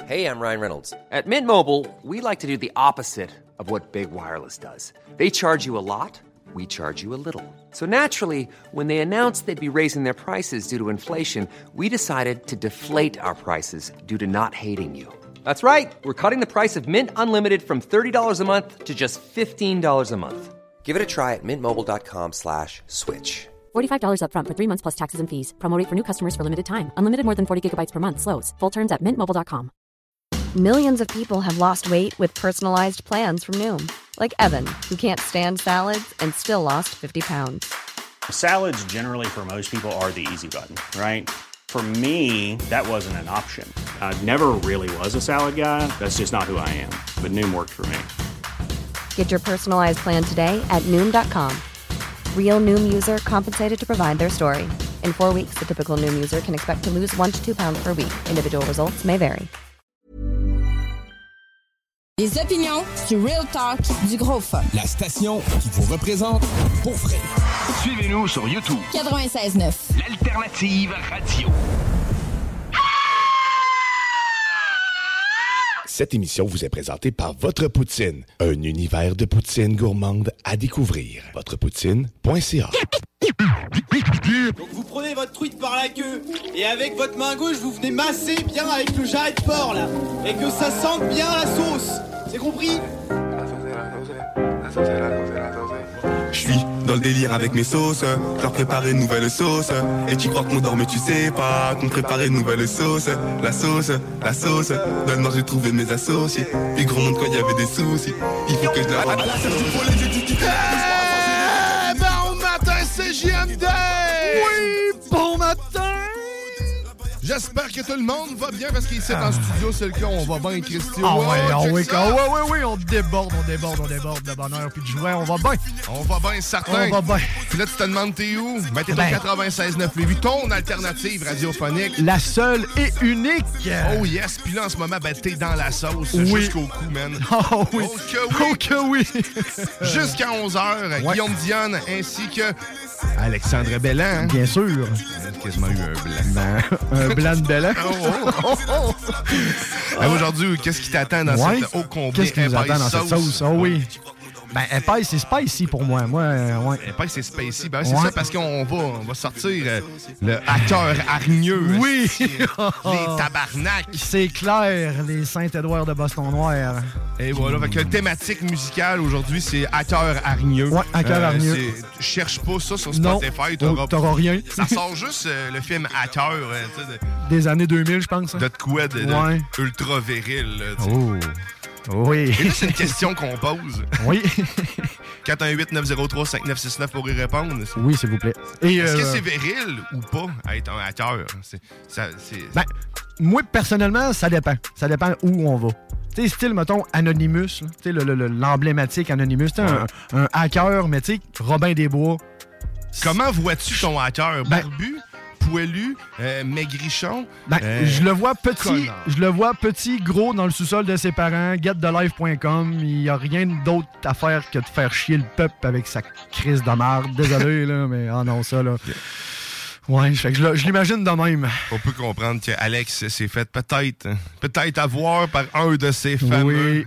Hey, I'm Ryan Reynolds. At Mint Mobile, we like to do the opposite of what Big Wireless does. They charge you a lot, we charge you a little. So naturally, when they announced they'd be raising their prices due to inflation, we decided to deflate our prices due to not hating you. That's right. We're cutting the price of Mint Unlimited from $30 a month to just $15 a month. Give it a try at mintmobile.com/switch. $45 up front for 3 months plus taxes and fees. Promo rate for new customers for limited time. Unlimited more than 40 gigabytes per month. Slows full terms at mintmobile.com. Millions of people have lost weight with personalized plans from Noom. Like Evan, who can't stand salads and still lost 50 pounds. Salads generally for most people are the easy button, right? For me, that wasn't an option. I never really was a salad guy. That's just not who I am. But Noom worked for me. Get your personalized plan today at Noom.com. Real Noom user compensated to provide their story. In 4 weeks, the typical Noom user can expect to lose 1 to 2 pounds per week. Individual results may vary. Les opinions sur Real Talk du Gros Fun. La station qui vous représente pour vrai. Suivez-nous sur YouTube. 96.9. L'alternative radio. Cette émission vous est présentée par Votre Poutine, un univers de poutine gourmande à découvrir. Votrepoutine.ca. Donc vous prenez votre truite par la queue et avec votre main gauche vous venez masser bien avec le jarret de porc là et que ça sente bien la sauce. C'est compris? Je suis dans le délire avec mes sauces, je leur prépare une nouvelle sauce. Et tu crois qu'on dort mais tu sais pas qu'on préparait une nouvelle sauce. La sauce, donne-moi j'ai trouvé mes associés. Puis gros monde quand il y avait des soucis, il faut que je la... Bon matin, c'est JMD! Oui, bon matin! J'espère que tout le monde va bien parce qu'ici dans le studio, c'est le cas, on va bien, Christian. Oui, on déborde de bonheur puis de joie, on va bien. On va bien, certain. On va bien. Puis là, tu te demandes t'es où? Ben, t'es au 96.9 Lévis, ton alternative radiophonique. La seule et unique. Oh yes, puis là, en ce moment, ben, t'es dans la sauce jusqu'au cou, man. Oh oui. Oh que oui. Jusqu'à 11h, Guillaume Dionne ainsi que Alexandre Belland. Hein? Bien sûr. Il a quasiment eu un blanc. Un blanc de Belland. Aujourd'hui, qu'est-ce qui t'attend dans cette ô combien Qu'est-ce qui nous attend dans cette sauce? Oh oui. Ben, épaisse, c'est spicy pour moi. Ouais. Épaisse, c'est spicy. Ben, c'est ça parce qu'on va sortir le acteur hargneux. Oui. Les tabarnaks. C'est clair, les Saint-Édouard de Boston Noir. Et voilà, fait que la thématique musicale aujourd'hui, c'est acteur hargneux. Ouais, acteur hargneux. Cherche pas ça sur Spotify. T'auras rien. Ça sort juste le film Acteur. Des années 2000, je pense. De quoi de ultra viril. Oui. Et là, c'est une question qu'on pose. Oui. 418-903-5969 pour y répondre. Oui, s'il vous plaît. Est-ce que c'est viril ou pas être un acteur? Ben, moi, personnellement, ça dépend. Ça dépend où on va. Tu sais, style, mettons, Anonymous. Tu sais, l'emblématique Anonymous. Tu sais, un hacker, mais tu sais, Robin des Bois. Comment vois-tu ton hacker? Barbu? Poilu, maigrichon. Je le vois petit, gros dans le sous-sol de ses parents, getthelife.com. Il n'y a rien d'autre à faire que de faire chier le peuple avec sa crise de marde. Désolé, là, mais non, ça, là. Ouais, fait que je l'imagine de même. On peut comprendre qu'Alex s'est fait peut-être avoir par un de ses fameux... Oui.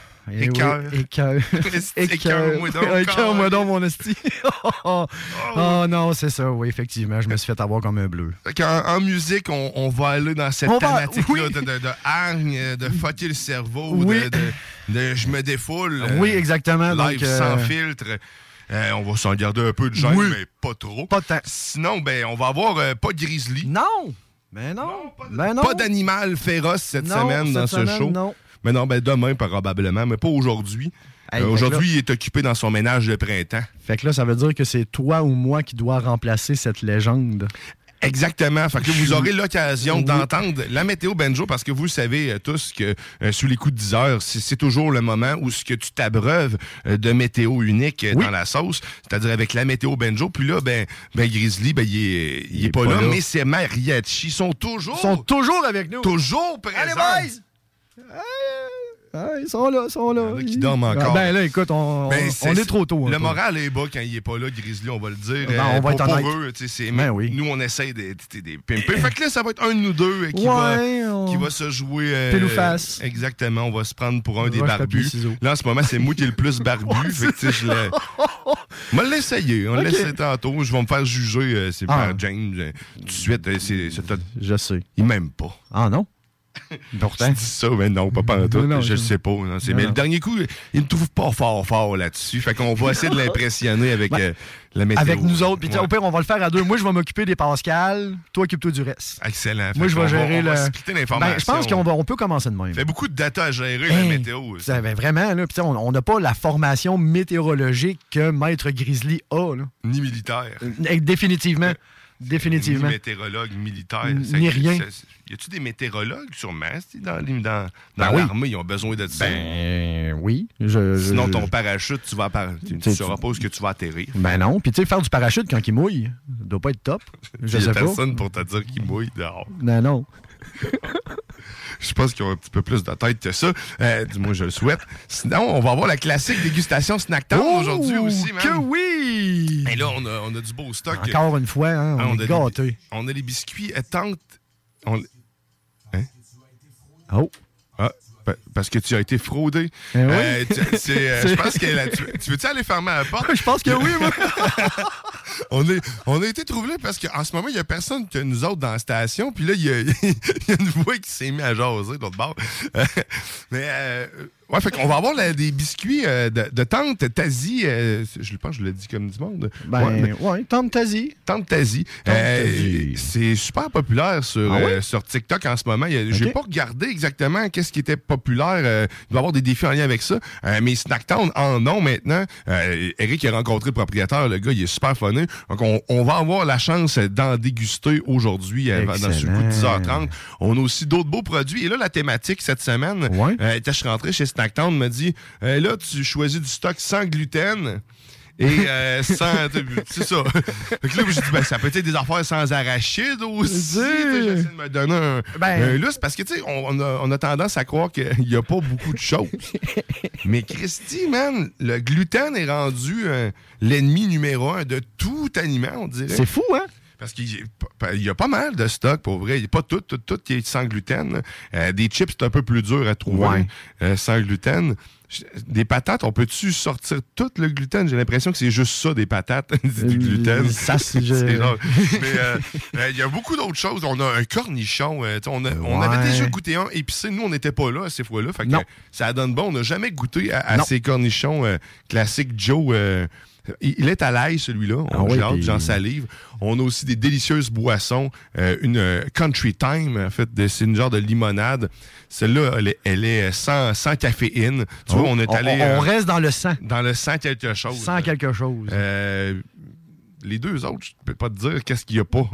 Écœur-moi donc, mon esti. Oh non, c'est ça, oui, effectivement. Je me suis fait avoir comme un bleu. En musique, on va aller dans cette thématique-là de hargne, de fucker le cerveau, de je me défoule. Oui, exactement. Live donc, sans filtre. On va s'en garder un peu de gêne, mais pas trop. Pas tant. Sinon, on va avoir pas de grizzly. Non! Mais non! Pas d'animal féroce cette semaine dans ce show. Non. Mais non, demain, probablement, mais pas aujourd'hui. Aujourd'hui, il est occupé dans son ménage de printemps. Fait que là, ça veut dire que c'est toi ou moi qui dois remplacer cette légende. Exactement. Fait que vous aurez l'occasion d'entendre la météo banjo parce que vous le savez tous que sous les coups de 10 heures, c'est toujours le moment où ce que tu t'abreuves de météo unique dans la sauce, c'est-à-dire avec la météo banjo. Puis là, Grizzly, il est pas là, mais c'est mariachi. Ils sont toujours avec nous. Toujours présents. Allez, boys! Ah, ils sont là. Il y en a qui dorment encore. Ben là, écoute, on est trop tôt. Le moral est bas quand il est pas là, Grizzly, on va le dire. On va être honnête. Pour eux, nous, on essaie d'être des pimpés. Fait que là, ça va être un de nous deux qui va se jouer... Pile ou face. Exactement, on va se prendre pour un des barbus. Là, en ce moment, c'est moi qui est le plus barbu. Fait que, on va l'essayer. On l'essaie tantôt. Je vais me faire juger. C'est par James. Tout de suite. Je sais. Il m'aime pas. Ah non? Pourtant. Je dis ça, mais non, pas en tout. Je le sais pas. Non, mais le dernier coup, il me trouve pas fort là-dessus. Fait qu'on va essayer de l'impressionner avec la météo. Avec nous autres. Puis au pire, on va le faire à deux. Moi, je vais m'occuper des Pascal. Toi, occupe-toi du reste. Excellent. Moi, je vais gérer on va splitter l'information. Je pense qu'on peut commencer de même. Il y a beaucoup de data à gérer, la météo. Vraiment, là. Puis on n'a pas la formation météorologique que Maître Grizzly a. Là. Ni militaire. Définitivement. Ni météorologue militaire. Ni rien. Y a-tu des météorologues, sûrement, dans l'armée, ils ont besoin de ça? Ben oui. Sinon, ton parachute, tu sauras pas où que tu vas atterrir. Ben non. Puis tu sais, faire du parachute quand il mouille, ça doit pas être top. Je sais pas. Personne pour te dire qu'il mouille dehors. Non. Je pense qu'ils ont un petit peu plus de tête que ça. Du moins, je le souhaite. Sinon, on va avoir la classique dégustation Snacktown aujourd'hui aussi, man. Que oui! Et là, on a du beau stock. Encore une fois, on est gâtés. On a les biscuits Tante. Oh! Ah, parce que tu as été fraudé. Oui. Je pense que tu veux-tu aller fermer la porte? Je pense que oui, moi. On a été troublés parce qu'en ce moment, il n'y a personne que nous autres dans la station. Puis là, il y a une voix qui s'est mise à jaser de l'autre bord. Ouais, fait qu'on va avoir des biscuits de Tante Tazie. Je pense que je l'ai dit comme du monde. Tante Tazie. Tante Tazie. C'est super populaire sur TikTok en ce moment. J'ai pas regardé exactement qu'est-ce qui était populaire. Il doit y avoir des défis en lien avec ça. Mais Snacktown en ont maintenant. Eric a rencontré le propriétaire. Le gars, il est super funny. Donc, on va avoir la chance d'en déguster aujourd'hui dans ce coup de 10h30. On a aussi d'autres beaux produits. Et là, la thématique cette semaine, je suis rentré chez Snacktown, m'a dit là, tu choisis du stock sans gluten. Et sans. C'est ça. Fait que là, je dis, ça peut être des affaires sans arachide aussi. J'essaie de me donner un lustre parce que, tu sais, on a tendance à croire qu'il n'y a pas beaucoup de choses. Mais Christy, man, le gluten est rendu l'ennemi numéro 1 de tout aliment, on dirait. C'est fou, hein? Parce qu'il y a pas mal de stock, pour vrai. Il n'y a pas tout qui est sans gluten. Des chips, c'est un peu plus dur à trouver sans gluten. Des patates, on peut-tu sortir tout le gluten? J'ai l'impression que c'est juste ça, des patates, du gluten. Ça, c'est rare. Mais il y a beaucoup d'autres choses. On a un cornichon. On avait déjà goûté un épicé. Nous, on n'était pas là ces fois-là. Fait que ça donne bon. On n'a jamais goûté à ces cornichons classiques Joe. Il est à l'ail, celui-là. J'en salive. On a aussi des délicieuses boissons. Une Country Time, en fait, c'est une genre de limonade. Celle-là, elle est sans caféine. Tu vois, on est allé... On reste dans le sang. Dans le sang quelque chose. Sans quelque chose. Les deux autres, je peux pas te dire qu'est-ce qu'il y a pas.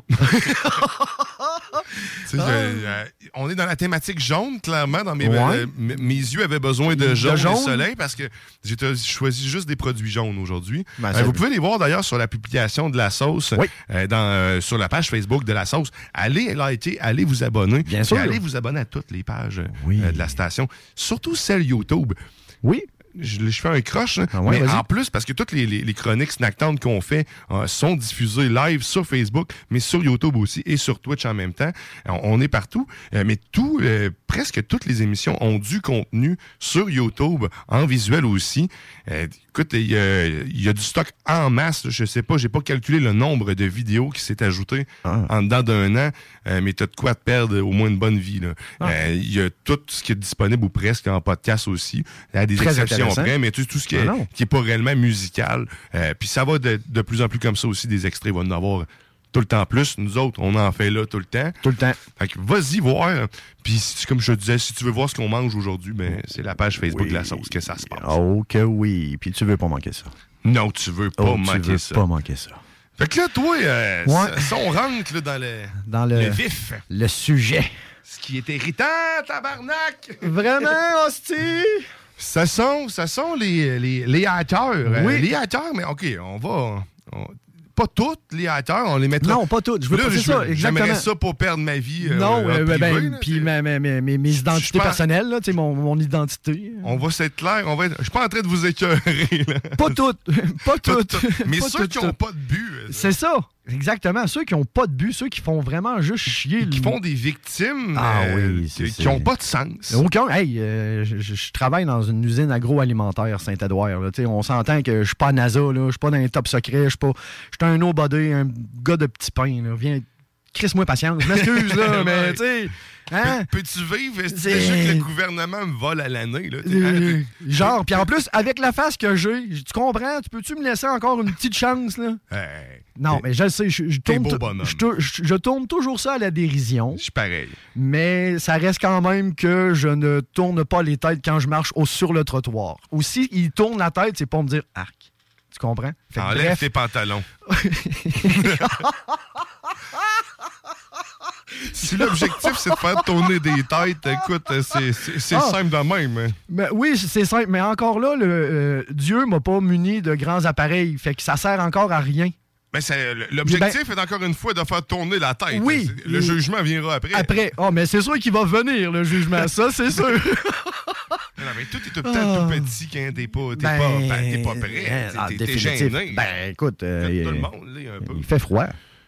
On est dans la thématique jaune, clairement. Dans mes yeux avaient besoin de jaune et soleil parce que j'ai choisi juste des produits jaunes aujourd'hui. Vous pouvez les voir d'ailleurs sur la publication de la sauce, sur la page Facebook de la sauce. Allez liker, allez vous abonner. Bien sûr. Allez vous abonner à toutes les pages de la station, surtout celle YouTube. Oui. Je fais un croche, mais en plus, parce que toutes les chroniques Snacktown qu'on fait sont diffusées live sur Facebook, mais sur YouTube aussi et sur Twitch en même temps. On est partout, mais presque toutes les émissions ont du contenu sur YouTube, en visuel aussi. Écoute, il y a du stock en masse. Je sais pas, j'ai pas calculé le nombre de vidéos qui s'est ajouté en dedans d'un an, mais t'as de quoi te perdre au moins une bonne vie. Il y a tout ce qui est disponible ou presque en podcast aussi. Il y a des exceptions près, mais tout ce qui est pas réellement musical. Puis ça va de plus en plus comme ça aussi, des extraits. Il va en avoir tout le temps plus. Nous autres, on en fait là tout le temps. Tout le temps. Fait que vas-y voir. Puis comme je te disais, si tu veux voir ce qu'on mange aujourd'hui, c'est la page Facebook de la sauce que ça se passe. Oh que oui. Puis tu veux pas manquer ça. Non, tu veux pas manquer ça. Pas manquer ça. Fait que là, toi, ça, on rentre là, dans le vif. Le sujet. Ce qui est irritant, tabarnak! Vraiment, hostie! Ça sont les haters. Oui. Les haters, mais OK, on va... pas toutes les hackers, on les mettra... Non, pas toutes. Je veux pas, c'est ça, exactement. J'aimerais ça pour perdre ma vie. Non, puis mes identités personnelles, là, mon identité. On va s'être clair, je suis pas en train de vous écœurer. Là. Pas toutes. Pas toutes. Mais pas ceux qui n'ont pas de but. C'est ça. Exactement. Ceux qui n'ont pas de but, ceux qui font vraiment juste chier. Qui font des victimes qui n'ont pas de sens. Aucun. Hey, je travaille dans une usine agroalimentaire Saint-Édouard. Là. On s'entend que je suis pas à NASA, je suis pas dans les top secrets, je suis un nobody, un gars de petit pain. Là. Viens, crisse-moi patience. Je m'excuse, là, mais tu sais... Hein? Peux-tu vivre? C'est déjà que le gouvernement me vole à l'année. Là, genre, puis en plus, avec la face que j'ai, tu comprends? Peux-tu me laisser encore une petite chance? Là? Non, mais je le sais, je tourne toujours ça à la dérision. Je suis pareil. Mais ça reste quand même que je ne tourne pas les têtes quand je marche sur le trottoir. Ou si il tourne la tête, c'est pour me dire « arc ». Tu comprends? Enlève tes pantalons. Si l'objectif, c'est de faire tourner des têtes, écoute, c'est simple de même. Mais oui, c'est simple. Mais encore là, Dieu m'a pas muni de grands appareils. Fait que ça sert encore à rien. Mais l'objectif est encore une fois de faire tourner la tête. Oui. Le jugement viendra après. Après. Oh, mais c'est sûr qu'il va venir, le jugement. Ça, c'est sûr. Non, mais tout est peut-être tout petit quand t'es pas prêt. T'es gêné. Ben, écoute, tout le monde, là, un peu. Il fait froid.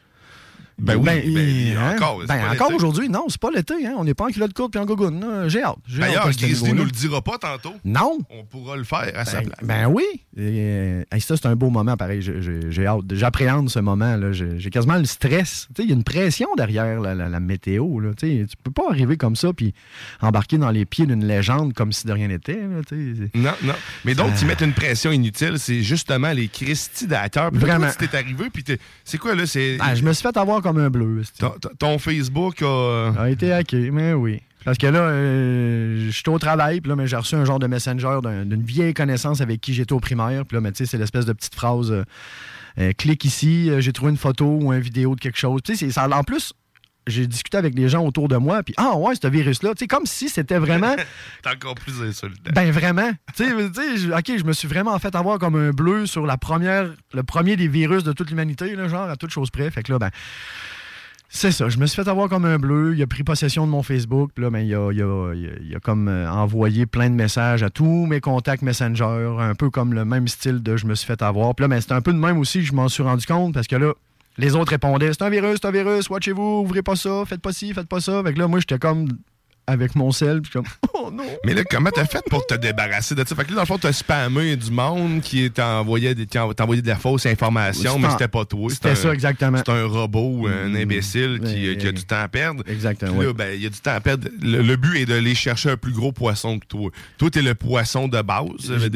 Encore aujourd'hui, non, c'est pas l'été. Hein? On n'est pas en culotte courte et en gogoune. J'ai hâte. D'ailleurs, Grizzly nous le dira pas tantôt. Non. On pourra le faire à sa place. Ben oui. Ça, c'est un beau moment, pareil. J'ai hâte. J'appréhende ce moment. Là. J'ai quasiment le stress. Il y a une pression derrière la météo. Là. Tu peux pas arriver comme ça puis embarquer dans les pieds d'une légende comme si de rien n'était. Non. Mais donc, tu mets une pression inutile. C'est justement les Christy d'acteurs. Vraiment. Tu t'es arrivé, puis c'est quoi, là? Je me suis fait avoir comme un bleu. Ton Facebook a été hacké, mais oui. Parce que là, je suis au travail, puis là, j'ai reçu un genre de messenger d'une vieille connaissance avec qui j'étais au primaire. Puis là, tu sais, c'est l'espèce de petite phrase clique ici, j'ai trouvé une photo ou une vidéo de quelque chose. Tu sais, en plus, j'ai discuté avec des gens autour de moi, puis ce virus-là, tu sais, comme si c'était vraiment... T'es encore plus insultant. Ben vraiment. Tu sais, je me suis vraiment fait avoir comme un bleu sur le premier des virus de toute l'humanité, là, genre à toute chose près. Fait que là, c'est ça, je me suis fait avoir comme un bleu, il a pris possession de mon Facebook, puis là, il a comme envoyé plein de messages à tous mes contacts Messenger, un peu comme le même style de « je me suis fait avoir ». Puis là, c'est un peu de même aussi que je m'en suis rendu compte, parce que là, les autres répondaient « c'est un virus, watchez-vous, ouvrez pas ça, faites pas ci, faites pas ça ». Fait que là, moi, j'étais comme... avec mon sel, puis comme « oh non! » Mais là, comment t'as fait pour te débarrasser de ça? Fait que là, dans le fond, t'as spammé du monde qui t'envoyait de la fausse information, mais c'était pas toi. C'était ça, exactement. C'est un robot, un imbécile qui a du temps à perdre. Exactement. Puis là, il y a du temps à perdre. Le but est d'aller chercher un plus gros poisson que toi. Toi, t'es le poisson de base, le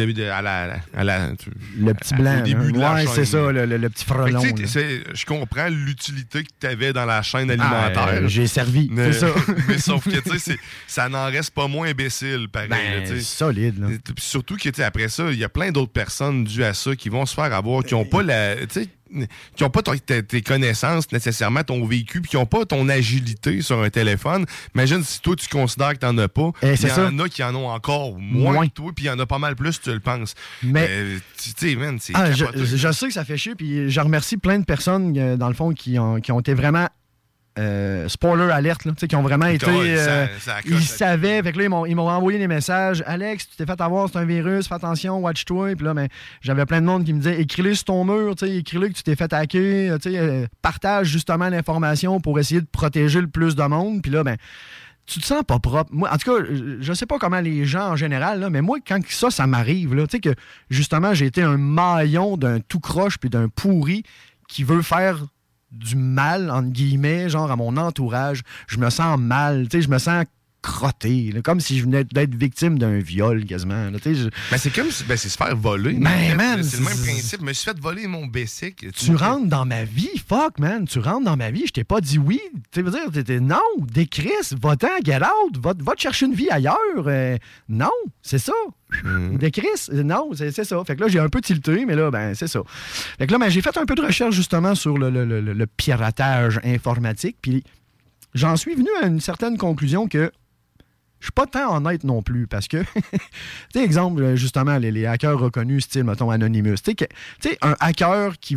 petit blanc. Au début de la chaîne. C'est ça, le petit frelon. Je comprends l'utilité que t'avais dans la chaîne alimentaire. J'ai servi, c'est ça. Mais sauf que, tu sais, ça n'en reste pas moins imbécile, pareil. Solide. Là. Surtout qu'après ça, il y a plein d'autres personnes dues à ça qui vont se faire avoir, qui n'ont pas qui n'ont pas tes connaissances nécessairement, ton vécu, puis qui n'ont pas ton agilité sur un téléphone. Imagine si toi, tu considères que tu n'en as pas. Il y en a qui en ont encore moins que toi, puis il y en a pas mal plus, tu le penses. Mais tu sais, man, c'est je sais que ça fait chier, puis je remercie plein de personnes, dans le fond, qui ont été vraiment... spoiler alerte, là, qui ont vraiment été... ils savaient, fait que là, ils m'ont envoyé des messages. « Alex, tu t'es fait avoir, c'est un virus, fais attention, watch-toi. » Puis là, j'avais plein de monde qui me disait « Écris-le sur ton mur, écris-le que tu t'es fait hacker, partage justement l'information pour essayer de protéger le plus de monde. » Puis là, tu te sens pas propre. Moi, en tout cas, je sais pas comment les gens en général, là, mais moi, quand ça m'arrive, tu sais que justement, j'ai été un maillon d'un tout croche puis d'un pourri qui veut faire du mal, entre guillemets, genre à mon entourage, je me sens mal, tu sais, je me sens crotté, là, comme si je venais d'être victime d'un viol, quasiment. Là, c'est comme si c'est se faire voler. C'est le même principe. Je me suis fait voler mon bicycle. Tu rentres dans ma vie, fuck, man. Tu rentres dans ma vie, je t'ai pas dit oui. Tu veux dire, non, décris, va-t'en, get out, va te chercher une vie ailleurs. Non, c'est ça. Décris, non, c'est ça. Fait que là, j'ai un peu tilté, mais là, c'est ça. Fait que là, j'ai fait un peu de recherche, justement, sur le piratage informatique, puis j'en suis venu à une certaine conclusion que je suis pas tant honnête non plus, parce que, tu sais, exemple, justement, les hackers reconnus, style, mettons, Anonymous. Tu sais, un hacker qui veut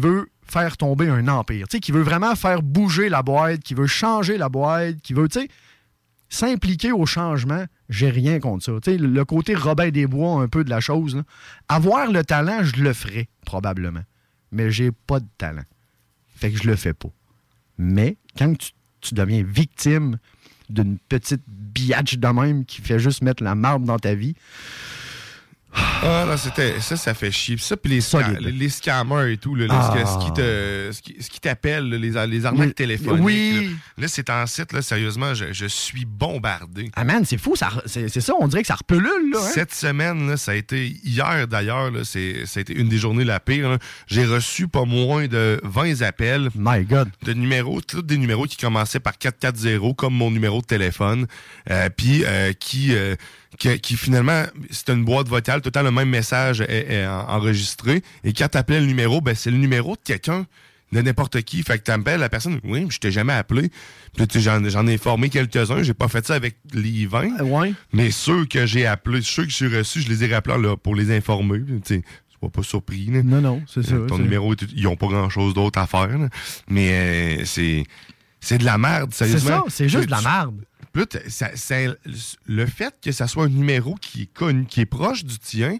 faire tomber un empire, tu sais, qui veut vraiment faire bouger la boîte, qui veut changer la boîte, qui veut, tu sais, s'impliquer au changement, j'ai rien contre ça. Tu sais, le côté Robin des Bois un peu de la chose, là, avoir le talent, je le ferais, probablement. Mais j'ai pas de talent. Fait que je le fais pas. Mais quand tu deviens victime d'une petite biatch de même qui fait juste mettre la marde dans ta vie... Ah non, ça fait chier. Puis ça, puis les scammers et tout, là, ce qui t'appelle, les arnaques téléphoniques. Oui. Là, c'est en site, là, sérieusement, je suis bombardé. Ah man, c'est fou, c'est ça, on dirait que ça repelule, là. Hein? Cette semaine, là, ça a été, hier d'ailleurs, là, ça a été une des journées la pire. Là. J'ai reçu pas moins de 20 appels. My God. De numéros, tous des numéros qui commençaient par 440, comme mon numéro de téléphone, puis qui finalement, c'était une boîte vocale, tout le temps le même message est enregistré. Et quand t'appelais le numéro, ben c'est le numéro de quelqu'un, de n'importe qui. Fait que t'appelles la personne, oui, je t'ai jamais appelé. Puis j'en ai formé quelques-uns, j'ai pas fait ça avec les 20. Ouais. Mais ceux que j'ai appelés, ceux que j'ai reçus, je les ai rappelés là, pour les informer. Tu sais, pas surpris. Là. Non, c'est ça. Ton numéro, ils ont pas grand-chose d'autre à faire. Là. Mais c'est de la merde, sérieusement. C'est ça, c'est juste de la merde. Là, le fait que ça soit un numéro qui est connu, qui est proche du tien,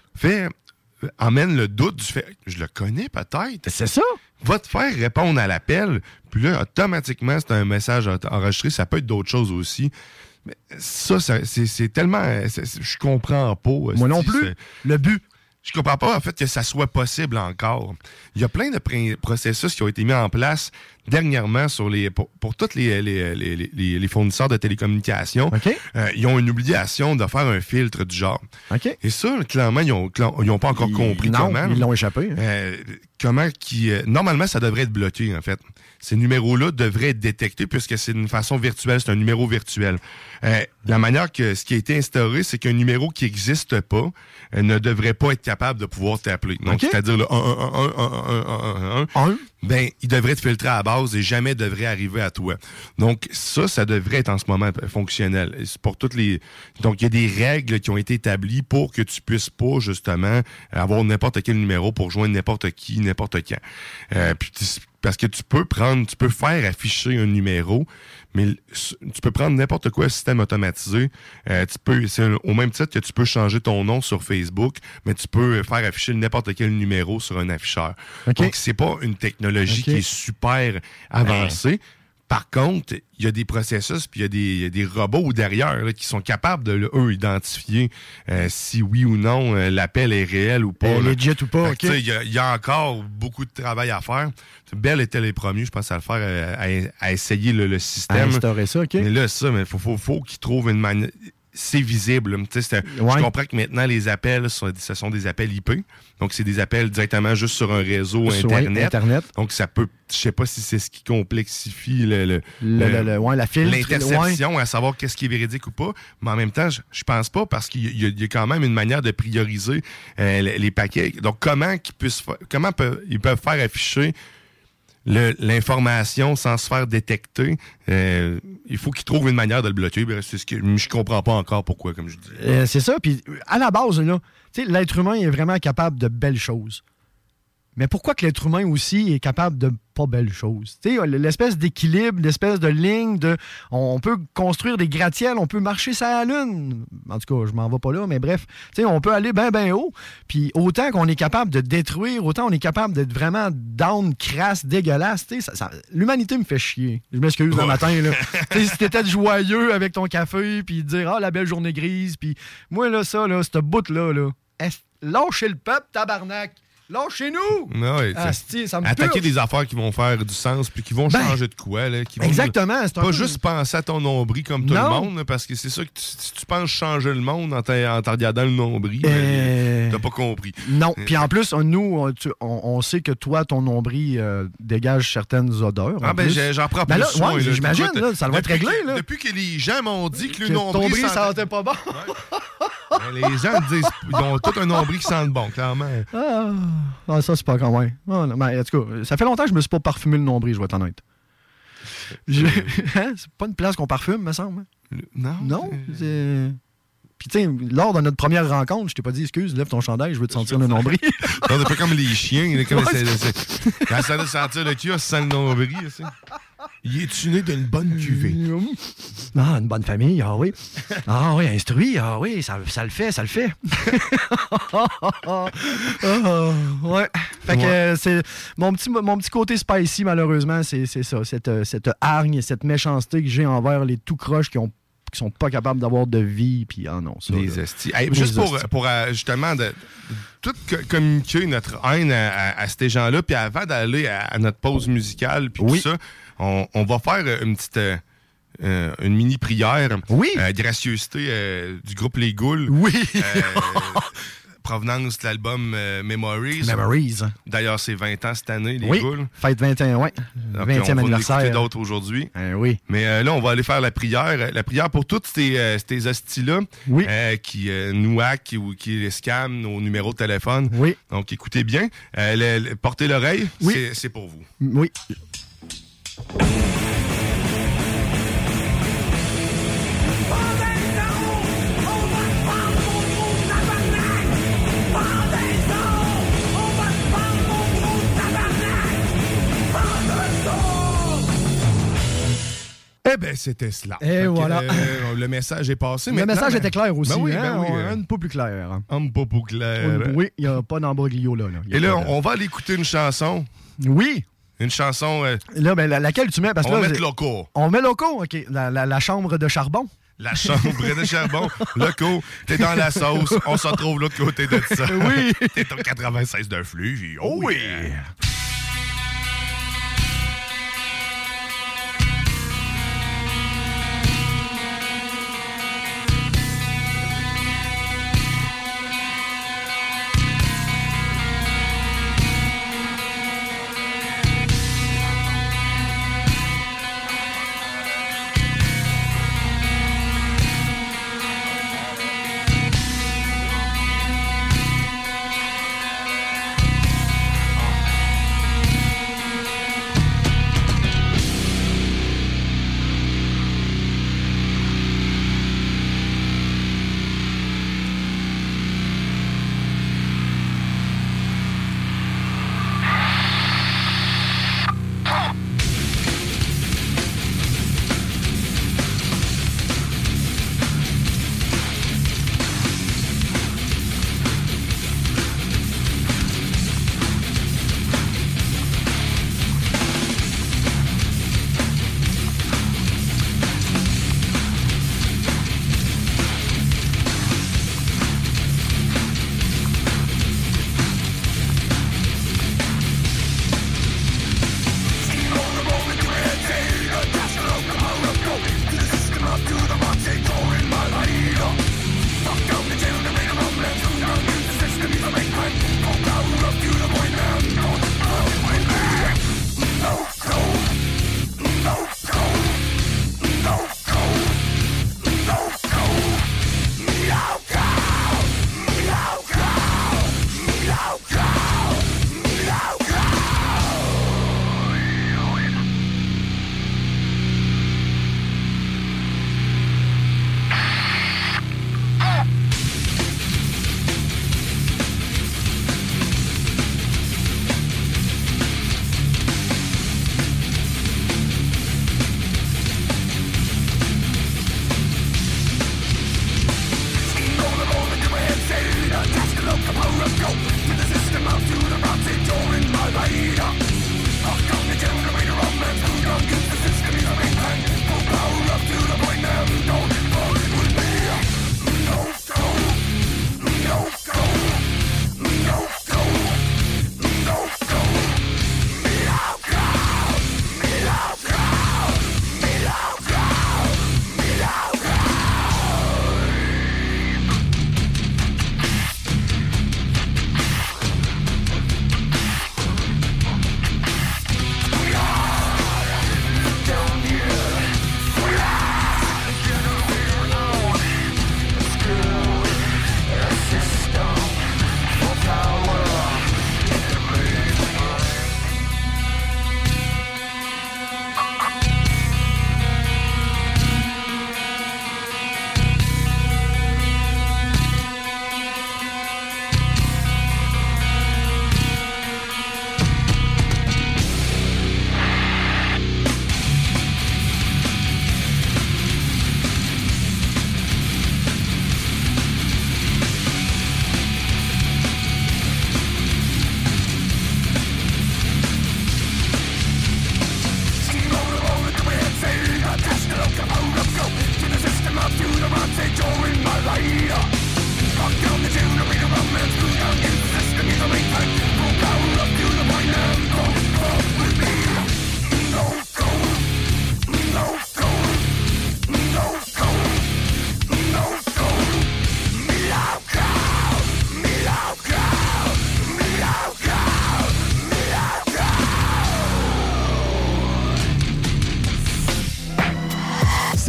emmène le doute du fait je le connais peut-être. C'est ça. Va te faire répondre à l'appel, puis là, automatiquement, c'est un message enregistré. Ça peut être d'autres choses aussi. Mais ça c'est tellement... Je comprends pas. Moi non plus. Le but. Je comprends pas, en fait, que ça soit possible encore. Il y a plein de processus qui ont été mis en place dernièrement pour tous les fournisseurs de télécommunications. Okay. Ils ont une obligation de faire un filtre du genre. Okay. Et ça, clairement, ils n'ont pas encore compris comment. Ils l'ont échappé. Normalement, ça devrait être bloqué, en fait. Ces numéros-là devraient être détectés puisque c'est d'une façon virtuelle, c'est un numéro virtuel. La manière que ce qui a été instauré, c'est qu'un numéro qui n'existe pas ne devrait pas être capable de pouvoir t'appeler. Donc, c'est-à-dire le 1, ben, il devrait te filtrer à la base et jamais devrait arriver à toi. Donc, ça devrait être en ce moment fonctionnel. Et c'est pour toutes les... Donc, il y a des règles qui ont été établies pour que tu puisses pas, justement, avoir n'importe quel numéro pour joindre n'importe qui, n'importe quand. Parce que tu peux faire afficher un numéro, mais tu peux prendre n'importe quoi, système automatisé. C'est au même titre que tu peux changer ton nom sur Facebook, mais tu peux faire afficher n'importe quel numéro sur un afficheur. Okay. Donc, c'est pas une technologie qui est super avancée. Par contre, il y a des processus puis il y a des robots derrière là, qui sont capables de, eux, identifier si oui ou non l'appel est réel ou pas. Legit ou pas, OK. Il y a encore beaucoup de travail à faire. Bell était les premiers, je pense, à le faire, à essayer le système. À instaurer ça, OK. Mais là, il faut qu'ils trouvent une manière... C'est visible. Je comprends que maintenant, les appels, ce sont des appels IP. Donc, c'est des appels directement juste sur un réseau Internet. Donc, ça peut... Je sais pas si c'est ce qui complexifie la filtre, l'interception, à savoir qu'est-ce qui est véridique ou pas. Mais en même temps, je pense pas parce qu'il y a quand même une manière de prioriser les paquets. Donc, comment ils peuvent faire afficher l'information sans se faire détecter, il faut qu'ils trouvent une manière de le bloquer. C'est ce que je comprends pas encore pourquoi, comme je dis. C'est ça. Puis à la base, là, l'être humain est vraiment capable de belles choses. Mais pourquoi que l'être humain aussi est capable de pas belles choses? L'espèce d'équilibre, l'espèce de ligne, on peut construire des gratte-ciels, on peut marcher sur la Lune. En tout cas, je m'en vais pas là, mais bref. On peut aller bien haut. Puis autant qu'on est capable de détruire, autant on est capable d'être vraiment down, crasse, dégueulasse. L'humanité me fait chier. Je m'excuse le matin. Là. Si t'étais joyeux avec ton café, puis dire « Ah, la belle journée grise », puis moi, là, ça, là, cette bout-là, lâchez le peuple, tabarnak! Lâchez-nous! Ouais, ça me attaquer des affaires qui vont faire du sens puis qui vont changer de quoi. Là, qui vont exactement. Pas juste penser à ton nombril comme tout le monde, là, parce que c'est ça que si tu penses changer le monde en te regardant le nombril, t'as pas compris. Non. Puis en plus, nous, on sait que toi, ton nombril dégage certaines odeurs. J'en prends plus soin. J'imagine, ça va être réglé. Là. Depuis que les gens m'ont dit que le nombril sentait pas bon. Les gens disent ils ont tout un nombril qui sent bon, clairement. Ah, ça, c'est pas quand même. Ah, mais en tout cas, ça fait longtemps que je me suis pas parfumé le nombril, je vais être honnête. C'est pas une place qu'on parfume, me semble. Non. Non? Puis, tu sais, lors de notre première rencontre, je t'ai pas dit, excuse, lève ton chandail, je veux te sentir le nombril. On est pas comme les chiens. Là, comme quand ça doit sentir le cul, ça sent le nombril. Tu sais. Il est né d'une bonne cuvée. Ah, une bonne famille, ah oui. Ah oui, instruit, ah oui, ça le fait, ça le fait. Ouais. Fait que c'est mon petit côté spicy, malheureusement, c'est ça. Cette hargne, cette méchanceté que j'ai envers les tout croches qui sont pas capables d'avoir de vie, puis ah non, ça. Les estis. Hey, juste pour justement tout communiquer notre haine à ces gens-là, puis avant d'aller à notre pause musicale, puis tout ça, on va faire une petite une mini prière. Oui. Gracieuseté du groupe Les Goules. Oui. Provenance de l'album Memories. Memories. D'ailleurs, c'est 20 ans cette année, Les Goules. Fête 21, oui. 20e anniversaire. On va en écouter d'autres aujourd'hui. Oui. Mais là, on va aller faire la prière. La prière pour toutes ces hosties-là qui nous hackent ou qui scamment nos numéros de téléphone. Oui. Donc, écoutez bien. Portez l'oreille. Oui. C'est pour vous. Oui. Eh bien, c'était cela. Et voilà. Le message est passé. Le message était clair aussi. Ben oui, un peu plus clair. Un peu plus clair. Oui, il n'y a pas d'embroglio là. Et là, on va aller écouter une chanson. Oui. Une chanson... là, ben, laquelle tu mets? Parce que on va là, mettre Loco. On met Loco, OK. La chambre de charbon. La chambre de charbon. Loco, t'es dans la sauce. On se retrouve de l'autre côté de ça. Oui. T'es au 96 de flux. Oh oui.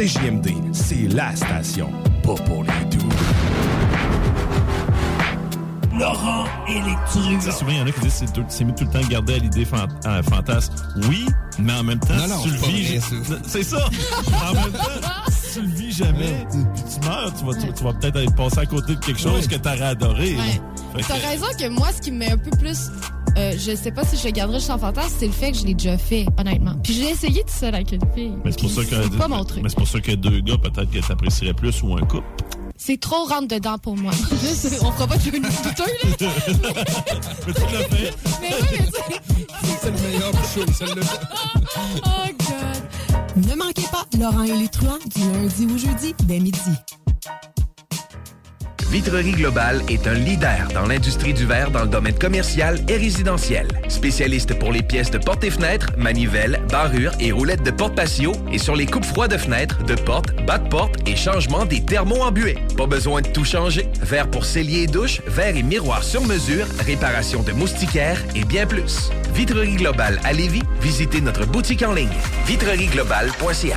CJMD, c'est la station. Pas pour les doux. Laurent et les trucs. Tu sais, souvent, il y en a qui disent que c'est mieux tout le temps garder à l'idée fantasme. Oui, mais en même temps, si tu le vis... C'est ça! En même temps, si tu le vis jamais, puis tu meurs, tu vas peut-être être passé à côté de quelque chose que t'aurais adoré. Ouais. T'as raison que moi, ce qui me met un peu plus... je sais pas si je le garderais juste en fantasme, c'est le fait que je l'ai déjà fait, honnêtement. Puis j'ai essayé tout seul avec une fille. Mais c'est pour ça que... C'est pas mon truc. Mais c'est pour ça que 2 gars, peut-être que t'apprécierais plus ou un couple. C'est trop rentre-dedans pour moi. On fera pas de une douteux, là. Mais tu l'as fait. Mais oui, mais tu c'est le meilleur show, celle-là. Oh, God. Ne manquez pas Laurent et les truands du lundi au jeudi dès midi. Vitrerie Globale est un leader dans l'industrie du verre dans le domaine commercial et résidentiel. Spécialiste pour les pièces de portes et fenêtres, manivelles, barrures et roulettes de porte patio et sur les coupes froides de fenêtres, de portes, bas de porte et changement des thermos en buée. Pas besoin de tout changer. Verre pour cellier et douche, verre et miroirs sur mesure, réparation de moustiquaires et bien plus. Vitrerie Globale à Lévis, visitez notre boutique en ligne. vitrerieglobale.ca.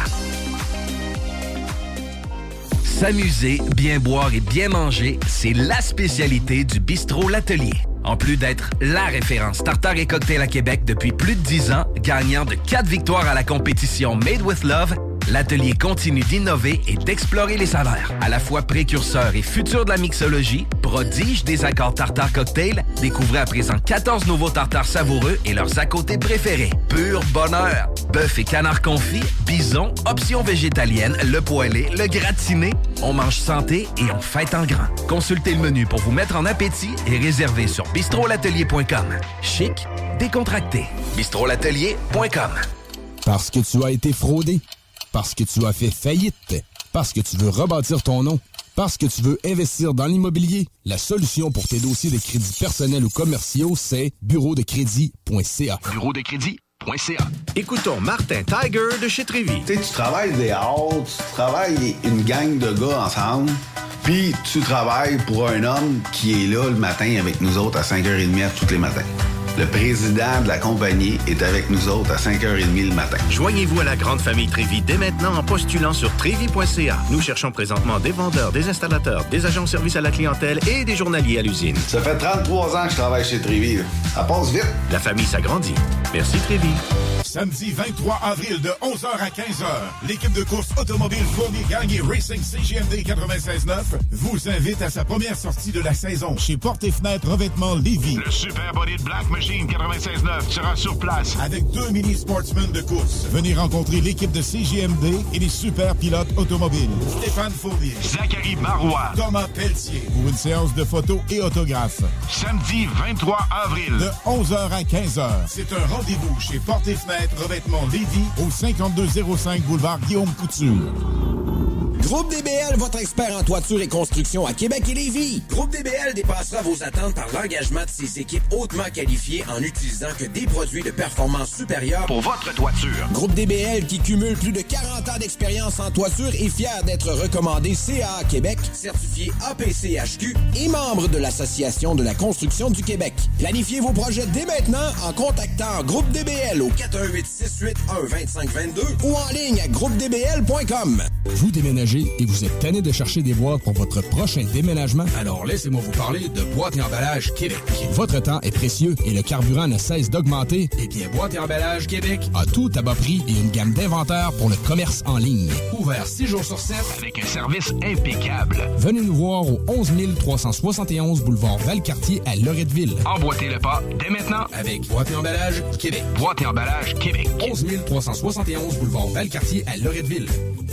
S'amuser, bien boire et bien manger, c'est la spécialité du bistrot L'Atelier. En plus d'être la référence tartare et cocktail à Québec depuis plus de 10 ans, gagnant de 4 victoires à la compétition Made with Love, l'Atelier continue d'innover et d'explorer les saveurs. À la fois précurseur et futur de la mixologie, prodige des accords tartare cocktail, découvrez à présent 14 nouveaux tartares savoureux et leurs à côté préférés. Pur bonheur! Bœuf et canard confit, bison, options végétaliennes, le poêlé, le gratiné. On mange santé et on fête en grand. Consultez le menu pour vous mettre en appétit et réservez sur bistrolatelier.com. Chic, décontracté. bistrolatelier.com. Parce que tu as été fraudé. Parce que tu as fait faillite. Parce que tu veux rebâtir ton nom. Parce que tu veux investir dans l'immobilier. La solution pour tes dossiers de crédits personnels ou commerciaux, c'est bureaudecrédit.ca. Bureaudecrédit.ca. Écoutons Martin Tiger de chez Trévis. Tu sais, tu travailles des heures, tu travailles une gang de gars ensemble, puis tu travailles pour un homme qui est là le matin avec nous autres à 5h30 tous les matins. Le président de la compagnie est avec nous autres à 5h30 le matin. Joignez-vous à la grande famille Trévis dès maintenant en postulant sur trévis.ca. Nous cherchons présentement des vendeurs, des installateurs, des agents de service à la clientèle et des journaliers à l'usine. Ça fait 33 ans que je travaille chez Trévis. Ça passe vite. La famille s'agrandit. Merci Trévis. Samedi 23 avril de 11h à 15h, l'équipe de course automobile Fournier Gagné Racing CJMD 96.9 vous invite à sa première sortie de la saison chez Portes et Fenêtres Revêtement Lévis. Le Super Body de Black Machine 96.9 sera sur place. Avec 2 mini-sportsmen de course. Venez rencontrer l'équipe de CJMD et les super pilotes automobiles. Stéphane Fournier, Zachary Marois, Thomas Pelletier pour une séance de photos et autographes. Samedi 23 avril. De 11h à 15h. C'est un rendez-vous chez Portes et Fenêtres Revêtement Lévis au 5205 boulevard Guillaume Couture. Groupe DBL, votre expert en toiture et construction à Québec et Lévis. Groupe DBL dépassera vos attentes par l'engagement de ses équipes hautement qualifiées en utilisant que des produits de performance supérieure pour votre toiture. Groupe DBL qui cumule plus de 40 ans d'expérience en toiture est fier d'être recommandé CAA Québec, certifié APCHQ et membre de l'Association de la construction du Québec. Planifiez vos projets dès maintenant en contactant Groupe DBL au 418-681-2522 ou en ligne à groupedbl.com. Vous déménagez et vous êtes tanné de chercher des boîtes pour votre prochain déménagement? Alors laissez-moi vous parler de Boîte et Emballage Québec. Votre temps est précieux et le carburant ne cesse d'augmenter. Eh bien, Boîte et Emballage Québec a tout à bas prix et une gamme d'inventaires pour le commerce en ligne. Ouvert 6 jours sur 7 avec un service impeccable. Venez nous voir au 11 371 boulevard Valcartier à Loretteville. Emboîtez le pas dès maintenant avec Boîte et Emballage Québec. Boîte et Emballage Québec. 11 371 boulevard Valcartier à Loretteville.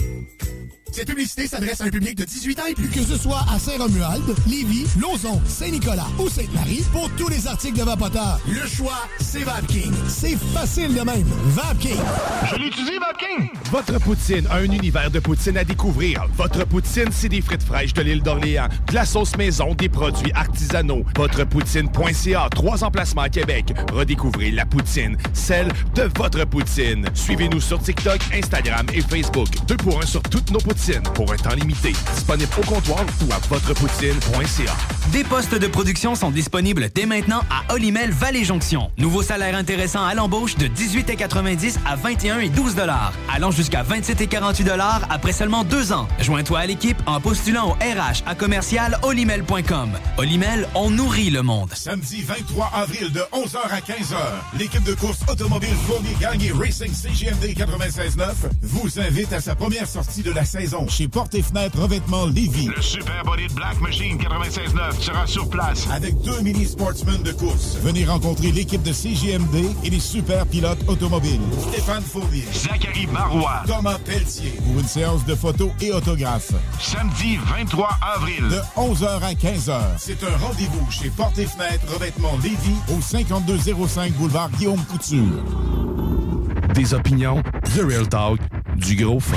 Cette publicité s'adresse à un public de 18 ans et plus. Que ce soit à Saint-Romuald, Lévis, Lauson, Saint-Nicolas ou Sainte-Marie, pour tous les articles de Vapoteur, le choix, c'est VapKing. C'est facile de même. VapKing. Je l'utilise, VapKing. Votre poutine, un univers de poutine à découvrir. Votre poutine, c'est des frites fraîches de l'île d'Orléans, de la sauce maison, des produits artisanaux. Votrepoutine.ca, 3 emplacements à Québec. Redécouvrez la poutine, celle de votre poutine. Suivez-nous sur TikTok, Instagram et Facebook. 2 pour 1 sur toutes nos poutines. Poutine pour un temps limité. Disponible au comptoir ou à votrepoutine.ca. Des postes de production sont disponibles dès maintenant à Olimel Vallée-Jonction. Nouveau salaire intéressant à l'embauche de 18,90 à 21 et 12 $, allant jusqu'à 27 et 48 $ après seulement 2 ans. Joins-toi à l'équipe en postulant au RH à commercial olimel.com. Olimel, on nourrit le monde. Samedi 23 avril de 11h à 15h, l'équipe de course automobile Fournier Gagné Racing CGMD 96.9 vous invite à sa première sortie de la saison chez Portes et Fenêtres Revêtement Lévis. Le Super Body de Black Machine 96.9 sera sur place avec 2 mini-sportsmen de course. Venez rencontrer l'équipe de CGMD et les super pilotes automobiles. Stéphane Fournier, Zachary Marois, Thomas Pelletier pour une séance de photos et autographes. Samedi 23 avril de 11h à 15h. C'est un rendez-vous chez Portes et Fenêtres Revêtement Lévis au 5205 boulevard Guillaume Couture. Des opinions, The Real Talk, du gros fun.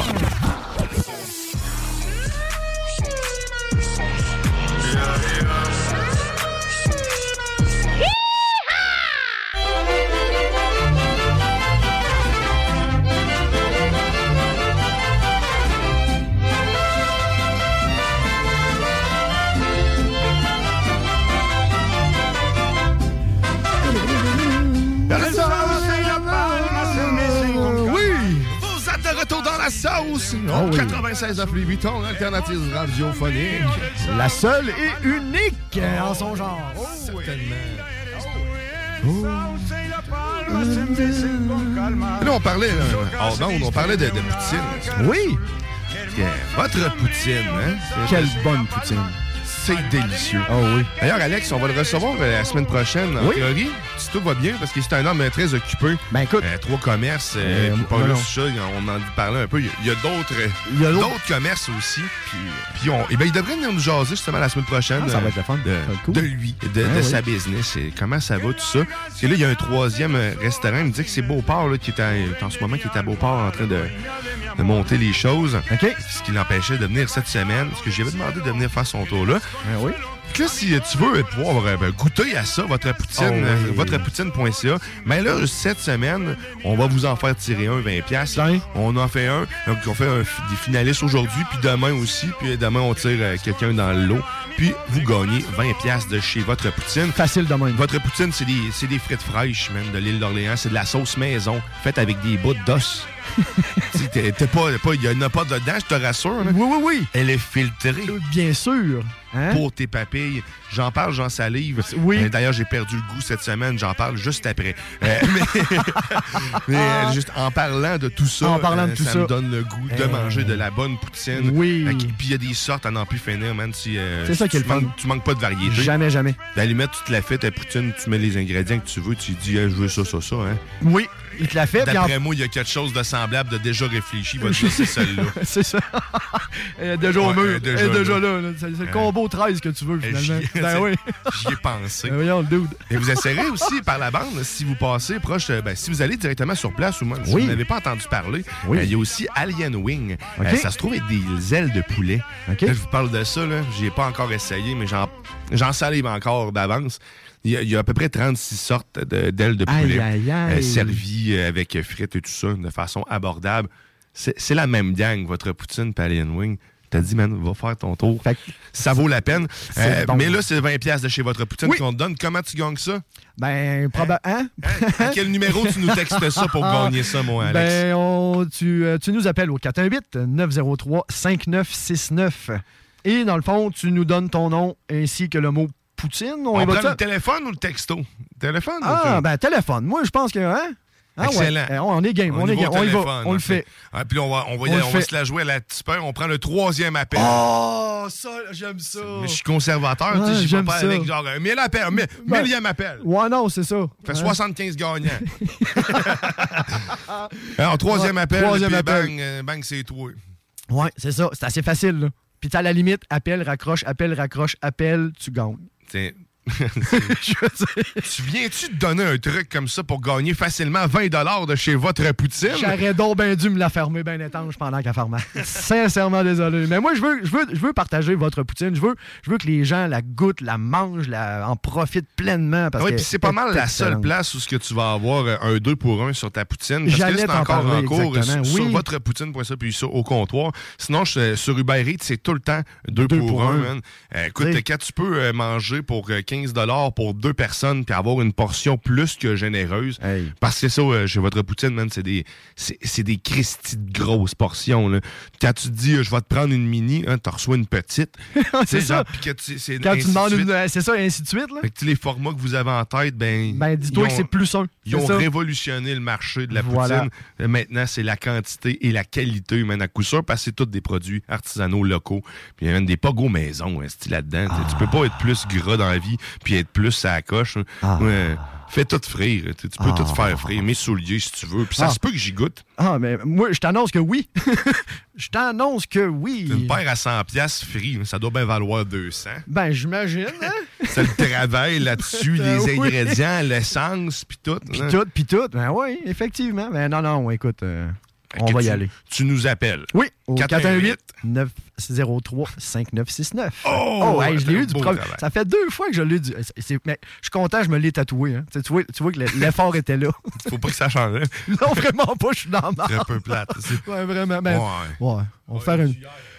Retour dans la sauce. Oh, oui. 96 à Louis Vuitton, alternative radiophonique. La seule et unique en son genre. Oh, certainement. Là, on parlait, on parlait de poutine. Oui. Votre poutine, hein? Quelle bonne poutine. C'est délicieux. Oh oui. D'ailleurs, Alex, on va le recevoir la semaine prochaine, en théorie, si tout va bien, parce que c'est un homme très occupé. Ben écoute. 3 commerces, pas là, ça, on en parlait un peu. Il y a d'autres commerces aussi. Puis il devrait venir nous jaser justement la semaine prochaine. Ça va être le fun. De lui, de sa business. Et comment ça va, tout ça. Parce que là, il y a un 3e restaurant. Il me dit que c'est Beauport, là, qui est en ce moment, qui est à Beauport en train de monter les choses. OK. Ce qui l'empêchait de venir cette semaine. Parce que j'avais demandé de venir faire son tour là. Oui. Là, si tu veux pouvoir goûter à ça, votre poutine, votrepoutine.ca, mais là, cette semaine, on va vous en faire tirer un 20$. On en fait un. Donc, on fait des finalistes aujourd'hui, puis demain aussi. Puis demain, on tire quelqu'un dans le lot. Puis, vous gagnez 20$ de chez Votre Poutine. Facile de même. Votre Poutine, c'est des frites fraîches, même, de l'île d'Orléans. C'est de la sauce maison, faite avec des bouts d'os. Il n'y en a pas dedans, je te rassure. Là. Oui. Elle est filtrée. Bien sûr. Hein? Pour tes papilles. J'en parle, j'en salive. Oui. D'ailleurs, j'ai perdu le goût cette semaine. J'en parle juste après. Mais juste en parlant de tout ça, ça me donne le goût de manger de la bonne poutine. Oui. Puis il y a des sortes à n'en plus finir, man. C'est ça qui est le fun. Tu manques pas de variété. Jamais. À la limite, tu te la fais, ta poutine, tu mets les ingrédients que tu veux, tu dis, je veux ça. Hein? Oui. Il te l'a fait. D'après moi, il y a quelque chose de semblable, de déjà réfléchi. Va dire, c'est celle-là. C'est ça. Elle est déjà au mur. Elle est déjà là. C'est le combo 13 que tu veux, finalement. J'y ai pensé. Voyons, le dude. Et vous essayerez aussi par la bande, si vous passez proche, si vous allez directement sur place ou même si vous n'avez pas entendu parler, il y a aussi Alien Wing. Ça se trouve avec des ailes de poulet. Là, je vous parle de ça, là. J'y ai pas encore essayé, mais j'en salive encore d'avance. Il y a à peu près 36 sortes d'ailes de poulet servies avec frites et tout ça de façon abordable. C'est la même gang, votre poutine et Alien Wing. T'as dit, man, va faire ton tour. Ça vaut la peine. Mais là, c'est 20$ de chez Votre Poutine qu'on te donne. Comment tu gagnes ça? Ben, probablement. À quel numéro tu nous textes ça pour gagner ça, mon Alex? Ben, tu nous appelles au 418-903-5969. Et dans le fond, tu nous donnes ton nom ainsi que le mot poutine. On prend le téléphone ou le texto? Téléphone? Téléphone. Moi, je pense que... Excellent. Ouais. On est game. On y va. On le fait. Puis on va se la jouer à la petite peur. On prend le 3e appel. Oh, ça, j'aime ça. Mais je suis conservateur. Je ne pas avec genre 1000 appels. 1000e appel. Ouais, non, c'est ça. Fait 75 gagnants. Alors, 3e appel. Puis bang, c'est toi. Ouais, c'est ça. C'est assez facile, là. Puis à la limite, appel, raccroche, tu gagnes. Tu viens-tu te donner un truc comme ça pour gagner facilement 20 $ de chez votre poutine? J'aurais donc bien dû me la fermer bien étanche pendant qu'elle fermait. Sincèrement désolé. Mais moi, je veux partager votre poutine. Je veux que les gens la goûtent, la mangent, en profitent pleinement. Oui, puis c'est pas mal la seule place où ce que tu vas avoir un 2 pour 1 sur ta poutine. Parce que là, c'est encore en cours sur votrepoutine.ca puis ça au comptoir. Sinon, sur Uber Eats, c'est tout le temps 2 pour 1. Man. Écoute, quand tu peux manger pour 15 $ pour 2 personnes puis avoir une portion plus que généreuse, parce que ça, chez votre poutine, man, c'est des Christy de grosses portions. Là. Quand tu te dis, je vais te prendre une mini, tu reçois une petite. C'est ça. Quand tu demandes c'est ça, et ainsi de suite. Là. Fait que les formats que vous avez en tête, dis-toi que c'est plus un. Ils ont révolutionné le marché de la poutine. Maintenant, c'est la quantité et la qualité, man, à coup sûr, parce que c'est tous des produits artisanaux locaux. Puis il y a même des pogos maison là-dedans. Tu peux pas être plus gras dans la vie puis être plus à la coche. Fais tout frire. Tu peux tout faire frire. Mes souliers, si tu veux. Puis ça se peut que j'y goûte. Mais moi, je t'annonce que oui. Je t'annonce que oui. Une paire à 100$ frits, ça doit bien valoir 200. Ben, j'imagine. Hein? C'est le travail là-dessus, les ingrédients, l'essence, puis tout. Puis tout. Ben oui, effectivement. Ben non, écoute... on va y aller. Tu nous appelles. Oui, au 418-903-5969. Je l'ai eu du problème. Ça fait 2 fois que je l'ai eu. Mais je suis content, je me l'ai tatoué. Hein. Tu vois que l'effort était là. Faut pas que ça change. Hein? Non, vraiment pas, je suis dans la marde. C'est un peu plate. Ouais, vraiment. Ben, ouais. On va faire une...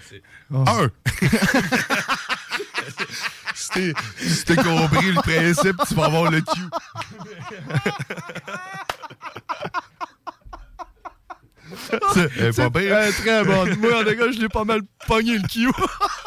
Si t'as compris le principe, tu vas avoir le Q. C'est pas pire. Très bonne. Moi, en tout cas, je l'ai pas mal pogné le Q.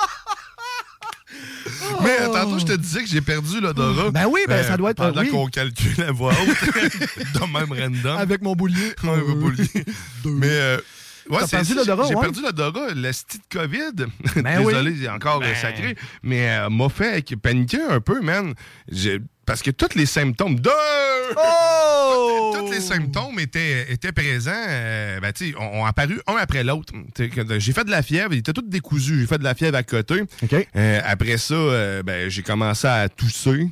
Mais tantôt, je te disais que j'ai perdu l'odorat. Ben oui, ça doit être... Pendant qu'on calcule la voix haute, de même random. Avec mon boulier. Un boulier. Mais... T'as perdu l'odorat, j'ai perdu l'odorat. La petite COVID, désolé, c'est encore sacré, mais m'a fait paniquer un peu, man. Parce que tous les symptômes tous les symptômes étaient présents, ont apparu un après l'autre. J'ai fait de la fièvre, ils étaient tous décousus. J'ai fait de la fièvre à côté. Okay. Après ça, j'ai commencé à tousser.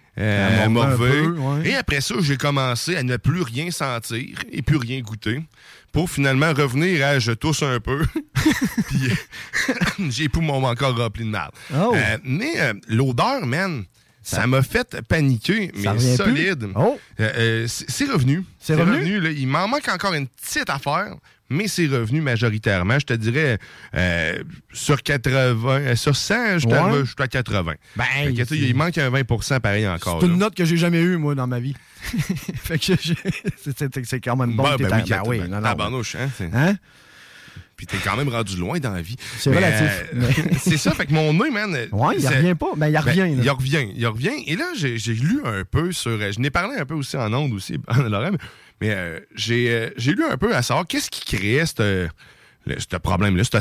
À morver. Et après ça, j'ai commencé à ne plus rien sentir et plus rien goûter pour finalement revenir à je tousse un peu. Puis j'ai les poumons encore remplis de merde. Mais l'odeur, man, ça m'a fait paniquer, mais solide. C'est revenu. C'est revenu? Là. Il m'en manque encore une petite affaire, mais c'est revenu majoritairement. Je te dirais, sur 80, sur 100, je suis à 80. Il manque un 20% pareil encore. C'est une note que j'ai jamais eue, moi, dans ma vie. Fait que c'est quand même bon. Oui, tabarnouche, hein? Puis t'es quand même rendu loin dans la vie. C'est relatif. C'est ça, fait que mon nez, man... Ouais, il revient pas. Ben, il revient. Il revient. Et là, j'ai lu un peu sur... Je n'ai parlé un peu aussi en ondes aussi, mais j'ai lu un peu à savoir qu'est-ce qui créait ce problème-là, ce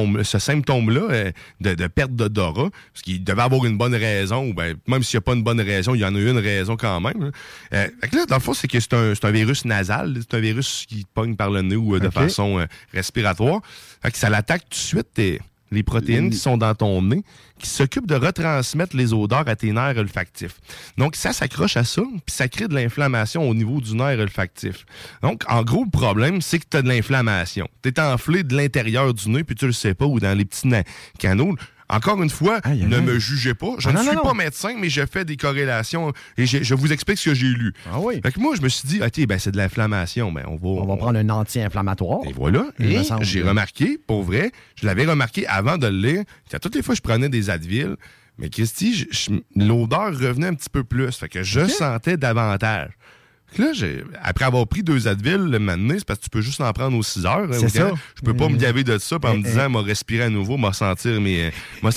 symptôme-là de perte d'odorat, parce qu'il devait avoir une bonne raison, ou même s'il n'y a pas une bonne raison, il y en a une raison quand même. Fait que là, dans le fond, c'est que c'est un virus nasal, c'est un virus qui pogne par le nez ou de façon respiratoire. Fait que ça l'attaque tout de suite les protéines qui sont dans ton nez, qui s'occupent de retransmettre les odeurs à tes nerfs olfactifs. Donc, ça s'accroche à ça, puis ça crée de l'inflammation au niveau du nerf olfactif. Donc, en gros, le problème, c'est que tu as de l'inflammation. Tu es enflé de l'intérieur du nez, puis tu le sais pas, ou dans les petits canaux. Encore une fois, ne me jugez pas. Je ne suis pas médecin, mais je fais des corrélations et je vous explique ce que j'ai lu. Fait que moi, je me suis dit, OK, c'est de l'inflammation. On va prendre un anti-inflammatoire. Et voilà. Et j'ai remarqué, pour vrai, je l'avais remarqué avant de le lire, qu'à toutes les fois, je prenais des Advil, mais Christy, l'odeur revenait un petit peu plus. Fait que je sentais davantage. Là, après avoir pris 2 Advil le matin, c'est parce que tu peux juste en prendre aux 6 heures. C'est ça. Je peux pas me gaver de ça en me disant, m'a respirer à nouveau, m'a sentir mes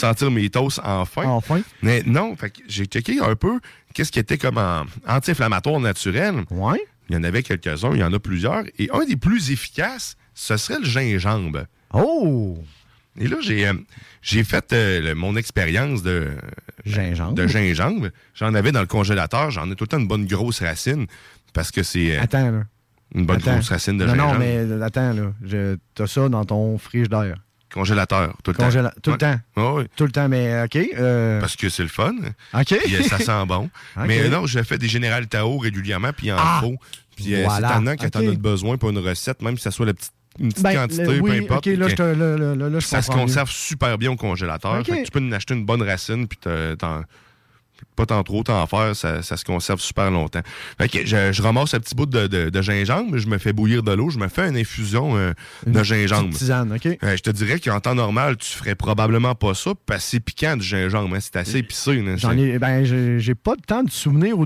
tosses enfin. Mais non, fait que j'ai checké un peu qu'est-ce qui était comme anti-inflammatoire naturel. Ouais. Il y en avait quelques-uns, il y en a plusieurs. Et un des plus efficaces, ce serait le gingembre. Oh! Et là, j'ai fait mon expérience de gingembre. J'en avais dans le congélateur. J'en ai tout le temps une bonne grosse racine parce que c'est attends, là. Une bonne grosse racine de gingembre. Non, mais attends, là. T'as ça dans ton frigidaire. Congélateur, tout le temps. Tout le temps? Oui. Tout le temps, mais OK. Parce que c'est le fun. OK. Puis ça sent bon. Okay. Mais non, je fais des Général Tao régulièrement, puis il en faut. Puis c'est tendant quand t'en as besoin pour une recette, même si ça soit une petite quantité, peu importe. OK, là, je ça se conserve super bien au congélateur. Fait que tu peux en acheter une bonne racine, puis pas trop t'en faire, ça se conserve super longtemps. Fait que je ramasse un petit bout de gingembre, je me fais bouillir de l'eau, je me fais une infusion de gingembre. Une tisane, OK. Je te dirais qu'en temps normal, tu ferais probablement pas ça, parce que c'est piquant du gingembre, hein, c'est assez épicé. J'ai pas tant de souvenirs ou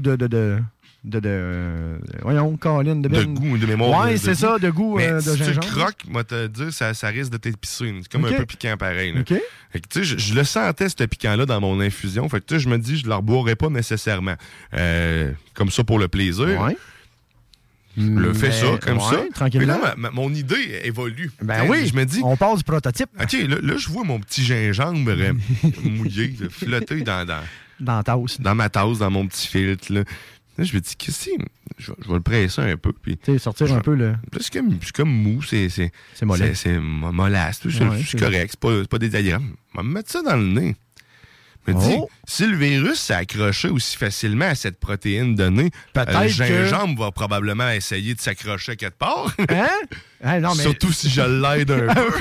voyons, Colin, de goût, de mémoire. Oui, c'est ça, de goût mais de si gingembre. tu croques, moi te dire, ça risque de t'épicer. C'est comme un peu piquant pareil. OK. Fait que, tu sais, je le sentais, ce piquant-là, dans mon infusion. Fait que, tu sais, je me dis, je ne le reboirais pas nécessairement. Comme ça, pour le plaisir. Ouais. Je le fais ça, comme ça. Tranquillement. Mais là, mon idée évolue. Ben oui, je me dis, on part du prototype. OK, là je vois mon petit gingembre mouillé, flotter dans la tasse. Dans ma tasse, dans mon petit filtre, là. Là, je me dis, qu'est-ce que c'est? Je vais le presser un peu. Puis sortir un peu le. C'est comme mou, c'est mollet. C'est mollasse. C'est correct, c'est pas désagréable. Je vais me mettre ça dans le nez. Je me dis, si le virus s'est accroché aussi facilement à cette protéine donnée, le gingembre va probablement essayer de s'accrocher à quelque part. Hein? Non, mais... Surtout si je l'aide un peu.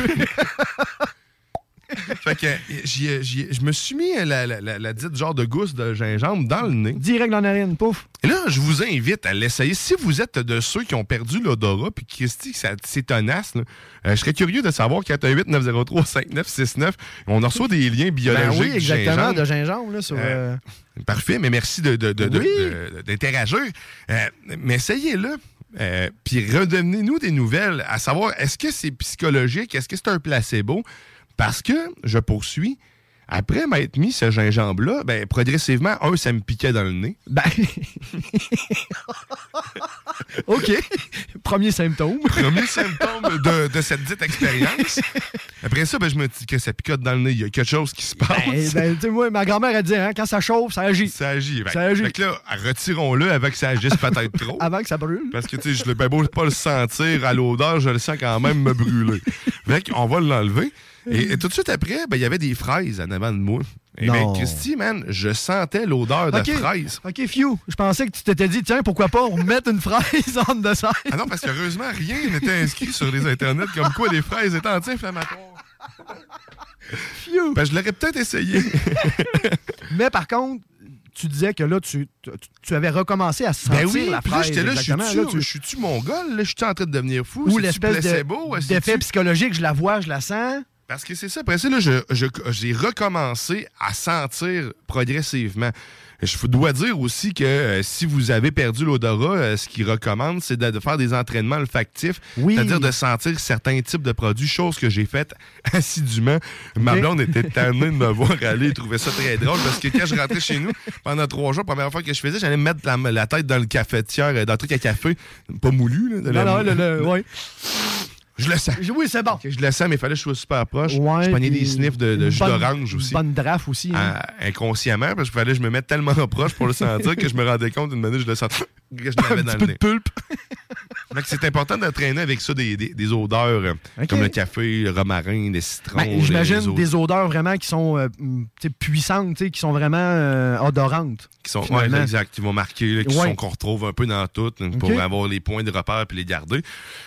Fait que je me suis mis la dite genre de gousse de gingembre dans le nez. Direct dans la narine, pouf. Et là, je vous invite à l'essayer. Si vous êtes de ceux qui ont perdu l'odorat puis qui estiment que c'est tenace, je serais curieux de savoir 418-903-5969. On en reçoit des liens biologiques. Ben oui, exactement, de gingembre. Là, sur, parfait, mais merci d'interagir. Mais essayez-le. Puis redonnez-nous des nouvelles à savoir, est-ce que c'est psychologique? Est-ce que c'est un placebo? Parce que, je poursuis, après m'être mis ce gingembre-là, progressivement, ça me piquait dans le nez. OK. Premier symptôme. Premier symptôme de cette dite expérience. Après ça, je me dis que ça picote dans le nez. Il y a quelque chose qui se passe. Moi, ma grand-mère, elle dit, quand ça chauffe, ça agit. Ça agit. Fait que là, retirons-le avant que ça agisse peut-être trop. Avant que ça brûle. Parce que, tu sais, je l'ai beau pas le sentir à l'odeur, je le sens quand même me brûler. Fait qu'on va l'enlever. Et tout de suite après, il y avait des fraises en avant de moi. Et Christy, man, je sentais l'odeur de fraises. OK, Fiu, je pensais que tu t'étais dit, tiens, pourquoi pas on mettre une fraise en dessert. Ah non, parce qu'heureusement, rien n'était inscrit sur les internets comme quoi les fraises étaient anti-inflammatoires. Fiu. Je l'aurais peut-être essayé. Mais par contre, tu disais que là, tu avais recommencé à sentir la fraise. J'étais là, je suis-tu mongol? Je suis en train de devenir fou? Ou l'espèce d'effet psychologique, je la vois, je la sens. Parce que c'est ça. Après ça, là, j'ai recommencé à sentir progressivement. Je dois dire aussi que si vous avez perdu l'odorat, ce qu'ils recommandent, c'est de faire des entraînements olfactifs, c'est-à-dire de sentir certains types de produits, chose que j'ai faite assidûment. Ma blonde était tannée de me voir aller, elle trouvait ça très drôle, parce que quand je rentrais chez nous, pendant 3 jours, la première fois que je faisais, j'allais me mettre la tête dans le cafetière, dans le truc à café, pas moulu. Oui. Je le sens. Oui, c'est bon. Je le sens, mais il fallait que je sois super proche. Je prenais des sniffs de jus d'orange aussi. Une bonne draft aussi. Inconsciemment, parce qu'il fallait que je me mette tellement proche pour le sentir que je me rendais compte d'une minute, je le sentais. Je l'avais dans le nez. Un petit peu de pulpe. Donc, c'est important d'entraîner avec ça des odeurs comme le café, le romarin, le citron. J'imagine des odeurs vraiment qui sont puissantes, qui sont vraiment odorantes. Qui sont, exact, qui vont marquer, qu'on retrouve un peu dans tout pour avoir les points de repère et les garder.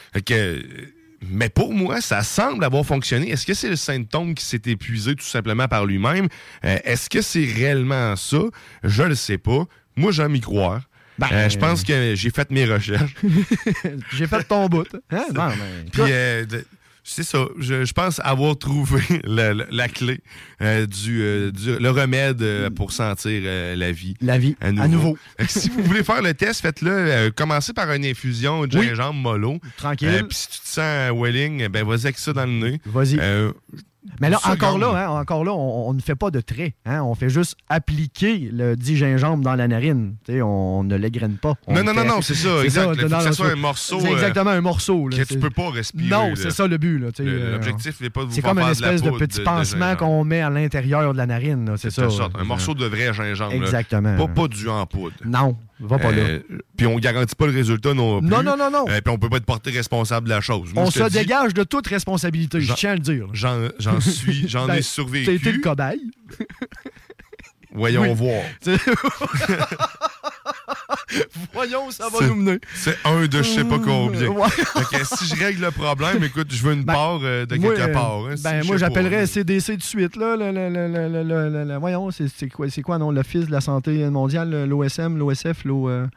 Mais pour moi, ça semble avoir fonctionné. Est-ce que c'est le symptôme qui s'est épuisé tout simplement par lui-même? Est-ce que c'est réellement ça? Je le sais pas. Moi, j'aime y croire. Je pense que j'ai fait mes recherches. J'ai fait ton bout. Hein? Puis, c'est ça. Je pense avoir trouvé la clé le remède pour sentir la vie. La vie, à nouveau. Si vous voulez faire le test, faites-le. Commencez par une infusion de gingembre mollo. Tranquille. Puis si tu te sens welling, vas-y avec ça dans le nez. Vas-y. Mais là, encore là, on ne fait pas de trait. Hein? On fait juste appliquer le dit gingembre dans la narine. T'sais, on ne l'égrène pas. Non, c'est ça. Exact. Il faut que ça soit un morceau. C'est exactement un morceau. Là, que tu peux pas respirer. Non, c'est ça le but. L'objectif n'est pas de vous faire faire de la poudre. C'est comme une espèce de petit pansement qu'on met à l'intérieur de la narine. Là, c'est ça. Un morceau de vrai gingembre. Exactement. Pas du en poudre. Non. Va pas là. Puis on garantit pas le résultat non plus. Non. Puis on peut pas être porté responsable de la chose. On se dégage de toute responsabilité, je tiens à le dire. J'en ai survécu. T'as été le cobaye. Voyons voir. Voyons, ça va nous mener. C'est un de je sais pas combien. Ouais. Donc, si je règle le problème, écoute, je veux une part de quelque part. Hein, moi, j'appellerais CDC tout de suite. Là, voyons, c'est quoi non, l'Office de la santé mondiale, l'OSM, l'OSF,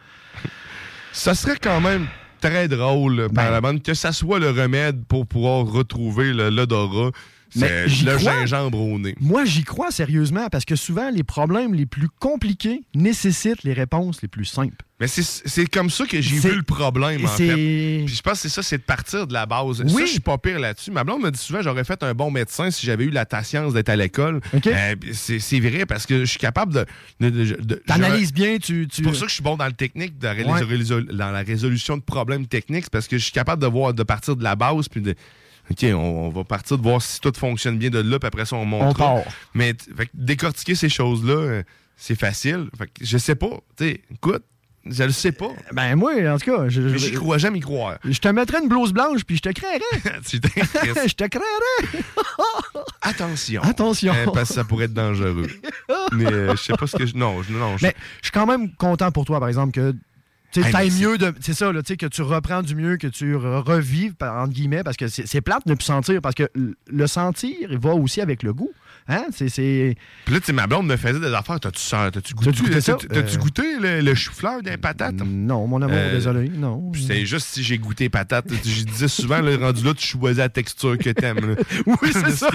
Ça serait quand même très drôle, par la bande, que ça soit le remède pour pouvoir retrouver l'odorat. C'est le gingembre au nez. Moi, j'y crois sérieusement parce que souvent, les problèmes les plus compliqués nécessitent les réponses les plus simples. Mais c'est comme ça que j'ai vu le problème, en fait. Puis je pense que c'est ça, c'est de partir de la base. Oui. Ça, je suis pas pire là-dessus. Ma blonde me dit souvent, j'aurais fait un bon médecin si j'avais eu la patience d'être à l'école. Okay. C'est vrai, parce que je suis capable de t'analyses bien, C'est pour ça que je suis bon dans le technique, dans la résolution de problèmes techniques, c'est parce que je suis capable de partir de la base, puis de... OK, on va partir de voir si tout fonctionne bien de là, puis après ça, on montrera. Mais décortiquer ces choses-là, c'est facile. Fait que je sais pas. Écoute, je le sais pas. Ben moi, en tout cas... J'y crois jamais y croire. Je te mettrais une blouse blanche, puis je te créerais. Tu t'inquiètes. Je te créerais. Attention. Parce que ça pourrait être dangereux. Mais je sais pas ce que je... Non. Mais je suis quand même content pour toi, par exemple, que... mieux c'est ça, là, que tu reprends du mieux, que tu revives, entre guillemets, parce que c'est plate de ne plus sentir, parce que le sentir, il va aussi avec le goût. Hein? Puis là, ma blonde me faisait des affaires. T'as-tu goûté ça? T'as-tu goûté le chou-fleur des patates? Non, mon amour, désolé. Non. C'est juste si j'ai goûté patates. Je disais souvent, le rendu là, tu choisis la texture que t'aimes. Oui, c'est ça.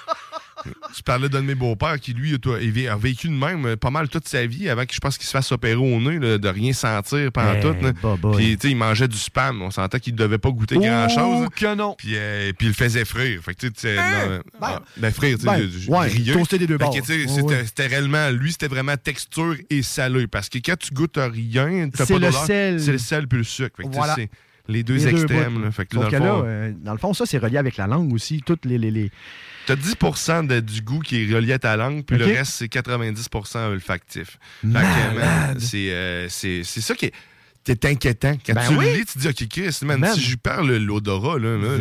Je parlais d'un de mes beaux-pères qui, lui, a vécu de même pas mal toute sa vie avant que je pense qu'il se fasse opérer au nez, de rien sentir pendant tout. Puis, il mangeait du spam. On sentait qu'il ne devait pas goûter grand-chose. Que non. Puis, il le faisait frire. Fait que, frire, grillé. Toaster des deux bords. C'était réellement, lui, c'était vraiment texture et salé. Parce que quand tu goûtes à rien, t'as pas d'odeur. C'est le sel puis le sucre. Fait que, voilà. C'est les deux extrêmes. Fait que, dans le fond, ça, c'est relié avec la langue aussi. Toutes les... T'as 10% du goût qui est relié à ta langue, puis le reste, c'est 90% olfactif. C'est ça qui est inquiétant. Quand tu le lis, tu te dis, OK, Chris, si je perds l'odorat,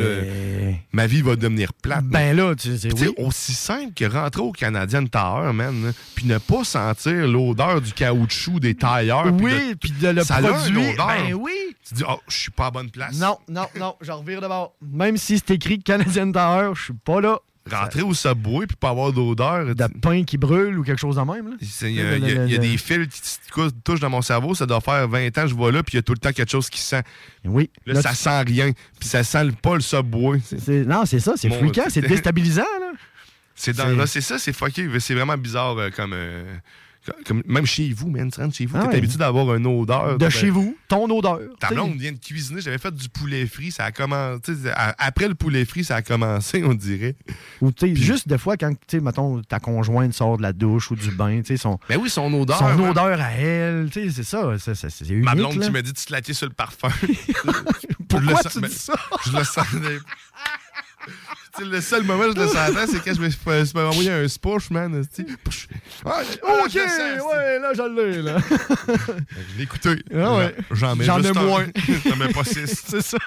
ma vie va devenir plate. Aussi simple que rentrer au Canadian Tower, man, puis ne pas sentir l'odeur du caoutchouc des tailleurs. Oui, puis de le produit. Tu te dis, je suis pas à bonne place. Non, j'en revire de bord. Même si c'est écrit Canadian Tower, je suis pas là. Rentrer au Subway puis pas avoir d'odeur. De pain qui brûle ou quelque chose de même. Il y a des fils qui touchent dans mon cerveau. Ça doit faire 20 ans que je vois là, puis il y a tout le temps quelque chose qui sent. Oui. Là, ça sent rien. Puis ça sent pas le Subway. Non, c'est ça. C'est fréquent. C'est déstabilisant. Là. C'est ça. C'est fucké. C'est vraiment bizarre comme même chez vous, man, tu rentres chez vous, t'es habitué d'avoir une odeur. De chez vous, ton odeur. Ta blonde vient de cuisiner, j'avais fait du poulet frit, ça a commencé. Après le poulet frit, ça a commencé, on dirait. Ou tu sais, juste des fois, quand, tu sais, mettons, ta conjointe sort de la douche ou du bain, tu sais, son odeur. Son odeur à elle, tu sais, c'est ça. C'est unique. Ma blonde là. qui m'a dit de te laquer sur le parfum. Pourquoi tu dis ça? Je le sens. Le seul moment où je le sentais, c'est quand je me suis envoyé un spush, man. OK, là, je l'ai, là. Je l'ai écouté. J'en ai moins. J'en mets pas 6. C'est ça.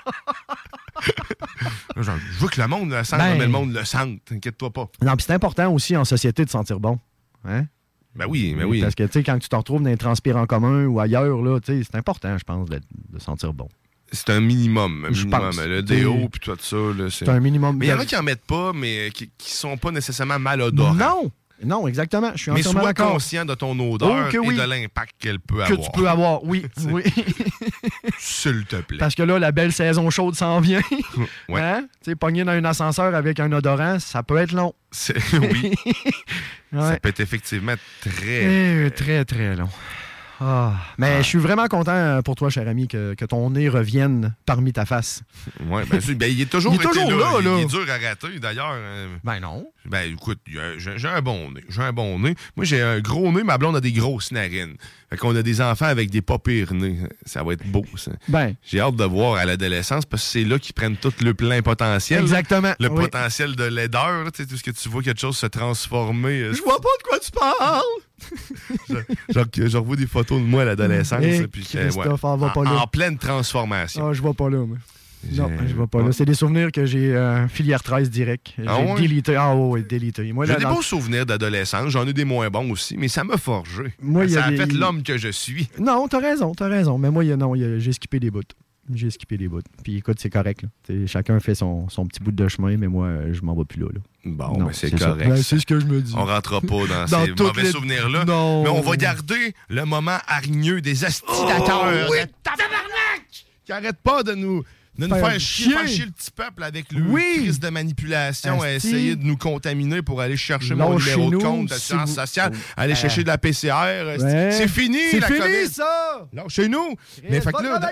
Je veux que le monde le sente, mais le monde le sente. T'inquiète-toi pas. Non, puis c'est important aussi en société de sentir bon. Hein? Ben oui. Parce que, tu sais, quand tu te retrouves dans les transports en commun ou ailleurs, là, tu sais, c'est important, je pense, de sentir bon. C'est un minimum. Je pense. Le déo puis tout ça. C'est un minimum. Mais il y en a qui en mettent pas, mais qui sont pas nécessairement malodorants. Non, exactement. Je suis mais sois conscient de ton odeur et de l'impact qu'elle peut avoir. Que tu peux avoir, oui. S'il te plaît. Parce que là, la belle saison chaude s'en vient. Ouais. Hein? Tu sais, pogner dans un ascenseur avec un odorant, ça peut être long. Oui. Ça peut être effectivement très, très long. Mais je suis vraiment content pour toi, cher ami, que ton nez revienne parmi ta face. Oui, bien sûr. Il est toujours là. Il est dur à rater, d'ailleurs. Ben non. Ben écoute, j'ai un bon nez. Moi, j'ai un gros nez, ma blonde a des grosses narines. Fait qu'on a des enfants avec des pas pires nez. Ça va être beau, ça. Ben. J'ai hâte de voir à l'adolescence, parce que c'est là qu'ils prennent tout le plein potentiel. Exactement. Le potentiel de laideur, tu sais, tout ce que tu vois quelque chose se transformer. Je vois pas de quoi tu parles. Je revois des photos de moi à l'adolescence. Puis, Christophe, va pas là. En pleine transformation. Ah, je vais pas là, moi. Non, je vais pas là. C'est des souvenirs que j'ai filière 13 direct. J'ai délité. Ah oui, délité. J'ai des bons souvenirs d'adolescence. J'en ai des moins bons aussi, mais ça m'a forgé. Ça a fait l'homme que je suis. Non, t'as raison. Mais moi, j'ai skippé des bouts. Puis écoute, c'est correct. Chacun fait son petit bout de chemin, mais moi, je m'en vais plus là. Bon, non, c'est correct. Ben, c'est ce que je me dis. On rentrera pas dans ces mauvais souvenirs-là. Non. Mais on va garder le moment hargneux des astidateurs. Oui. Tabarnak! Qui arrête pas de nous faire chier le petit peuple avec le crise de manipulation, à essayer de nous contaminer pour aller chercher mon numéro de compte d'assurance sociale, aller chercher de la PCR. C'est fini, la COVID. C'est fini, ça! Chez nous! Mais fait que là...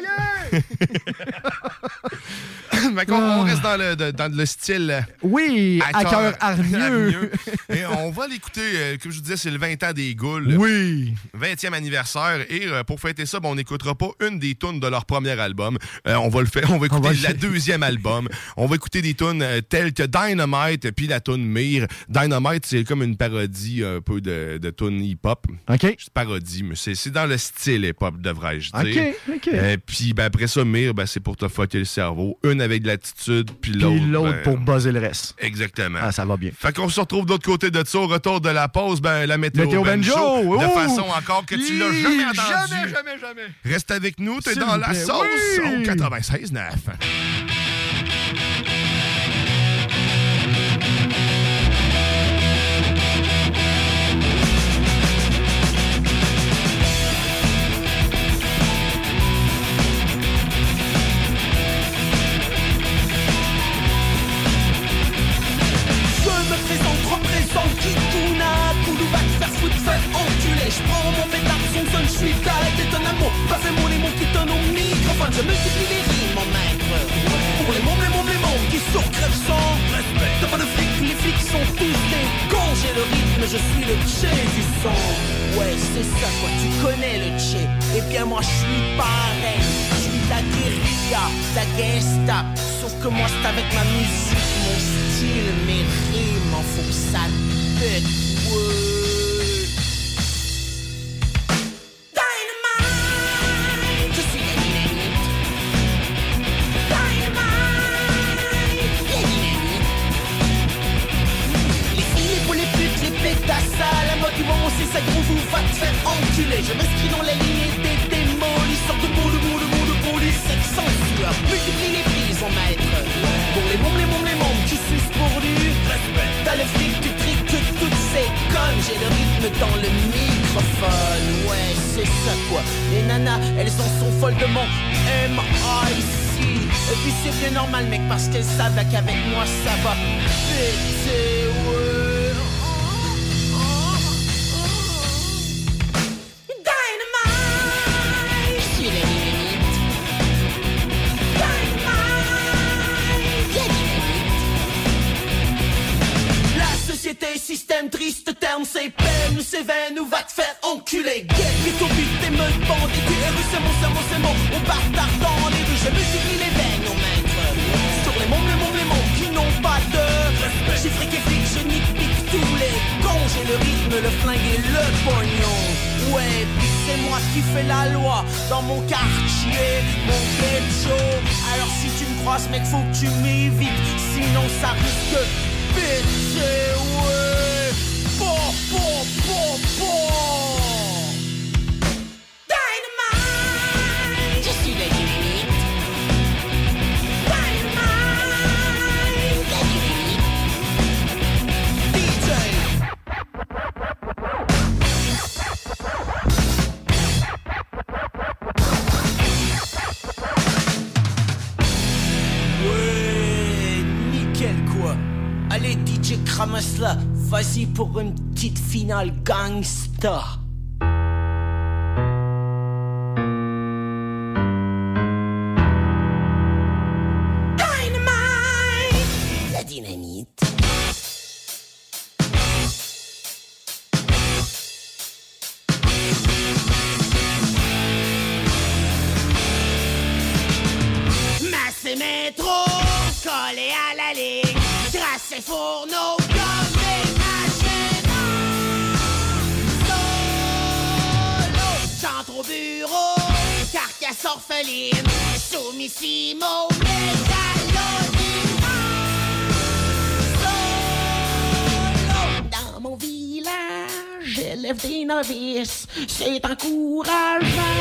on reste dans le style... Oui, à cœur hargneux. Et on va l'écouter, comme je vous disais, c'est le 20 ans des Goules. Oui. 20e anniversaire. Et pour fêter ça, on n'écoutera pas une des tunes de leur premier album. On va le faire. On va écouter le deuxième album. On va écouter des tunes telles que Dynamite puis la tune Mir. Dynamite, c'est comme une parodie un peu de tune hip-hop. OK. C'est parodie, mais c'est dans le style hip-hop, devrais-je dire. OK. Puis après ça, Mir, c'est pour te fucker le cerveau. Une avec de l'attitude, puis l'autre pour buzzer le reste. Exactement. Ah, ça va bien. Fait qu'on se retrouve de l'autre côté de ça. Au retour de la pause, la météo Benjo. De façon encore que tu l'as jamais entendu. Jamais. Reste avec nous, t'es dans la sauce au 96.9. Je prends mon pétard, son son, je suis avec ton amour. Passez-moi les mots qui donnent au microphone. Je multiplie les rimes, mon maître. Pour les mômes qui sourds crèvent sans respect. T'as pas de flics, les flics sont tous des cons. J'ai le rythme, je suis le tché du son. Ouais, c'est ça quoi, tu connais le tché. Eh bien moi je suis pareil. Je suis la guérilla, la gesta. Sauf que moi c'est avec ma musique, mon style, mes rimes. En faut que ça pète, ouais. La mode du moment c'est ça gros vous va te faire enculer. Je m'inscris dans la lignée des démolisseurs de mots de police avec censure. Multiplie les prises en maître. Pour les mômes qui sucent pour du respect. T'as le flic, tu triques toutes ces connes. J'ai le rythme dans le microphone. Ouais c'est ça quoi. Les nanas elles en sont folles de mon M.I.C. Et puis c'est bien normal mec parce qu'elles savent qu'avec moi ça va péter. Ouais. Système triste, terme, c'est peine ou c'est veine ou va te faire enculer. Guette, vite au but, t'es meute, bandit, tu es russe, c'est mon, on bâtard dans les rues, je multiplie les veines, mon maître. Sur les mômes qui n'ont pas de respect. J'ai fric et flic, je nique tous les cons. J'ai le rythme, le flingue et le pognon. Ouais, puis c'est moi qui fais la loi dans mon quartier, mon ghetto. Alors si tu me croises, mec, faut que tu m'évites, sinon ça risque de péter, ouais. Dynamite, je suis la limite. Dynamite, la limite. DJ. Ouais, nickel quoi. Allez DJ cramasse-la, vas-y pour une petite finale gangsta. Dynamite, la dynamite. Massé métro, collé à la ligne. Tracé fourneau comme des machines. déesse orpheline, Soumissimo Metalonima. Solo dans mon village, j'élève des novices, c'est encourageant.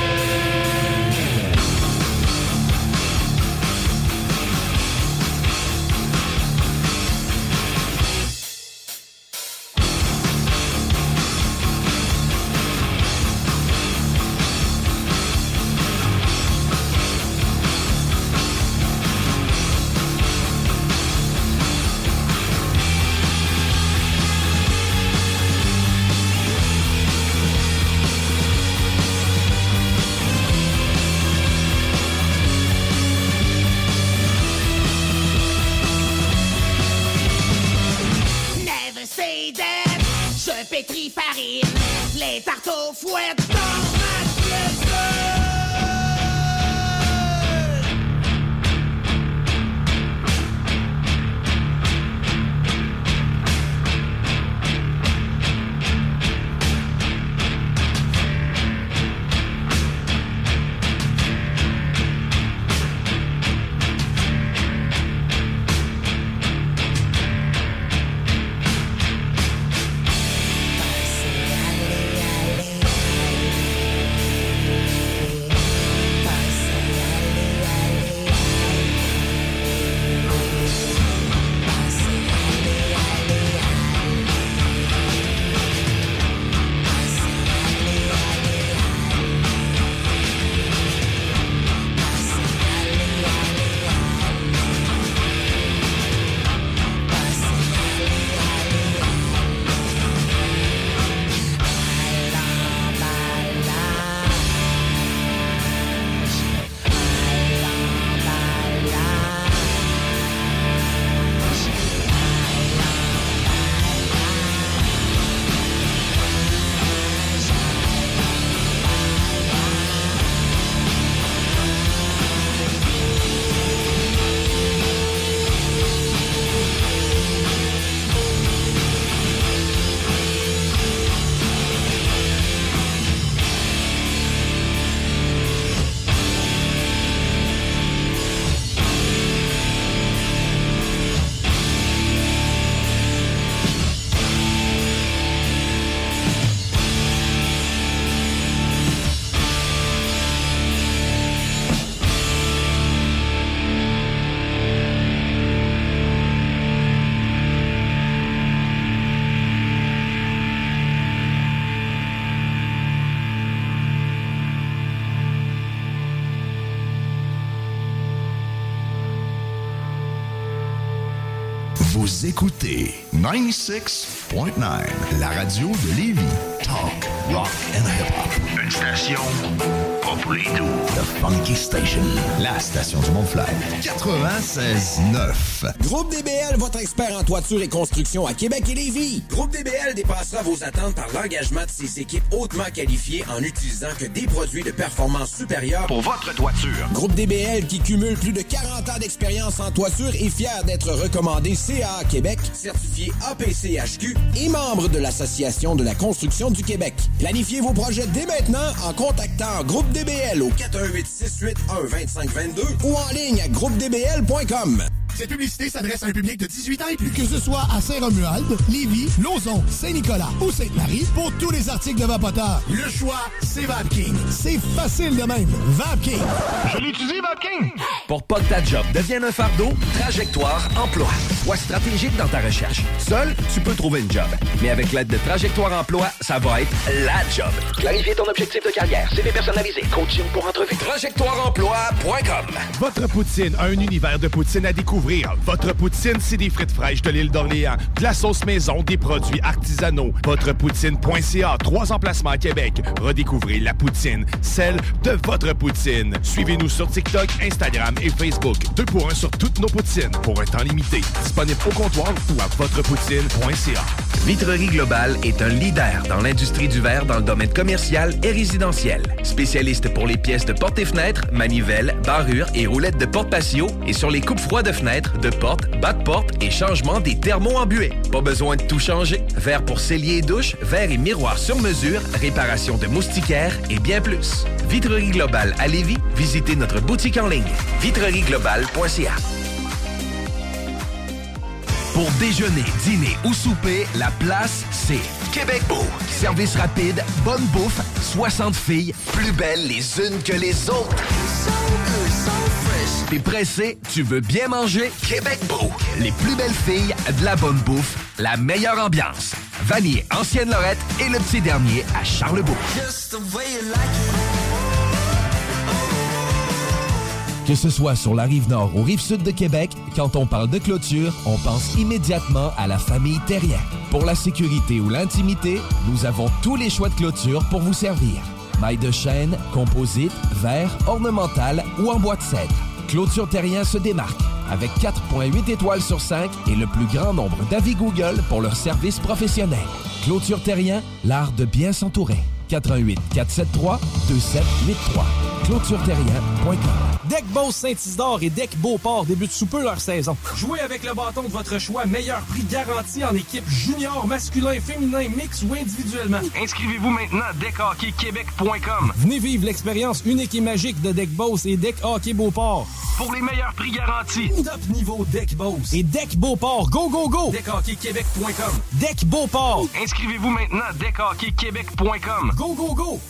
Je pétris farine, les tartes aux fouettes dans ma pièce. Vous écoutez 96.9, la radio de Lévis. Talk, rock and hip-hop. Une station pas pour les doux. The Funky Station, la station du Mont-Flair. 96.9. Groupe DBL, votre expert en toiture et construction à Québec et Lévis. Groupe DBL dépassera vos attentes par l'engagement de ses équipes hautement qualifiées en utilisant que des produits de performance supérieure pour votre toiture. Groupe DBL qui cumule plus de 40 ans d'expérience en toiture est fier d'être recommandé CAA Québec, certifié APCHQ et membre de l'Association de la construction du Québec. Planifiez vos projets dès maintenant en contactant Groupe DBL au 418-681-2522 ou en ligne à groupedbl.com. Cette publicité s'adresse à un public de 18 ans et plus. Que ce soit à Saint-Romuald, Lévis, Lauson, Saint-Nicolas ou Sainte-Marie, pour tous les articles de Vapoteur, le choix, c'est VapKing. C'est facile de même. VapKing. Je l'utilise, VapKing. Pour pas que ta job devienne un fardeau, Trajectoire Emploi. Sois stratégique dans ta recherche. Seul, tu peux trouver une job. Mais avec l'aide de Trajectoire Emploi, ça va être la job. Clarifier ton objectif de carrière, CV personnalisé, coaching pour entrevue. TrajectoireEmploi.com. Votre poutine a un univers de poutine à découvrir. Votre poutine, c'est des frites fraîches de l'île d'Orléans, de la sauce maison, des produits artisanaux. Votrepoutine.ca, 3 emplacements à Québec. Redécouvrez la poutine, celle de votre poutine. Suivez-nous sur TikTok, Instagram et Facebook. 2 pour 1 sur toutes nos poutines, pour un temps limité. Disponible au comptoir ou à Votrepoutine.ca. Vitrerie Globale est un leader dans l'industrie du verre dans le domaine commercial et résidentiel. Spécialiste pour les pièces de portes et fenêtres, manivelles, barrures et roulettes de porte-patio et sur les coupes froids de fenêtres fenêtres, de portes, bas de porte et changement des thermos en buée. Pas besoin de tout changer. Verre pour cellier et douche, verre et miroir sur mesure, réparation de moustiquaires et bien plus. Vitrerie Globale à Lévis, visitez notre boutique en ligne. vitrerieglobale.ca. Pour déjeuner, dîner ou souper, la place, c'est Québec Beau. Service rapide, bonne bouffe, 60 filles, plus belles les unes que les autres. T'es pressé, tu veux bien manger? Québec Beau. Les plus belles filles, de la bonne bouffe, la meilleure ambiance. Vanier, Ancienne-Lorette et le petit dernier à Charlebourg. Que ce soit sur la Rive-Nord ou Rive-Sud de Québec, quand on parle de clôture, on pense immédiatement à la famille Terrien. Pour la sécurité ou l'intimité, nous avons tous les choix de clôture pour vous servir. Mailles de chêne, composite, verre, ornemental ou en bois de cèdre. Clôture Terrien se démarque avec 4,8 étoiles sur 5 et le plus grand nombre d'avis Google pour leur service professionnel. Clôture Terrien, l'art de bien s'entourer. 88 473 2783. ClôtureTerrien.com. Deck Boss Saint-Isidore et Deck Beauport débutent sous peu leur saison. Jouez avec le bâton de votre choix, meilleur prix garanti en équipe junior, masculin, féminin, mix ou individuellement. Inscrivez-vous maintenant à deckhockeyquebec.com. Venez vivre l'expérience unique et magique de Deck Boss et Deck Hockey Beauport. Pour les meilleurs prix garantis. Top niveau Deck Boss et Deck Beauport. Go, go, go! deckhockeyquebec.com. Deck Beauport. Inscrivez-vous maintenant à deckhockeyquebec.com. Go, go, go!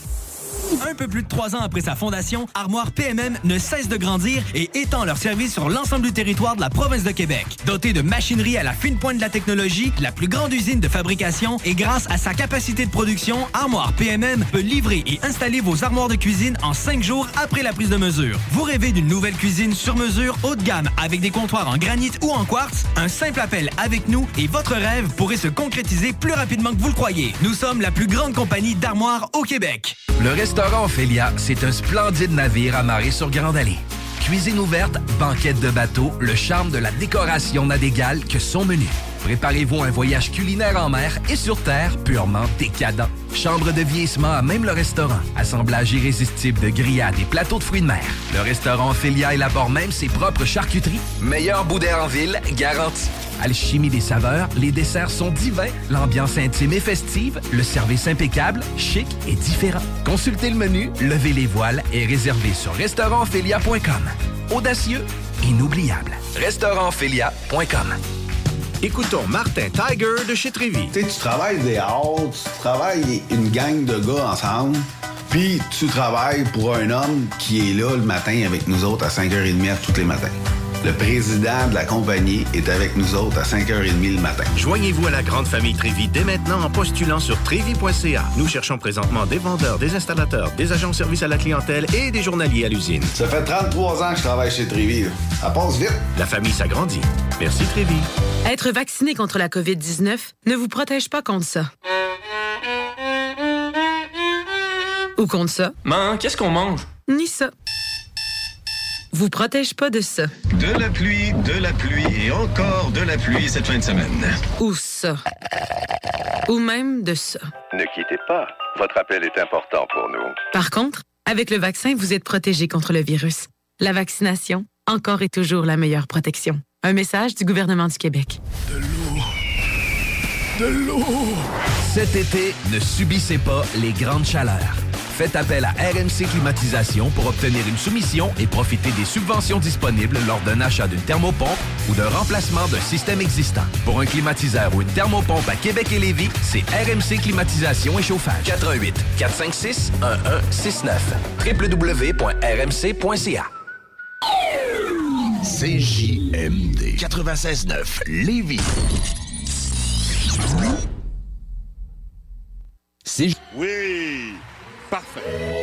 Un peu plus de 3 ans après sa fondation, Armoire PMM ne cesse de grandir et étend leur service sur l'ensemble du territoire de la province de Québec. Dotée de machinerie à la fine pointe de la technologie, la plus grande usine de fabrication et grâce à sa capacité de production, Armoire PMM peut livrer et installer vos armoires de cuisine en 5 jours après la prise de mesure. Vous rêvez d'une nouvelle cuisine sur mesure haut de gamme avec des comptoirs en granit ou en quartz? Un simple appel avec nous et votre rêve pourrait se concrétiser plus rapidement que vous le croyez. Nous sommes la plus grande compagnie d'armoires au Québec. Le restaurant Ophélia, c'est un splendide navire amarré sur Grande Allée. Cuisine ouverte, banquette de bateau, le charme de la décoration n'a d'égal que son menu. Préparez-vous un voyage culinaire en mer et sur terre purement décadent. Chambre de vieillissement à même le restaurant. Assemblage irrésistible de grillades et plateaux de fruits de mer. Le restaurant Ophélia élabore même ses propres charcuteries. Meilleur boudin en ville, garanti. Alchimie des saveurs, les desserts sont divins, l'ambiance intime et festive, le service impeccable, chic et différent. Consultez le menu, levez les voiles et réservez sur restaurantphilia.com. Audacieux, inoubliable. restaurantphilia.com. Écoutons Martin Tiger de chez Trévis. Tu sais, tu travailles des heures, tu travailles une gang de gars ensemble, puis tu travailles pour un homme qui est là le matin avec nous autres à 5h30 tous les matins. Le président de la compagnie est avec nous autres à 5h30 le matin. Joignez-vous à la grande famille Trévis dès maintenant en postulant sur trévis.ca. Nous cherchons présentement des vendeurs, des installateurs, des agents de service à la clientèle et des journaliers à l'usine. Ça fait 33 ans que je travaille chez Trévis. Ça passe vite. La famille s'agrandit. Merci Trévis. Être vacciné contre la COVID-19 ne vous protège pas contre ça. Ou contre ça. Maman, qu'est-ce qu'on mange? Ni ça. Vous protège pas de ça. De la pluie et encore de la pluie cette fin de semaine. Ou ça. Ou même de ça. Ne quittez pas. Votre appel est important pour nous. Par contre, avec le vaccin, vous êtes protégé contre le virus. La vaccination, encore et toujours la meilleure protection. Un message du gouvernement du Québec. De l'eau! Cet été, ne subissez pas les grandes chaleurs. Faites appel à RMC Climatisation pour obtenir une soumission et profiter des subventions disponibles lors d'un achat d'une thermopompe ou d'un remplacement d'un système existant. Pour un climatiseur ou une thermopompe à Québec et Lévis, c'est RMC Climatisation et Chauffage. 88 456 1169 www.rmc.ca. CJMD 96.9 Lévis. Oui, parfait.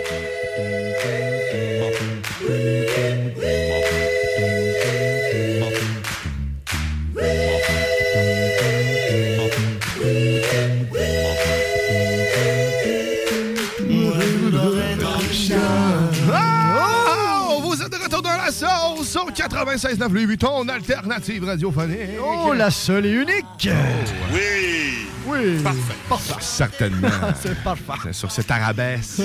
Vous êtes de retour dans la sauce au 96.9 Louis Vuitton, alternative radiophonique. Oh, la seule et unique. Oui. oui. Parfait. Certainement. C'est parfait. Sur cette arabesque.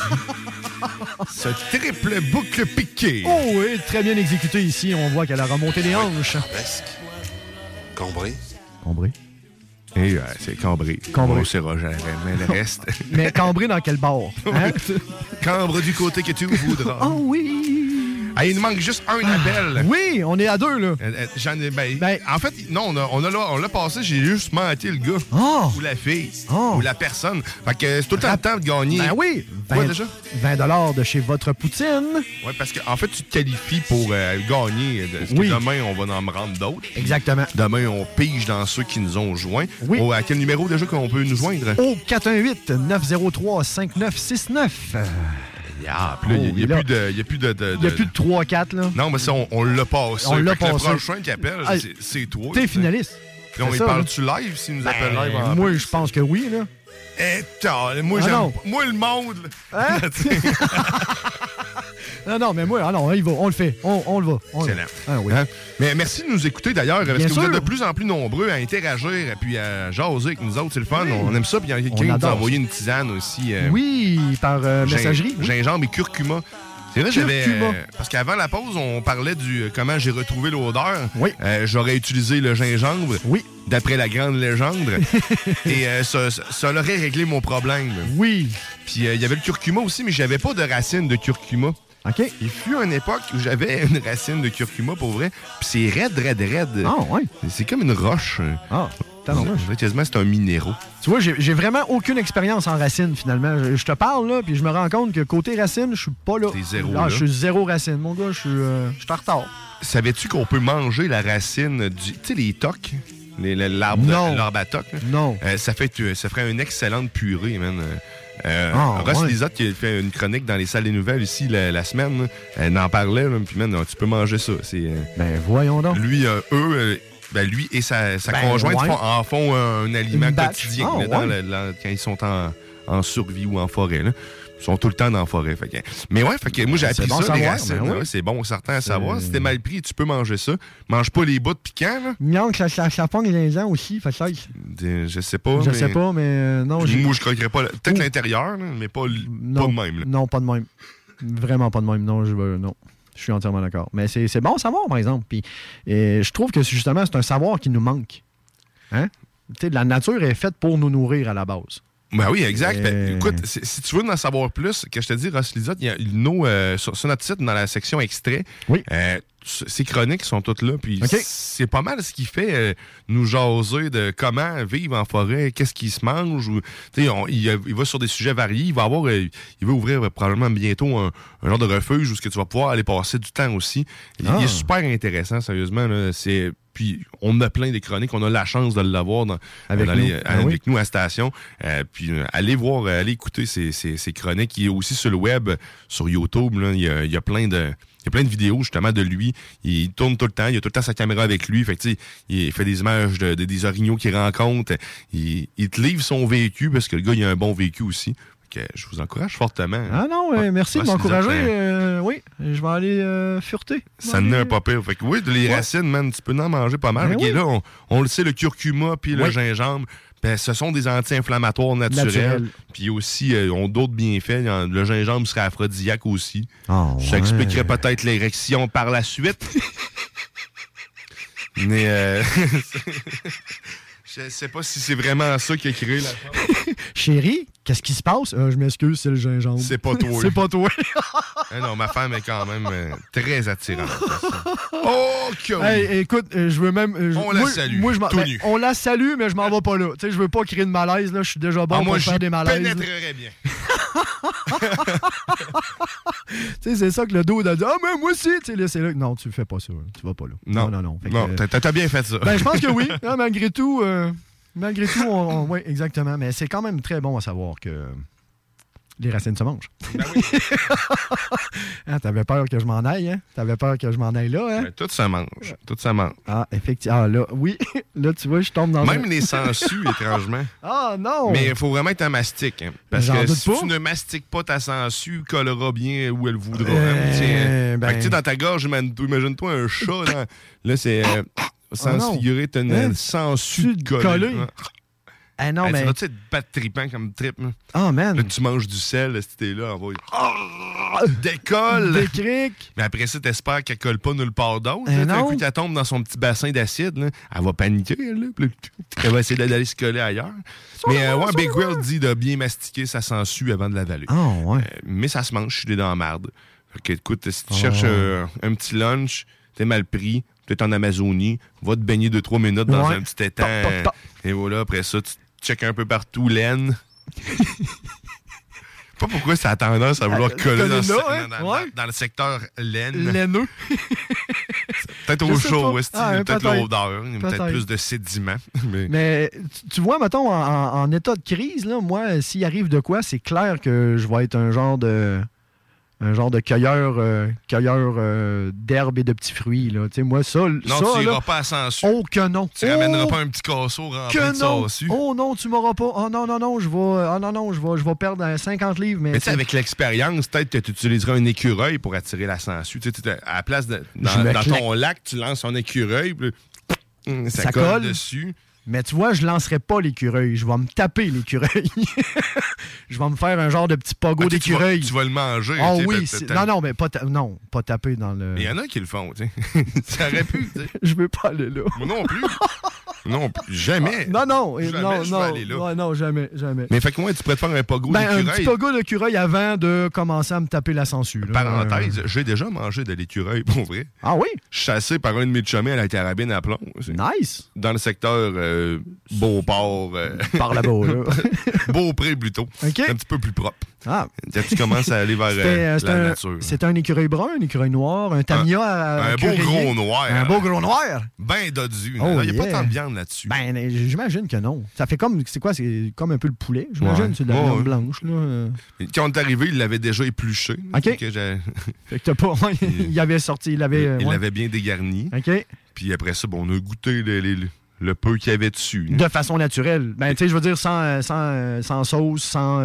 Ce triple boucle piqué. Oh oui, très bien exécuté ici. On voit qu'elle a remonté les hanches. Arabesque. Cambré. Cambré. Et c'est cambré. Cambré. On saura jamais, mais le reste... Mais cambré dans quel bord? Hein? Cambre du côté que tu voudras. Oh oui! Ah, il nous manque juste un appel. Oui, on est à 2, là. J'en ai... en fait, non, on l'a passé, j'ai juste manqué le gars. Oh. Ou la fille. Ou la personne. Fait que c'est tout le temps le temps de gagner. Ben oui! Quoi déjà? 20 de chez Votre Poutine. Oui, parce qu'en fait, tu te qualifies pour gagner. Parce que demain, on va en rendre d'autres. Exactement. Demain, on pige dans ceux qui nous ont joints. Oui. À quel numéro déjà qu'on peut nous joindre? Au 418-903-5969. Puis là, il n'y a plus de... Il n'y a plus de 3-4, là. Non, mais ça, on l'a passé. On l'a passé. Le prochain qui appelle, c'est toi. T'es finaliste. Puis on y parle-tu live s'il nous appelle live? Moi, je pense que oui, là. Moi, j'aime... Moi, le monde, là. Hein? non, mais moi, on y va. On le fait. On le va. Excellent. Oui. Mais merci de nous écouter, d'ailleurs, parce que sûr. vous êtes de plus en plus nombreux à interagir et puis à jaser avec nous autres. C'est le fun. Oui. On aime ça. Puis il y a quelqu'un qui nous a envoyé une tisane aussi. Oui, par messagerie. Gingembre et curcuma. C'est vrai, j'avais... parce qu'avant la pause, on parlait du comment j'ai retrouvé l'odeur. Oui. J'aurais utilisé le gingembre. Oui. D'après la grande légende. Et ça aurait réglé mon problème. Oui. Puis il y avait le curcuma aussi, mais j'avais pas de racine de curcuma. OK. Il fut une époque où j'avais une racine de curcuma, pour vrai. Puis c'est raide. Ah, ouais. C'est comme une roche. Ah, quasiment, c'est un minéraux. Tu vois, j'ai vraiment aucune expérience en racine, finalement. Je te parle, là, puis je me rends compte que côté racine, je suis pas là. T'es zéro, là. Je suis zéro racine, mon gars. Je suis en retard. Savais-tu qu'on peut manger la racine du... Tu sais, les tocs? L'arbre à toc? Non. Ça ferait une excellente purée, man. Ross Lisotte qui a fait une chronique dans les salles des nouvelles ici la semaine, là, elle en parlait, là, puis man, tu peux manger ça. Ben voyons donc. Lui, lui et sa conjointe en font un aliment quotidien quand ils sont en survie ou en forêt. Là. Ils sont tout le temps dans la forêt. Mais ouais, moi j'ai appris ça, les racines. C'est bon, certain à savoir. Si t'es mal pris, tu peux manger ça. Mange pas les bouts de piquants. Là. Miam, ça pogne les gens aussi, fait ça. Je sais pas. Je sais pas, mais non. Moi, je croquerais pas. Peut-être l'intérieur, là, mais pas de même. Là. Non, pas de même. Vraiment pas de même. Non, non. Je suis entièrement d'accord. Mais c'est bon à savoir, par exemple. Puis, je trouve que justement, c'est un savoir qui nous manque. Hein? Tu sais, la nature est faite pour nous nourrir à la base. Ben oui, exact. Écoute, si tu veux en savoir plus, que je te dis, Ross Lisotte, il y a sur notre site, dans la section extrait, ces chroniques sont toutes là. Puis c'est pas mal ce qui fait nous jaser de comment vivre en forêt, qu'est-ce qui se mange. Il va sur des sujets variés. Il va ouvrir probablement bientôt un genre de refuge où tu vas pouvoir aller passer du temps aussi. Il est super intéressant, sérieusement. Là. Puis on a plein des chroniques, on a la chance de l'avoir avec nous à la station. Puis allez écouter ces chroniques. Il est aussi sur le web, sur YouTube. Là, il y a plein de vidéos justement de lui. Il tourne tout le temps, il a tout le temps sa caméra avec lui. Fait que, il fait des images des orignaux qu'il rencontre. Il te livre son vécu parce que le gars il a un bon vécu aussi. Je vous encourage fortement. Ah non, merci de m'encourager. Oui, je vais aller fureter. Ça n'est pas pire. Fait que oui, les racines, man, tu peux en manger pas mal. Là, on le sait, le curcuma puis le gingembre, ce sont des anti-inflammatoires naturels. Puis aussi, ont d'autres bienfaits. Le gingembre serait aphrodisiaque aussi. Ça expliquerait peut-être l'érection par la suite. Mais... Je sais pas si c'est vraiment ça qui a créé la femme. Chérie, qu'est-ce qui se passe? Je m'excuse, c'est le gingembre. C'est pas toi. C'est pas toi. Non, ma femme est quand même très attirante. OK. Hey, écoute, je veux même... on la salue, tout nu. On la salue, mais je m'en vais pas là. Tu sais, je veux pas créer de malaise. Là. Je suis déjà bon pour faire des malaises. Moi, je pénétrerais bien. Tu sais, c'est ça que le dos a dit. Ah, mais moi aussi. Tu sais, là, c'est là. Non, tu fais pas ça. Tu vas pas là. Non. T'as bien fait ça. Je pense que oui. Malgré tout, oui, exactement. Mais c'est quand même très bon à savoir que les racines se mangent. Ben oui. T'avais peur que je m'en aille, hein? T'avais peur que je m'en aille là, hein? Ben, tout ça mange. Ah, effectivement. Ah, là, oui. Là, tu vois, je tombe dans... Même les sangsues, étrangement. Ah, non! Mais il faut vraiment être un mastic. Hein, parce que si tu ne mastiques pas ta sangsue, collera bien où elle voudra. Fait que, tu sais, dans ta gorge, imagine-toi un chat. Là c'est... sans se figurer, t'as une sangsue de collée. Ah non, mais... Tu vas-tu être pas tripant comme trip? Oh, man. Là, tu manges du sel, là, si t'es là, envoie. Décolle! Des criques! Mais après ça, t'espères qu'elle colle pas nulle part d'autre. Non. Un coup qu'elle tombe dans son petit bassin d'acide, là, elle va paniquer, elle, là. Elle va essayer d'aller se coller ailleurs. Mais Big Grill dit de bien mastiquer sa sangsue avant de l'avaler. Oh, ouais. Mais ça se mange, je suis dans la marde. Fait que, écoute, si tu cherches un petit lunch, t'es mal pris, peut-être en Amazonie, va te baigner 2-3 minutes dans un petit étang. Et voilà, après ça, tu checkes un peu partout, laine. Pas pourquoi ça a tendance à vouloir coller dans le secteur laine. Laineux. Peut-être au chaud, peut-être l'odeur, peut-être plus de sédiments. Mais tu vois, mettons, en état de crise, là, moi, s'il arrive de quoi, c'est clair que je vais être un genre de cueilleur d'herbes et de petits fruits. Là. Moi, ça, non, tu n'iras pas à Sansu. Oh, que non. Tu ramèneras pas un petit casseau rempli de Sansu. Oh non, tu m'auras pas. Oh non, je vais perdre 50 livres. Mais tu sais, avec l'expérience, peut-être que tu utiliseras un écureuil pour attirer la sangsue. À la place dans ton lac, tu lances un écureuil, puis ça colle dessus. Mais tu vois, je lancerai pas l'écureuil. Je vais me taper l'écureuil. Je vais me faire un genre de petit pogo d'écureuil. Tu vas le manger. Oh oui. Non, mais pas taper dans le... Mais il y en a qui le font, tu sais. Ça aurait pu, tu sais. Je veux pas aller là. Moi non plus. Non, jamais. Non, jamais. Mais fait que moi, tu préfères un pogo d'écureuil. Un petit pogo d'écureuil avant de commencer à me taper la sangsue. Parenthèse, j'ai déjà mangé de l'écureuil, pour vrai. Ah oui? Chassé par un de mes chumés à la carabine à plomb. Nice! Dans le secteur Beauport. Par là-bas, là. Beaupré, plutôt. Okay. Un petit peu plus propre. Ah. Tu commences à aller vers la nature. C'était un écureuil brun, un écureuil noir, un tamia. Un beau gros noir. Un beau gros noir? Ben dodu. Il n'y a pas tant de viande là-dessus. Ben, j'imagine que non. Ça fait comme, c'est quoi? C'est comme un peu le poulet. J'imagine, c'est de la viande blanche. Là. Quand on est arrivé, il l'avait déjà épluché. OK. Fait que t'as pas... il avait sorti, il l'avait bien dégarni. OK. Puis après ça, on a goûté le peu qu'il y avait dessus. De façon naturelle. Ben, tu sais, je veux dire, sans sauce,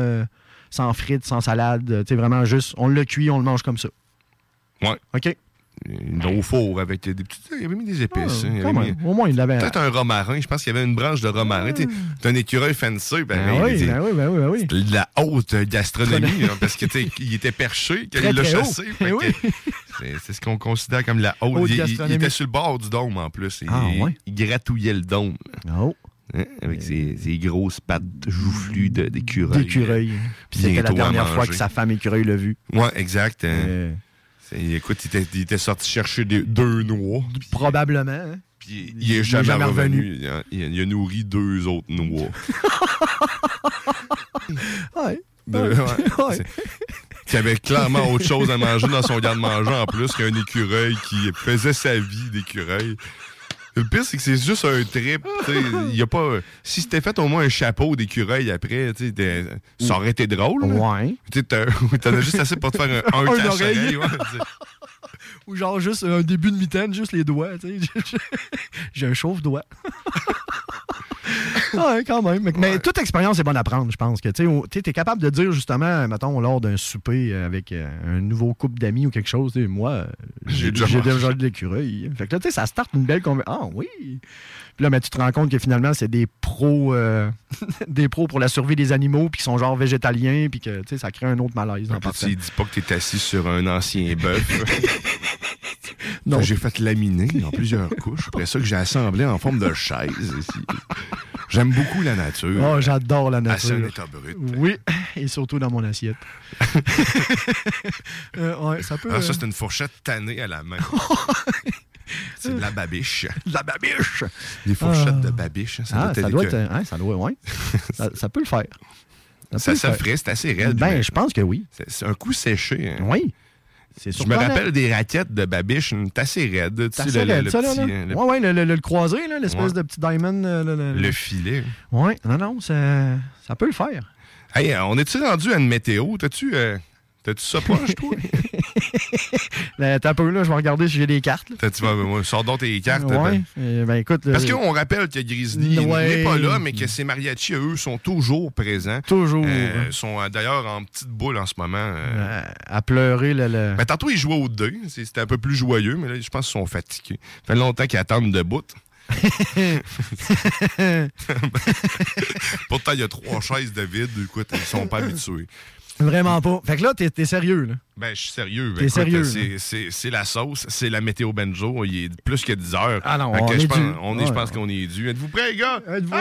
sans frites, sans salade. Tu sais, vraiment juste, on le cuit, on le mange comme ça. Ouais. OK. Au four avec des petites... Il avait mis des épices. Au moins, il l'avait... Peut-être un romarin. Je pense qu'il y avait une branche de romarin. T'as un écureuil fancy. Oui. C'est de la haute gastronomie. Parce qu'il était perché quand il l'a chassé. C'est ce qu'on considère comme la haute. Il était sur le bord du dôme, en plus. Il gratouillait le dôme. Oh. Avec ses grosses pattes joufflues d'écureuil. D'écureuil. Puis c'était la dernière fois que sa femme écureuil l'a vu. Ouais, exact. Écoute, il était sorti chercher 2 noix. Probablement. Hein? Puis il est jamais revenu. Il a nourri 2 autres noix. Ouais. Il y avait clairement autre chose à manger dans son garde-manger en plus qu'un écureuil qui faisait sa vie d'écureuil. Le pire, c'est que c'est juste un trip. Y a pas... Si c'était fait au moins un chapeau d'écureuil après, ça aurait été drôle. Ouais. T'en as juste assez pour te faire un oreille. Ou genre juste un début de mitaine, juste les doigts. J'ai un chauffe-doigt. Ouais, quand même. Mais toute expérience est bonne à prendre, je pense. Que tu es capable de dire, justement, mettons, lors d'un souper avec un nouveau couple d'amis ou quelque chose, moi, j'ai déjà de l'écureuil. Fait que là, ça starte une belle conversation. Ah oui! Puis là, mais tu te rends compte que finalement, c'est des pros des pros pour la survie des animaux, puis qui sont genre végétaliens, puis que ça crée un autre malaise. Tu dis pas que tu es assis sur un ancien bœuf. Non. J'ai fait laminer en plusieurs couches. Après ça, que j'ai assemblé en forme de chaise ici. J'aime beaucoup la nature. Oh, j'adore la nature. À son état brut. Oui, et surtout dans mon assiette. Ouais, ça peut... ça, c'est une fourchette tannée à la main. C'est de la babiche. De la babiche! Des fourchettes de babiche. Ça doit être... ça peut le faire. Ça ferait, c'est assez raide. Ben, je pense que oui. C'est un coup séché. Hein. Oui. Je me rappelle des raquettes de babiche, assez raides. C'est assez raide, ça, là. Oui, le croisé, l'espèce de petit diamond. Le filet. Oui, non, ça peut le faire. Hey, on est-tu rendu à une météo? T'as-tu ça proche, toi? T'as un peu, là, je vais regarder si j'ai des cartes. Sors donc tes cartes. Ouais. Ben, écoute, parce qu'on rappelle que Grizzly n'est pas là, mais que ces mariachis, eux, sont toujours présents. Toujours. Ils sont d'ailleurs en petite boule en ce moment. À pleurer. Ben, tantôt, ils jouaient au dé. C'était un peu plus joyeux, mais là, je pense qu'ils sont fatigués. Ça fait longtemps qu'ils attendent debout. Pourtant, il y a 3 chaises de vide. Écoute, ils sont pas habitués. Vraiment pas. Fait que là, t'es sérieux, là? Ben, je suis sérieux. T'es sérieux. C'est la sauce, c'est la météo Benjo. Il est plus que 10 heures. Ah non, je pense qu'on est dû. Êtes-vous prêts, les gars? Êtes-vous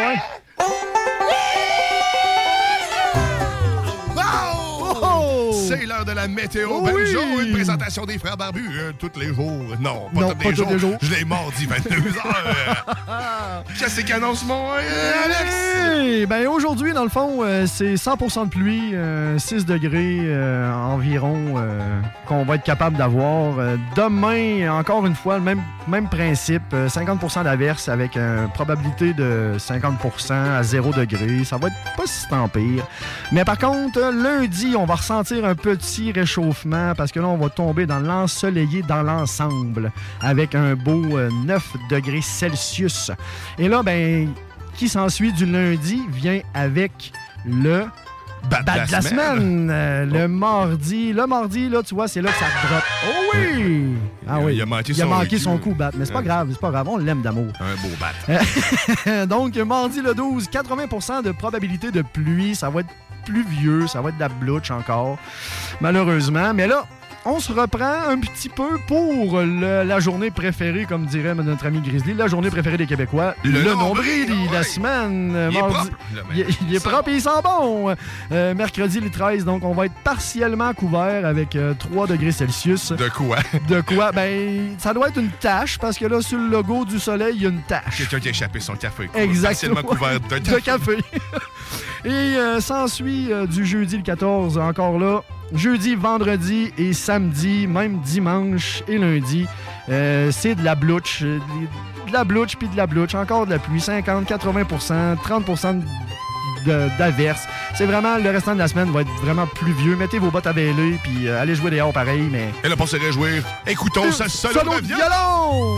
C'est l'heure de la météo Benjo, une présentation des frères barbus tous les jours. Non, pas tous les jours. Je l'ai mardi 22h. Qu'est-ce qui annonce mon Alex? Ben aujourd'hui, dans le fond, c'est 100% de pluie, 6 degrés environ qu'on va être capable d'avoir. Demain, encore une fois, le même principe, 50% d'averse avec une probabilité de 50% à 0 degré. Ça va être pas si tant pire. Mais par contre, lundi, on va ressentir un petit réchauffement parce que là, on va tomber dans l'ensoleillé dans l'ensemble avec un beau 9 degrés Celsius. Et là, ben, qui s'ensuit du lundi vient avec le bat de la semaine. Le mardi. Le mardi, là, tu vois, c'est là que ça drop. Oh oui! Ah oui. Il a manqué son coup, Bat. Mais c'est pas grave, On l'aime d'amour. Un beau bat. Donc, mardi le 12, 80% de probabilité de pluie. Ça va être pluvieux. Ça va être de la blouche encore, malheureusement. Mais là, on se reprend un petit peu pour la journée préférée, comme dirait notre ami Grizzly, la journée préférée des Québécois, le nombril, la semaine. Il est propre et il sent bon. Mercredi, le 13, donc on va être partiellement couvert avec 3 degrés Celsius. De quoi? De quoi? Ben, ça doit être une tache, parce que là, sur le logo du soleil, il y a une tache. Quelqu'un qui a échappé son café. Exactement. Partiellement couvert de café. Et s'ensuit du jeudi, le 14, encore là. Jeudi, vendredi et samedi, même dimanche et lundi, c'est de la blouche. De la blouche puis de la blouche. Encore de la pluie. 50, 80%, 30% d'averse. C'est vraiment, le restant de la semaine va être vraiment pluvieux. Mettez vos bottes à bêler puis allez jouer dehors pareil. Mais... Et là, pour se réjouir, écoutons ce solo de violon!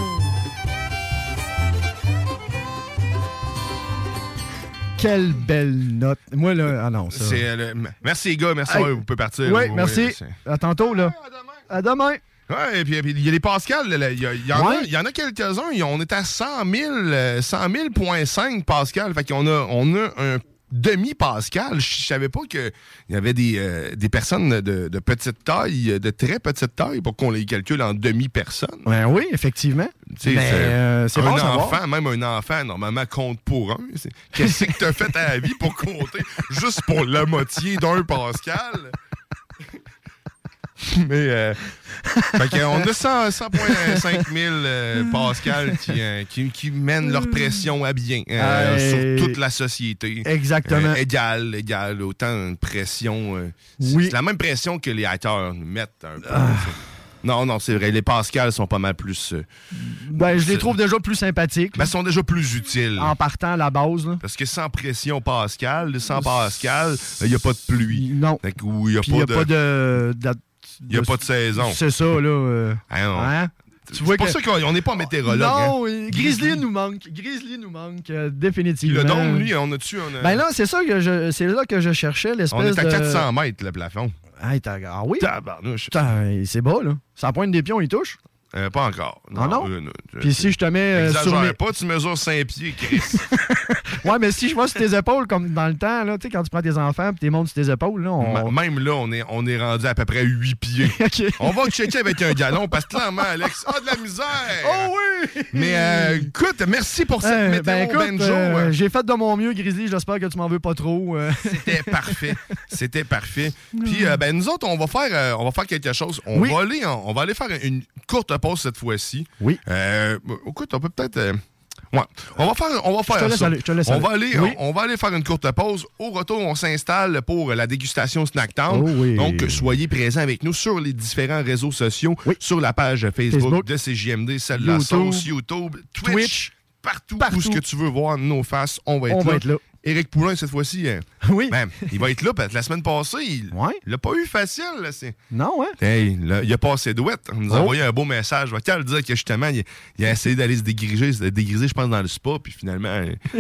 Quelle belle note. Moi, là... Ah non, ça... Merci, les gars. Merci. Vous pouvez partir. Oui, merci. À tantôt, là. À demain. Ouais, et puis il y a les Pascal. Il y en a quelques-uns. On est à 100 000,5 Pascal. Fait qu'on a un demi-Pascal. Je savais pas qu'il y avait des personnes de petite taille, de très petite taille, pour qu'on les calcule en demi-personnes. Ben oui, effectivement. C'est bon un enfant, même un enfant, normalement, compte pour un. Qu'est-ce que tu as fait à la vie pour compter juste pour la moitié d'un Pascal? Mais on a 100,5 000 Pascal qui mènent leur pression à bien sur toute la société. Exactement. Égal, autant de pression. C'est la même pression que les haters nous mettent un peu. Non, c'est vrai. Les Pascal sont pas mal plus... je les trouve déjà plus sympathiques. Ils sont déjà plus utiles. En partant à la base. Là. Parce que sans pression Pascal, sans Pascal, il n'y a pas de pluie. Non. Il n'y a pas de... Il n'y a pas de saison. C'est ça, là. C'est pour ça qu'on n'est pas météorologue. Non, Grizzly nous manque. Définitivement. Le dôme, lui, on a-tu... Ben là, c'est là que je cherchais l'espèce de... On est à 400 mètres, le plafond. Ah oui? Tabarnouche. C'est bas, là. Ça pointe des pions, il touche? Pas encore. Non? Puis si je te mets sur mes... pas, tu mesures 5 pieds, Chris. Ouais, mais si je vois sur tes épaules, comme dans le temps, là, tu sais, quand tu prends tes enfants et tu les montes sur tes épaules, là, même là, on est rendu à peu près 8 pieds. Okay. On va checker avec un galon, parce que clairement, Alex a de la misère. Oh oui! Mais écoute, merci pour cette météo, Benjo. J'ai fait de mon mieux, Grizzly. J'espère que tu m'en veux pas trop. C'était parfait. Puis, nous autres, on va faire quelque chose. On va aller faire une courte pause cette fois-ci. Oui. Écoute, on peut peut-être... On va faire ça. On va aller faire une courte pause. Au retour, on s'installe pour la dégustation Snacktown. Oh oui. Donc, soyez présents avec nous sur les différents réseaux sociaux, sur la page Facebook de CJMD, celle de la sauce, YouTube, Twitch, partout où ce que tu veux voir nos faces, on va être là. Éric Poulain, cette fois-ci, il va être là, parce que la semaine passée, il l'a pas eu facile. Là, non, ouais. Hey, là, il a passé douette. Il nous a envoyé un beau message. Je vais quand le dire que justement, il a essayé d'aller se dégriser, je pense, dans le spa, puis finalement,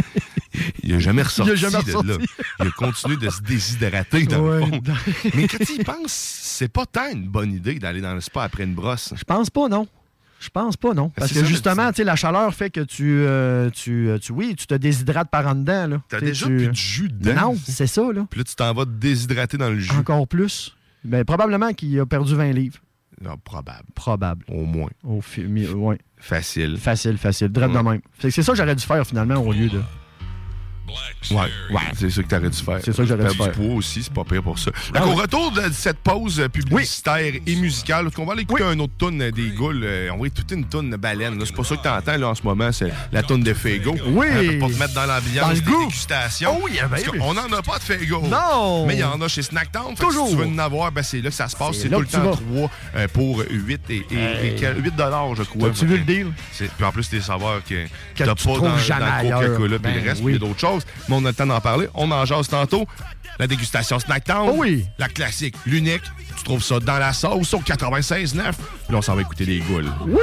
il n'a jamais ressorti de là. Il a continué de se déshydrater dans le fond. Mais quand il pense, c'est pas tant une bonne idée d'aller dans le spa après une brosse. Je pense pas, non. Je pense pas, non. Parce que justement, la chaleur fait que tu te déshydrates par en dedans. Là. T'as déjà plus de jus dedans. Non, c'est ça. Là. Puis là, tu t'en vas te déshydrater dans le jus. Encore plus. Ben, probablement qu'il a perdu 20 livres. Non, probable. Au moins. Ouais. Facile. Drette de même. C'est ça que j'aurais dû faire, finalement, au lieu de... Ouais, c'est ça que tu aurais dû faire. C'est ça que j'aurais dû faire. Du poids aussi, c'est pas pire pour ça. Donc, au retour de cette pause publicitaire et musicale, on va aller écouter un autre tune des Goules. On va écouter une tune de baleine. C'est pas ça que tu entends là, en ce moment, c'est la tune de Faygo. Oui! Pour te mettre dans l'ambiance des dégustations. Oh oui, parce qu'on n'en a pas de Faygo. Non! Mais il y en a chez Snacktown. Toujours! Si tu veux en avoir, c'est là que ça se passe. C'est tout le temps 3 pour 8 $, je crois. As-tu vu le deal? Puis en plus, des saveurs que t'as pas dans le Coca-Cola puis le reste, puis d'autres choses. Mais on a le temps d'en parler. On en jase tantôt. La dégustation Snacktown. Oh oui. La classique, l'unique. Tu trouves ça dans la sauce au 96.9. Puis là, on s'en va écouter les Goules. Oui!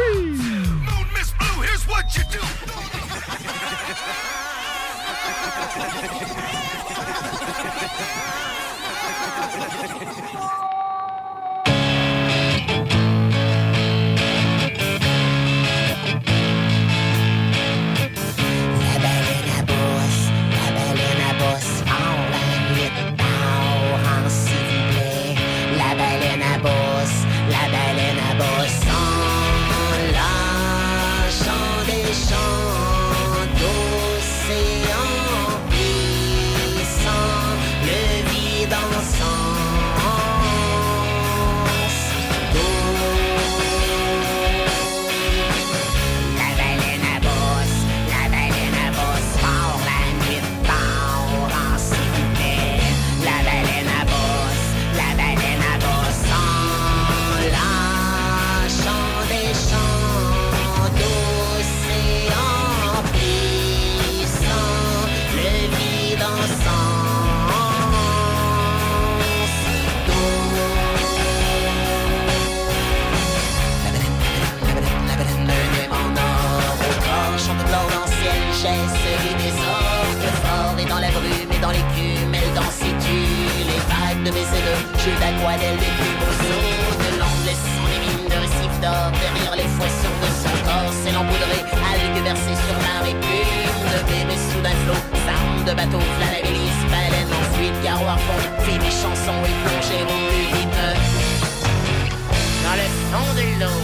Jeux d'aquarelle, des plus beaux sauts de l'ombre, laissant les mines de récifs d'or derrière les foissons de son corps. C'est l'empoudré, algues versées sur la répume de bébés sous d'un flot, sound de bateau, flanabilis, baleine en fuite, garroir fond, fait des chansons et plongées au plus vite dans le fond de l'eau.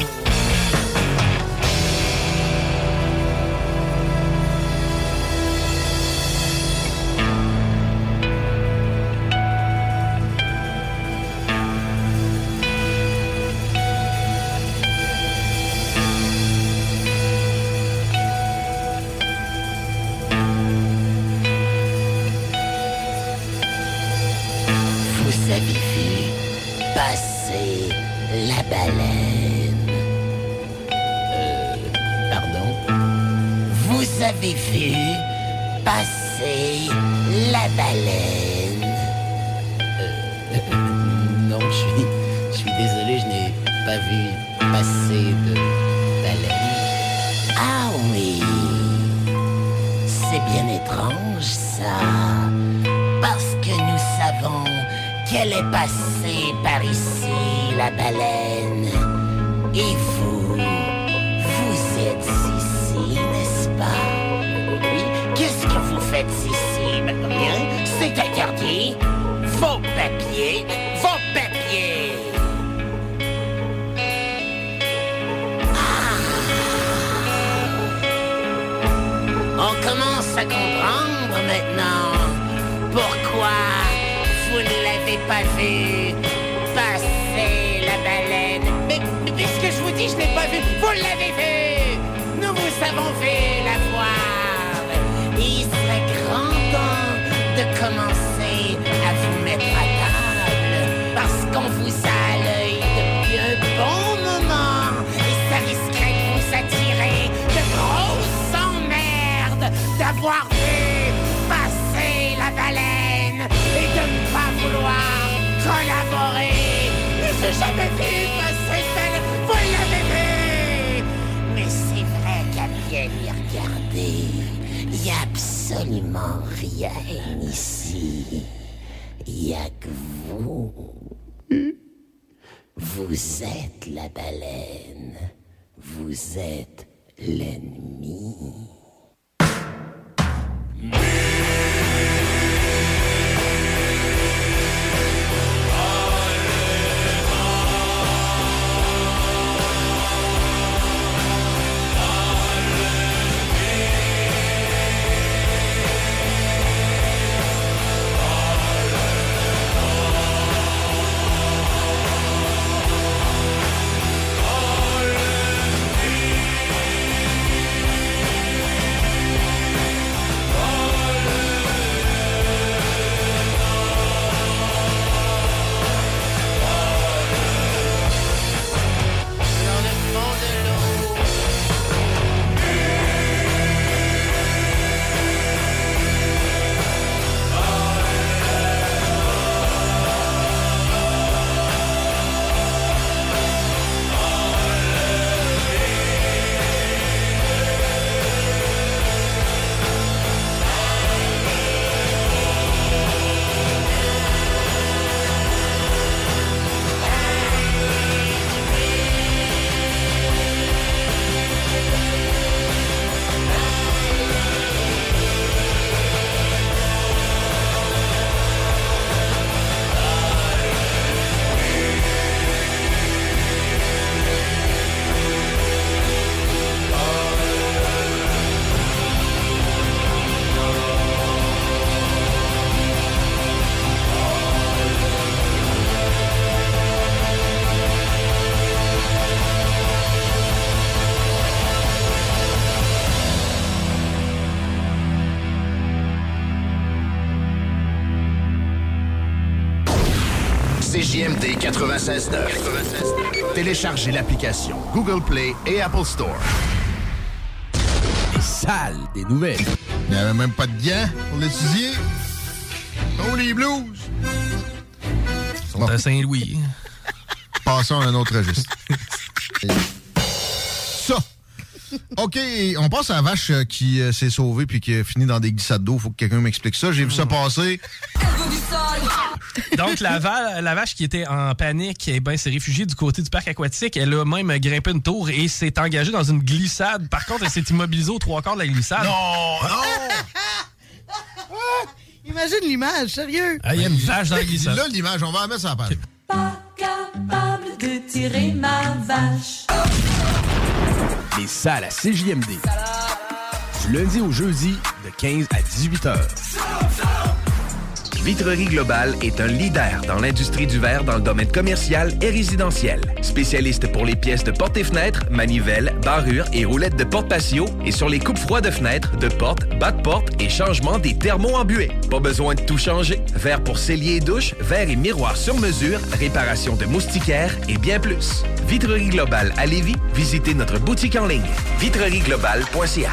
Vous avez vu passer la baleine. Pardon? Vous avez vu passer la baleine. Non, je suis désolé, je n'ai pas vu passer de baleine. Ah oui, c'est bien étrange ça, parce que nous savons qu'elle est passée par ici, la baleine. Et vous êtes ici, n'est-ce pas? Oui. Qu'est-ce que vous faites ici? Bien, c'est interdit. Vos papiers. On commence à comprendre maintenant pourquoi vous ne l'avez pas vu passer la baleine. Mais ce que je vous dis, je n'ai pas vu. Vous l'avez vu. Nous vous avons vu la voir. Il serait grand temps de commencer à vous mettre à table, parce qu'on vous a à l'œil depuis un bon moment et ça risquerait de vous attirer de grosses emmerdes d'avoir vu passer la baleine et de ne pas vouloir collaborer. Je n'ai jamais vu passer la baleine. Vous l'avez vu. Mais c'est vrai qu'à bien y regarder, il n'y a absolument rien ici. Il n'y a que vous. Vous êtes la baleine. Vous êtes l'ennemi. CJMD 96.9. Téléchargez l'application Google Play et Apple Store. Les salles des nouvelles. Il n'y avait même pas de gants pour l'étudier. Oh, les blues! Ils sont à Saint-Louis. Passons à un autre registre. Ça! OK, on passe à la vache qui s'est sauvée puis qui a fini dans des glissades d'eau. Faut que quelqu'un m'explique ça. J'ai vu ça passer. Donc, la vache qui était en panique, eh ben, s'est réfugiée du côté du parc aquatique. Elle a même grimpé une tour et s'est engagée dans une glissade. Par contre, elle s'est immobilisée aux 3/4 de la glissade. Non! Imagine l'image, sérieux. Il y a une vache dans la glissade. Là, l'image, on va la mettre sur la page. Pas capable de tirer ma vache. Les salles à CJMD. Du lundi au jeudi, de 15 à 18 heures. Vitrerie Globale est un leader dans l'industrie du verre dans le domaine commercial et résidentiel. Spécialiste pour les pièces de portes et fenêtres, manivelles, barrures et roulettes de porte patio et sur les coupes-froids de fenêtres, de portes, bas de porte et changement des thermos embués. Pas besoin de tout changer. Verre pour cellier et douche, verre et miroirs sur mesure, réparation de moustiquaires et bien plus. Vitrerie Globale à Lévis, visitez notre boutique en ligne. vitrerieglobale.ca.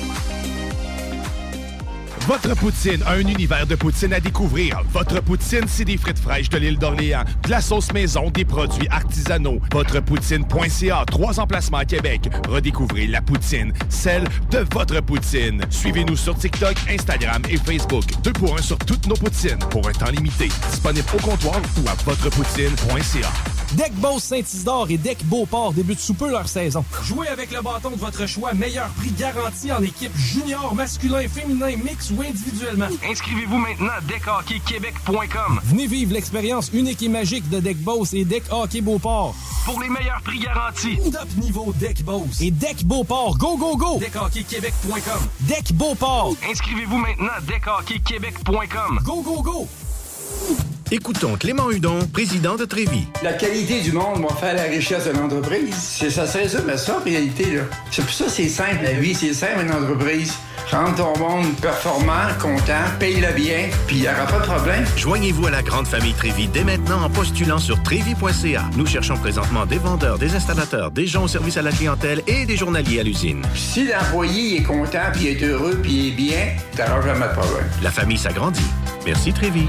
Votre poutine, un univers de poutine à découvrir. Votre poutine, c'est des frites fraîches de l'île d'Orléans, de la sauce maison, des produits artisanaux. Votrepoutine.ca, 3 emplacements à Québec. Redécouvrez la poutine, celle de votre poutine. Suivez-nous sur TikTok, Instagram et Facebook. 2 pour 1 sur toutes nos poutines, pour un temps limité. Disponible au comptoir ou à votrepoutine.ca. Deck Boss Saint-Isidore et Deck Beauport débutent sous peu leur saison. Jouez avec le bâton de votre choix, meilleur prix garanti en équipe junior, masculin, féminin, mix ou individuellement. Inscrivez-vous maintenant à deckhockeyquebec.com. Venez vivre l'expérience unique et magique de Deck Boss et Deck Hockey Beauport. Pour les meilleurs prix garantis. Top niveau Deck Boss et Deck Beauport. Go, go, go! Deckhockeyquebec.com. Deck Beauport. Inscrivez-vous maintenant à deckhockeyquebec.com. Go, go, go! Écoutons Clément Hudon, président de Trévis. La qualité du monde va faire la richesse de l'entreprise. Ça se résume à ça, en réalité. Là. C'est pour ça que c'est simple, la vie. C'est simple, une entreprise. Rendre ton monde performant, content, paye-le bien, puis il n'y aura pas de problème. Joignez-vous à la grande famille Trévis dès maintenant en postulant sur trévis.ca. Nous cherchons présentement des vendeurs, des installateurs, des gens au service à la clientèle et des journaliers à l'usine. Si l'employé est content, puis est heureux, puis est bien, t'auras jamais de problème. La famille s'agrandit. Merci Trévis.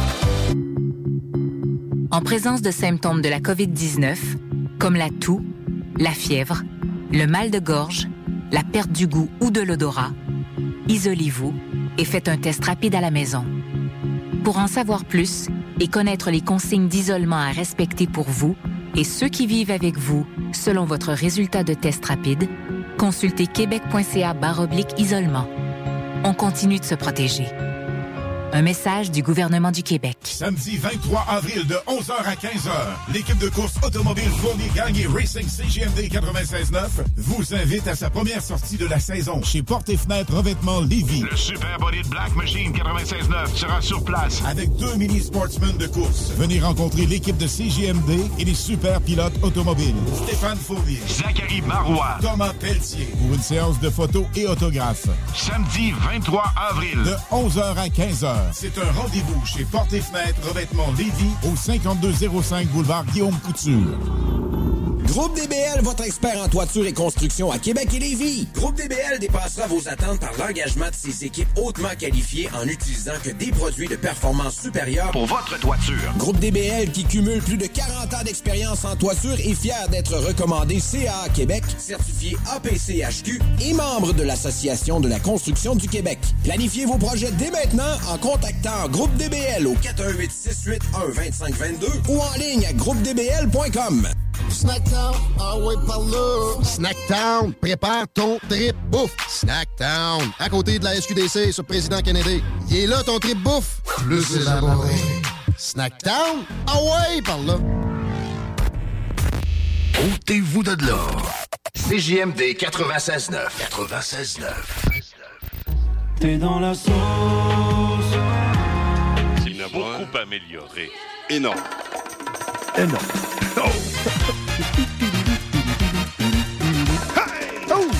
En présence de symptômes de la COVID-19, comme la toux, la fièvre, le mal de gorge, la perte du goût ou de l'odorat, isolez-vous et faites un test rapide à la maison. Pour en savoir plus et connaître les consignes d'isolement à respecter pour vous et ceux qui vivent avec vous selon votre résultat de test rapide, consultez québec.ca/isolement. On continue de se protéger. Un message du gouvernement du Québec. Samedi 23 avril de 11h à 15h, l'équipe de course automobile Fournier Gagné Racing CJMD 96.9 vous invite à sa première sortie de la saison chez Portes et Fenêtres Revêtement Lévis. Le Super Bolide Black Machine 96.9 sera sur place avec 2 mini-sportsmen de course. Venez rencontrer l'équipe de CJMD et les super pilotes automobiles. Stéphane Fournier, Zachary Marois, Thomas Pelletier pour une séance de photos et autographes. Samedi 23 avril de 11h à 15h. C'est un rendez-vous chez Portes et Fenêtres Revêtement Lévis au 5205 boulevard Guillaume Couture. Groupe DBL, votre expert en toiture et construction à Québec et Lévis. Groupe DBL dépassera vos attentes par l'engagement de ses équipes hautement qualifiées en n'utilisant que des produits de performance supérieure pour votre toiture. Groupe DBL qui cumule plus de 40 ans d'expérience en toiture est fier d'être recommandé CAA Québec, certifié APCHQ et membre de l'Association de la construction du Québec. Planifiez vos projets dès maintenant en contactant Groupe DBL au 418-681-2522 ou en ligne à groupedbl.com. Snacktown, ah ouais, par là. Snacktown, prépare ton trip bouffe. Snacktown, à côté de la SQDC sur Président Kennedy. Il est là ton trip bouffe. Plus élaboré. Snacktown, ah ouais, par là. Ôtez-vous de là. CJMD 96.9. 96.9. T'es dans la sauce. Il a beaucoup amélioré. Énorme. Énorme. Oh! Hey! Oh!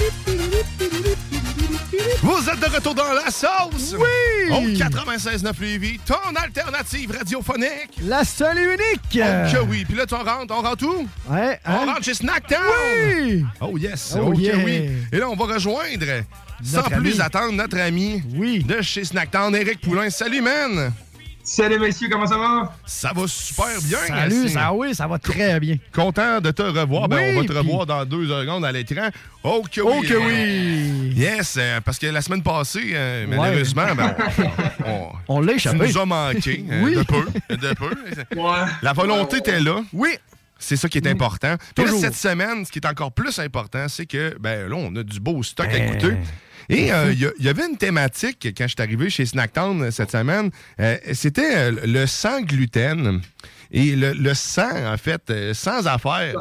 Vous êtes de retour dans la sauce! Oui! Au 96.9 Lévis, ton alternative radiophonique! La seule et unique! Oh que oui! Puis là, on rentre où? Ouais, hein? On rentre chez Snacktown! Oui! Oh yes! Oh yeah. Que oui! Et là, on va rejoindre, sans plus attendre, notre ami de chez Snacktown, Éric Poulain. Salut, man! Salut messieurs, comment ça va? Ça va super bien. Salut, ça va très bien. Content de te revoir. Oui, on va te revoir dans 2 secondes à l'écran. Oh que oui. Oh que oui. Yes, parce que la semaine passée, malheureusement, on l'a échappé. Tu nous as manqué oui. de peu. Ouais. La volonté était là. Oui. C'est ça qui est important. Puis là, cette semaine, ce qui est encore plus important, c'est que là, on a du beau stock à écouter. Et il y avait une thématique quand je suis arrivé chez Snacktown cette semaine. C'était le sans gluten. Et le sans, en fait, sans affaires.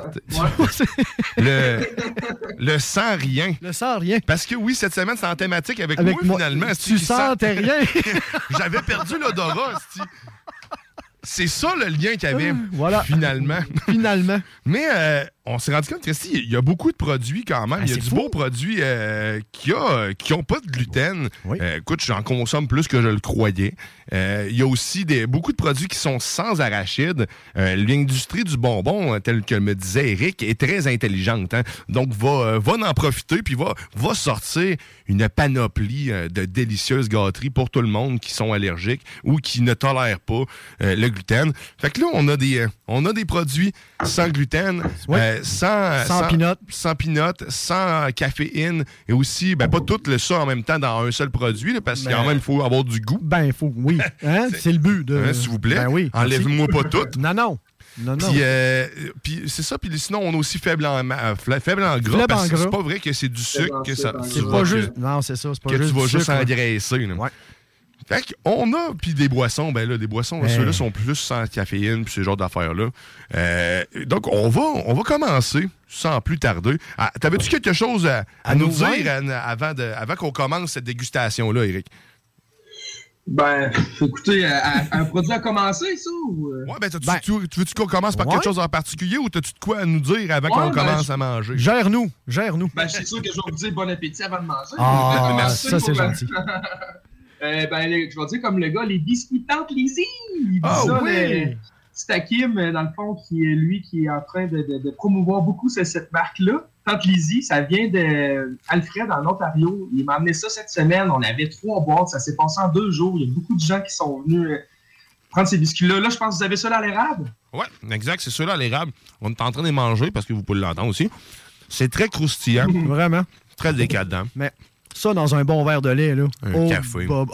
Le sans rien. Le sans rien. Parce que oui, cette semaine, c'est en thématique avec moi, finalement. Tu sentais rien. J'avais perdu l'odorat, c'est ça le lien qu'il y avait, finalement. Mais on s'est rendu compte qu'il y a beaucoup de produits quand même. Il y a du beau produit qui n'ont pas de gluten. Oui. Écoute, j'en consomme plus que je le croyais. Il y a aussi beaucoup de produits qui sont sans arachides. L'industrie du bonbon, tel que me disait Eric, est très intelligente. Hein? Donc, va en profiter puis va sortir une panoplie de délicieuses gâteries pour tout le monde qui sont allergiques ou qui ne tolèrent pas le gluten. Fait que là, on a des produits sans gluten, sans peanut, sans caféine et aussi, pas tout ça en même temps dans un seul produit, là, parce qu'il il faut avoir du goût. Il faut, oui. Hein? C'est le but. S'il vous plaît, oui, enlève-moi pas tout. Non. Puis c'est ça, puis sinon, on a aussi faible en gras. Parce que c'est pas vrai que c'est du sucre que ça. C'est pas juste. Non, c'est ça. C'est pas que juste. Tu vas du juste sucre, engraisser. Ouais. Fait qu'on a, puis des boissons, des boissons, ceux-là sont plus sans caféine, puis ce genre d'affaires-là. Donc, on va commencer sans plus tarder. T'avais-tu quelque chose à nous dire avant qu'on commence cette dégustation-là, Éric? Écoutez, un produit à commencer, ça? Ou... Ouais, tu veux-tu qu'on commence par quelque chose en particulier ou t'as-tu de quoi à nous dire avant qu'on commence à manger? Gère-nous. C'est sûr que je vais vous dire bon appétit avant de manger. Ah, merci, ça, c'est gentil. Je vais dire comme le gars, les biscuits Tante Lizzie. C'est Hakim, dans le fond, qui est en train de promouvoir beaucoup cette marque-là. Tante Lizzie, ça vient d'Alfred en Ontario. Il m'a amené ça cette semaine. On avait 3 boîtes. Ça s'est passé en 2 jours. Il y a beaucoup de gens qui sont venus prendre ces biscuits-là. Là, je pense que vous avez ceux-là à l'érable. Oui, exact. C'est ceux-là à l'érable. On est en train de les manger parce que vous pouvez l'entendre aussi. C'est très croustillant. Vraiment. Très décadent. Mais ça, dans un bon verre de lait, là. Un café. Ou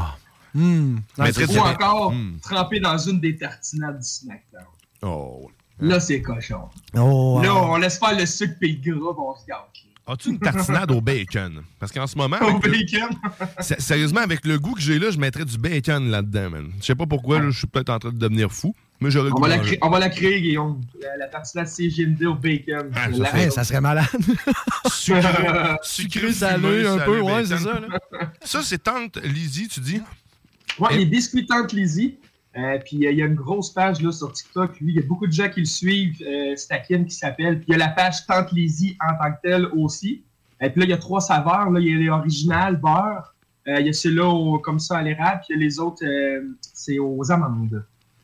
encore trempé dans une des tartinades du Snacktown. Oh. Là, c'est cochon. Oh, là, on laisse faire le sucre et le gras, on se gâte. As-tu une tartinade au bacon? Parce qu'en ce moment... Au bacon? Sérieusement, avec le goût que j'ai là, je mettrais du bacon là-dedans, man. Je sais pas pourquoi, là, je suis peut-être en train de devenir fou, mais j'aurais le goût. On va la créer, Guillaume. La tartinade CGMD au bacon. Ça serait malade. Sucré salé un peu, ouais, c'est ça. Là. Ça, c'est Tante Lizzie, tu dis? Ouais, les biscuits Tante Lizzie. Puis il y a une grosse page là, sur TikTok. Lui, il y a beaucoup de gens qui le suivent. C'est Akin qui s'appelle. Puis il y a la page Tante Lizzie en tant que telle aussi. Puis là, il y a 3 saveurs. Là. Il y a les originales, beurre. Il y a ceux-là comme ça à l'érable. Puis les autres, c'est aux amandes.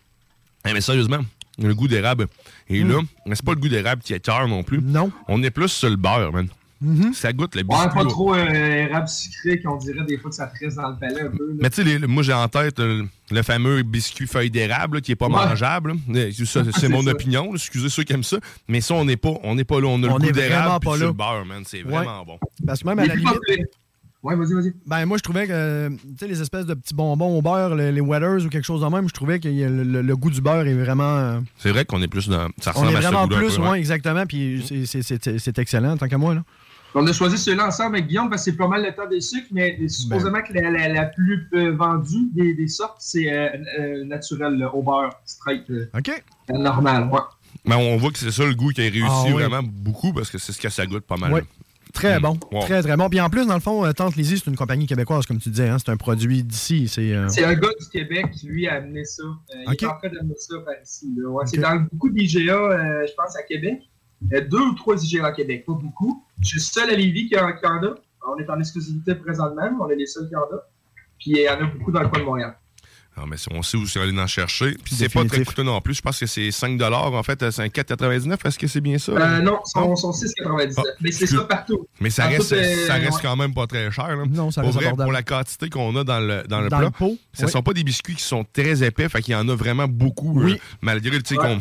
Mais sérieusement, le goût d'érable est là. Mais c'est pas le goût d'érable qui est tard non plus. Non. On est plus sur le beurre, man. Ça goûte le biscuit. Ouais, pas trop érable sucré qu'on dirait des fois que ça reste dans le palais un peu. Là. Mais tu sais, moi j'ai en tête le fameux biscuit feuille d'érable là, qui est pas mangeable. Ça, c'est mon opinion. Là. Excusez ceux qui aiment ça. Mais ça, on n'est pas là. On a le goût d'érable puis sur le beurre, man. C'est vraiment bon. Parce que même à la limite... Ouais, vas-y. Ben, moi, je trouvais que, tu sais, les espèces de petits bonbons au beurre, les Wetters ou quelque chose de même, je trouvais que le goût du beurre est vraiment... C'est vrai qu'on est plus dans... Ça ressemble on est vraiment à ce goût-là, plus, oui, exactement, puis c'est excellent, tant qu'à moi, là. On a choisi ceux-là ensemble avec Guillaume parce que c'est pas mal le temps des sucres, mais supposément que la plus vendue des sortes, c'est naturel, au beurre, straight. OK. Normal, ouais. Mais on voit que c'est ça le goût qui a réussi vraiment beaucoup parce que c'est ce que ça goûte pas mal. Oui. Très bon. Wow. Très, très bon. Puis en plus, dans le fond, Tante Lizzie, c'est une compagnie québécoise, comme tu disais. Hein? C'est un produit d'ici. C'est un gars du Québec qui, lui, a amené ça. Il est en train d'amener ça par ici. Là. Ouais, c'est dans beaucoup d'IGA, je pense, à Québec. 2 ou 3 IGA à Québec, pas beaucoup. Je suis seul à Lévis qui en a. On est en exclusivité présentement, on est les seuls qui en a. Puis il y en a beaucoup dans le coin de Montréal. Non, mais on sait où c'est aller en chercher. Puis c'est pas très coûteux non plus. Je pense que c'est 5 $. En fait, c'est un 4,99. Est-ce que c'est bien ça? Non, sont 6,99. Mais c'est ça partout. Mais ça reste quand même pas très cher. Là. Non, ça reste abordable. Pour la quantité qu'on a dans le plat, le pot, ce sont pas des biscuits qui sont très épais. Fait qu'il y en a vraiment beaucoup. Malgré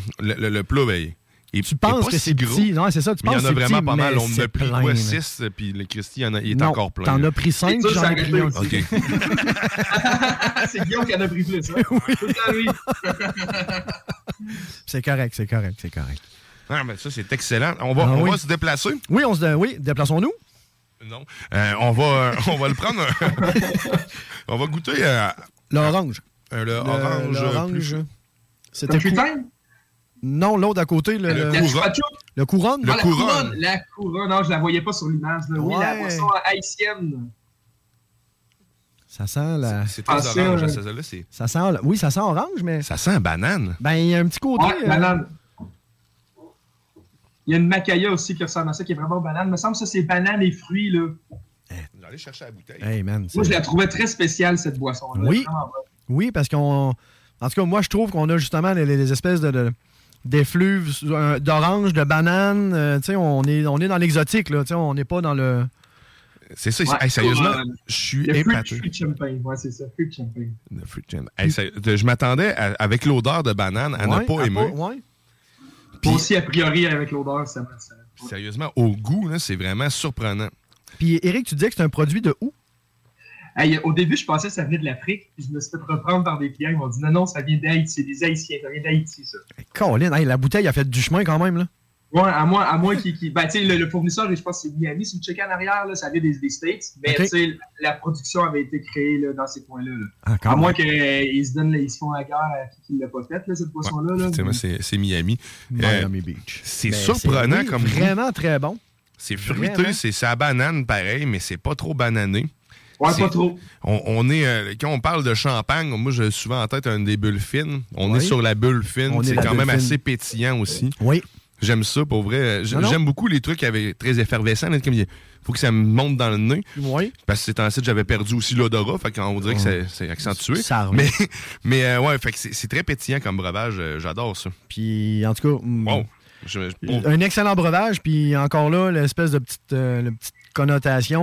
le plat, ben, et tu penses que c'est petit. Non, c'est ça. Tu penses il y en a vraiment petit, pas mal. On en a pris 6, puis le Christy, il est encore plein. T'en as pris 5, puis j'en ai pris 1. OK. C'est Guillaume qui en a pris plus. Hein? Oui. C'est correct. Ah, mais ça, c'est excellent. On va se déplacer. Oui, déplaçons-nous. Non. On va le prendre. On va goûter l'orange. L'orange. C'était Non, l'autre à côté, le couronne. La couronne. Non, je la voyais pas sur l'image. Oui, la boisson haïtienne. Ça sent la... C'est très orange, celle-là. Ça sent... Oui, ça sent orange, mais... Ça sent banane. Ben, il y a un petit côté... banane. Il y a une macaya aussi qui ressemble à ça, qui est vraiment banane. Il me semble que ça, c'est banane et fruits, là. J'allais chercher la bouteille. Hey, man, moi, je la trouvais très spéciale, cette boisson-là. Oui, parce qu'on... En tout cas, moi, je trouve qu'on a justement les espèces d'effluves d'orange, de banane. Tu sais, on est dans l'exotique, là. Tu sais, on n'est pas dans le... C'est ça. Hey, sérieusement, je suis épaté. Le fruit champagne. Ouais, c'est ça. Fruit champagne. Le fruit champagne. Hey, je m'attendais, avec l'odeur de banane, à ne pas aimer. Puis aussi, a priori, avec l'odeur, ça me... Sérieusement, au goût, là, c'est vraiment surprenant. Puis, Éric, tu disais que c'est un produit de où? Hey, au début, je pensais que ça venait de l'Afrique, puis je me suis fait reprendre par des clients. Ils m'ont dit non, ça vient d'Haïti. C'est des Haïtiens. Ça vient d'Haïti, ça. Colin, la bouteille a fait du chemin quand même, là. Ouais, à moins qui... Ben, tu sais, le fournisseur, je pense que c'est Miami. Si vous checkez en arrière, là, ça vient des States. Mais, tu sais, la production avait été créée là, dans ces coins-là. Là. À moins qu'ils se font la guerre à qui ne l'a pas faite, là, cette boisson-là. Là, c'est Miami. Miami Beach. C'est surprenant comme vraiment très bon. C'est fruité, c'est à banane pareil, mais c'est pas trop banané. Ouais, pas trop. On est, quand on parle de champagne, moi j'ai souvent en tête des bulles fines. On est sur la bulle fine. C'est quand même assez pétillant aussi. Oui. J'aime ça, pour vrai. J'aime beaucoup les trucs très effervescents. Comme il faut que ça me monte dans le nez. Oui. Parce que c'est un site, j'avais perdu aussi l'odorat. Fait qu'on dirait que c'est accentué. Ça mais ouais, fait que c'est très pétillant comme breuvage. J'adore ça. Puis, en tout cas... Wow. Un excellent breuvage. Puis encore là, l'espèce de petite connotation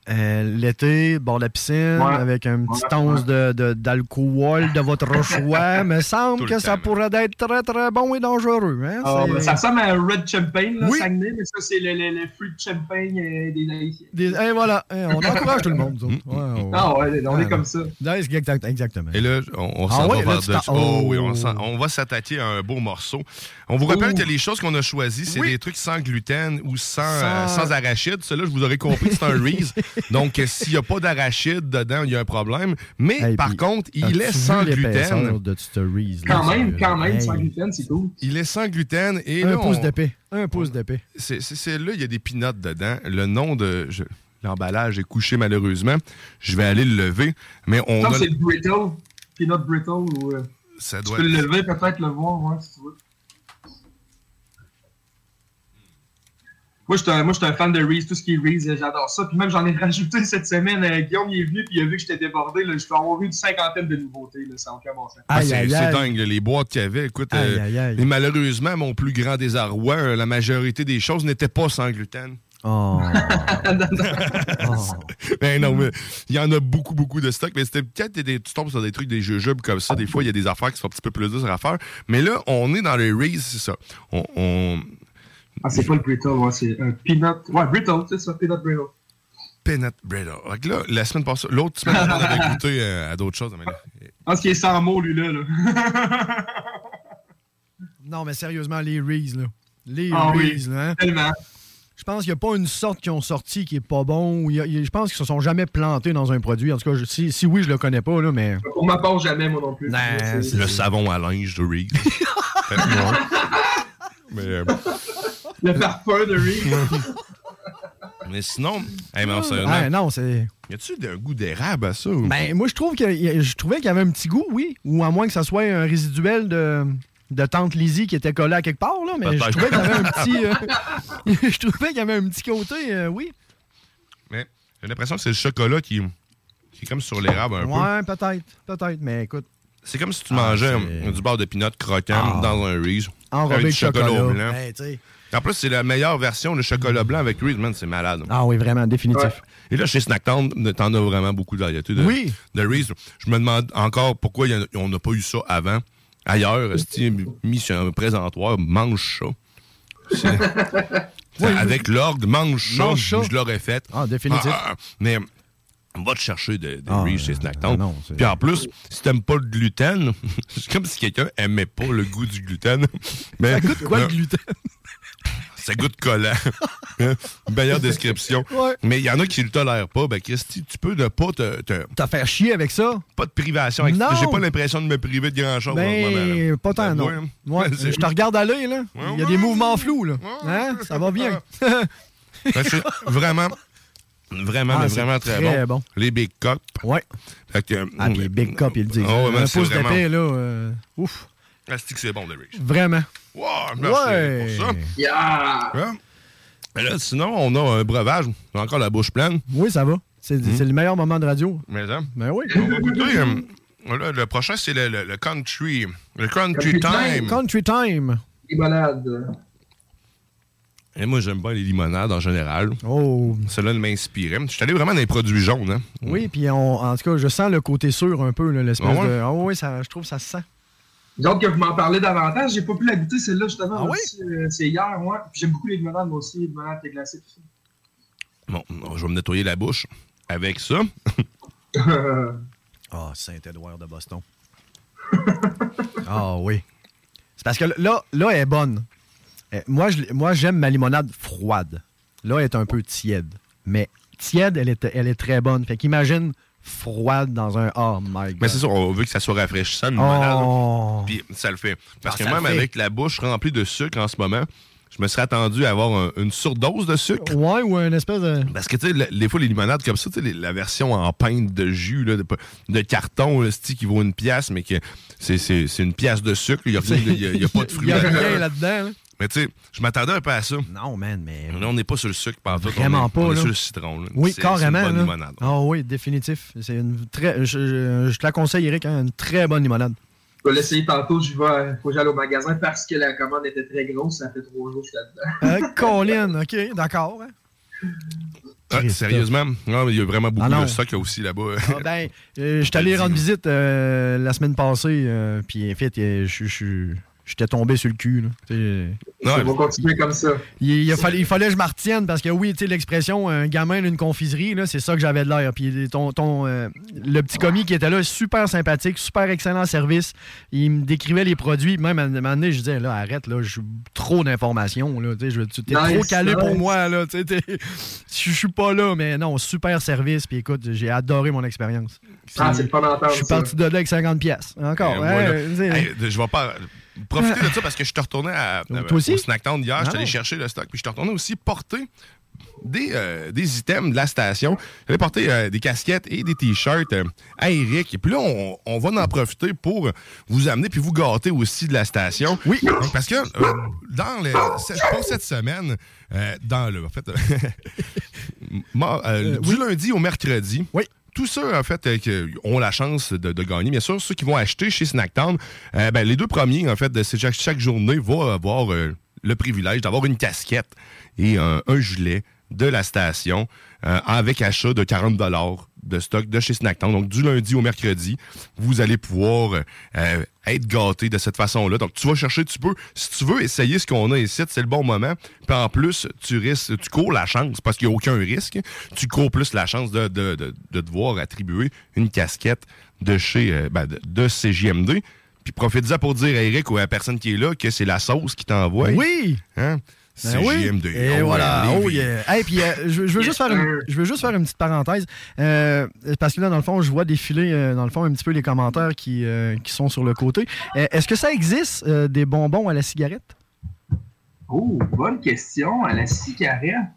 L'été, bord de la piscine, avec un petit once d'alcool de votre choix, me semble que ça pourrait être très, très bon et dangereux. Hein? Ça ressemble à un Red Champagne, là, Saguenay, mais ça, c'est le fruit de champagne des Haïtiens. Et voilà, on encourage tout le monde. On est comme ça. Exactement. Et là, on s'en va vers de... on va s'attaquer à un beau morceau. On vous rappelle que les choses qu'on a choisies, c'est des trucs sans gluten ou sans arachide. Ceux-là, je vous aurais compris que c'est un Reese. Donc, s'il n'y a pas d'arachide dedans, il y a un problème. Mais par contre, il est sans gluten. Quand même, sans gluten, c'est cool. Il est sans gluten. Et un pouce d'épée. Un pouce d'épée. C'est là, il y a des peanuts dedans. Le nom de... L'emballage est couché, malheureusement. Je vais aller le lever. Mais c'est le brittle. Peanut brittle. Ou, ça tu doit peux le lever, peut-être le voir, si tu veux. Moi, je suis un fan de Reese, tout ce qui est Reese, j'adore ça. Puis même, j'en ai rajouté cette semaine. Guillaume, il est venu, puis il a vu que j'étais débordé. Là. Je peux avoir eu une cinquantaine de nouveautés, là, sans aucun bon sens. C'est dingue, les boîtes qu'il y avait. Écoute, et malheureusement, mon plus grand désarroi, la majorité des choses n'étaient pas sans gluten. Ben non, mais il y en a beaucoup, beaucoup de stock. Mais c'était peut-être tu tombes sur des trucs, des jujubes comme ça. Des fois, il y a des affaires qui sont un petit peu plus dures à faire. Mais là, on est dans les Reese, c'est ça. C'est pas le brittle, c'est un peanut. Ouais, brittle, c'est ça, peanut brittle. Peanut brittle. Donc là, la semaine passée, l'autre semaine, on avait goûté à d'autres choses. Parce qu'il est sans mots, lui-là. Non, mais sérieusement, les Reese, là. Les Reese, là. Hein? Tellement. Je pense qu'il n'y a pas une sorte qui ont sorti qui est pas bon. Je pense qu'ils se sont jamais plantés dans un produit. En tout cas, si oui, je le connais pas, là, mais... Pour ma part, jamais, moi non plus. C'est le savon à linge de Reese. Mais... Le parfum de Reese. Mais sinon, sérieusement, non, c'est... Y a-tu un goût d'érable à ça? Ou... Ben, moi, je trouvais qu'il y avait un petit goût, oui. Ou à moins que ça soit un résiduel de Tante Lizzie qui était collé à quelque part, là. Mais je trouvais qu'il y avait un petit... je trouvais qu'il y avait un petit côté, oui. Mais j'ai l'impression que c'est le chocolat qui est comme sur l'érable un peu. Ouais, peut-être. Mais écoute... C'est comme si tu mangeais du beurre de peanut croquant dans un Reese. Enrobé de chocolat blanc. En plus, c'est la meilleure version, le chocolat blanc avec Reese, man, c'est malade. Ah oui, vraiment, définitif. Ouais. Et là, chez Snacktown, t'en as vraiment beaucoup de variétés de Reese. Je me demande encore pourquoi on n'a pas eu ça avant. Ailleurs, mis sur un présentoir, mange ça. Avec l'ordre, mange ça. Je l'aurais fait. Ah, définitif. Mais... va te chercher de Reese chez Snacktown. Puis en plus, si t'aimes pas le gluten, c'est comme si quelqu'un aimait pas le goût du gluten. Mais, ça goûte quoi le gluten? Ça goûte collant. Meilleure description. Ouais. Mais il y en a qui le tolèrent pas. Ben, Christy, tu peux ne pas te faire chier avec ça? Pas de privation. J'ai pas l'impression de me priver de grand-chose. Ben, pas tant, non. Ouais, je te regarde aller, là. Il y a des mouvements flous, là. Hein? Ça va bien. Ben, c'est vraiment très bon. Les Big Cup. Ouais. Les Big Cup, ils le disent. Un pouce d'épée, là. Ouf. C'est bon, de Reese. Vraiment. Wow, merci pour ça. Yeah. Mais là, sinon, on a un breuvage. On a encore la bouche pleine. Oui, ça va. C'est le meilleur moment de radio. Mais ça. Ben oui. On va goûter. Le prochain, c'est le Country. Le Country Time. Country Time. Limonade. Et moi, j'aime bien les limonades en général. Oh. Celle-là m'inspirait. Je suis allé vraiment dans les produits jaunes. Hein? Oui, puis en tout cas, je sens le côté sûr un peu, l'espèce de... Ah oui, je trouve que ça se sent. Donc, que vous m'en parlez davantage, j'ai pas pu la goûter celle-là, justement. Ah oui? C'est hier, moi. J'aime beaucoup les limonades, moi aussi. Les limonades glacées, tout ça. Bon, je vais me nettoyer la bouche avec ça. Saint-Édouard de Boston. Oui. C'est parce que là, elle est bonne. Moi, j'aime ma limonade froide. Là, elle est un peu tiède. Mais tiède, elle est très bonne. Fait qu'imagine froide dans un... Oh my God. Mais c'est ça, on veut que ça soit rafraîchissant, une limonade. Puis ça le fait. Parce que même avec la bouche remplie de sucre en ce moment, je me serais attendu à avoir une surdose de sucre. Ouais, ou une espèce de... Parce que, tu sais, des fois, les limonades comme ça, tu sais, la version en pinte de jus, là, de carton, là, qui vaut une pièce, mais que c'est une pièce de sucre. Il n'y a pas de fruits. Il n'y a rien là-dedans, là. Mais tu sais, je m'attendais un peu à ça. Non, man, mais... Là, on n'est pas sur le sucre, par Vraiment pas, on est là. sur le citron. Là. Oui, carrément. C'est une bonne limonade. Oui, définitif. C'est une très... Je te la conseille, Eric, une très bonne limonade. Je vais l'essayer tantôt. Faut que j'aille au magasin parce que la commande était très grosse. Ça fait 3 jours que je suis là-dedans. Colin, OK, d'accord. Hein? Sérieusement? Non, mais il y a vraiment beaucoup de stock aussi là-bas. Je suis allé rendre visite la semaine passée, puis en fait, j'étais tombé sur le cul. On va continuer comme ça. Il fallait que je m'en retienne parce que oui, l'expression un gamin d'une confiserie, là, c'est ça que j'avais de l'air. Puis le petit commis qui était là, super sympathique, super excellent service. Il me décrivait les produits. Même à un moment donné, je disais, là, arrête, là, j'ai trop d'informations. T'es trop calé pour moi. Je suis pas là, mais non, super service. Puis écoute, j'ai adoré mon expérience. C'est pas d'entendre. Je suis parti de là avec 50$. Encore. Je vais pas profiter de ça parce que je suis retourné au Snacktown hier. Je suis allé chercher le stock. Puis je suis retourné aussi porter des items de la station. J'allais porter des casquettes et des t-shirts à Eric. Et puis là, on va en profiter pour vous amener puis vous gâter aussi de la station. Oui. Donc, parce que pour cette semaine, du lundi au mercredi, tous ceux, en fait, qui ont la chance de gagner, bien sûr, ceux qui vont acheter chez Snacktown, les 2 premiers, en fait, de chaque journée vont avoir le privilège d'avoir une casquette et un gilet de la station avec achat de 40$ de stock de chez Snacktown. Donc, du lundi au mercredi, vous allez pouvoir être gâté de cette façon-là. Donc, tu vas chercher, si tu veux essayer ce qu'on a ici, c'est le bon moment. Puis en plus, tu cours la chance, parce qu'il n'y a aucun risque, tu cours plus la chance de devoir attribuer une casquette de chez de CJMD. Puis profite-en pour dire à Eric ou à la personne qui est là que c'est la sauce qui t'envoie. Oui! Hein? CJMD. Et voilà. Oh yeah. Hey, puis je veux juste faire une petite parenthèse. Parce que là, dans le fond, je vois défiler dans le fond un petit peu les commentaires qui sont sur le côté. Est-ce que ça existe des bonbons à la cigarette? Oh, bonne question. À la cigarette.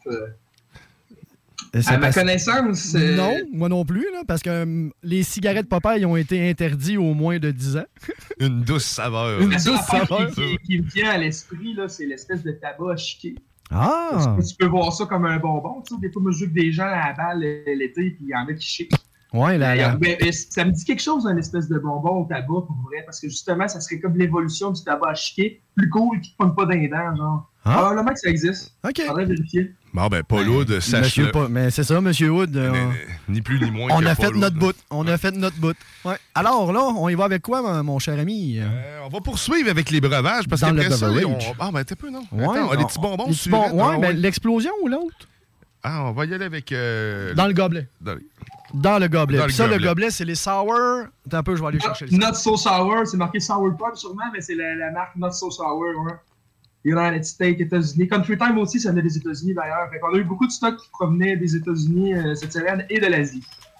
À ma connaissance... Non, moi non plus, là, parce que les cigarettes Popeye ont été interdits au moins de 10 ans. Une douce saveur. Une douce saveur. Qui me vient à l'esprit, là, c'est l'espèce de tabac à chiquer. Ah! Tu peux voir ça comme un bonbon. Tu sais, des fois, moi, je joue que des gens à la balle l'été, puis il y en a qui chiquent. Ouais, ça me dit quelque chose, une espèce de bonbon au tabac, pour vrai, parce que justement, ça serait comme l'évolution du tabac à chiquer, plus cool, qui ne pogne pas dans les dents, genre. Le mec, ça existe. OK. Faudrait vérifier. Bon, Paul Wood, sache-le. Mais c'est ça, Monsieur Wood. Ni plus ni moins on a fait notre bout. On a fait notre bout. Ouais. Alors, là, on y va avec quoi, mon cher ami? On va poursuivre avec les breuvages, parce qu'après ça, t'es peu, non? Ouais, attends, les petits bonbons. L'explosion ou l'autre? Ah, on va y aller avec... Dans le gobelet. Dans le gobelet. Puis ça, le gobelet, c'est les sour. Attends un peu, je vais aller chercher les Not So Sour. C'est marqué Sour Punch sûrement, mais c'est la marque Not So Sour. Ouais. United States, États-Unis. Country Time aussi, ça venait des États-Unis d'ailleurs. Fait qu'on a eu beaucoup de stocks qui provenaient des États-Unis cette semaine et de l'Asie.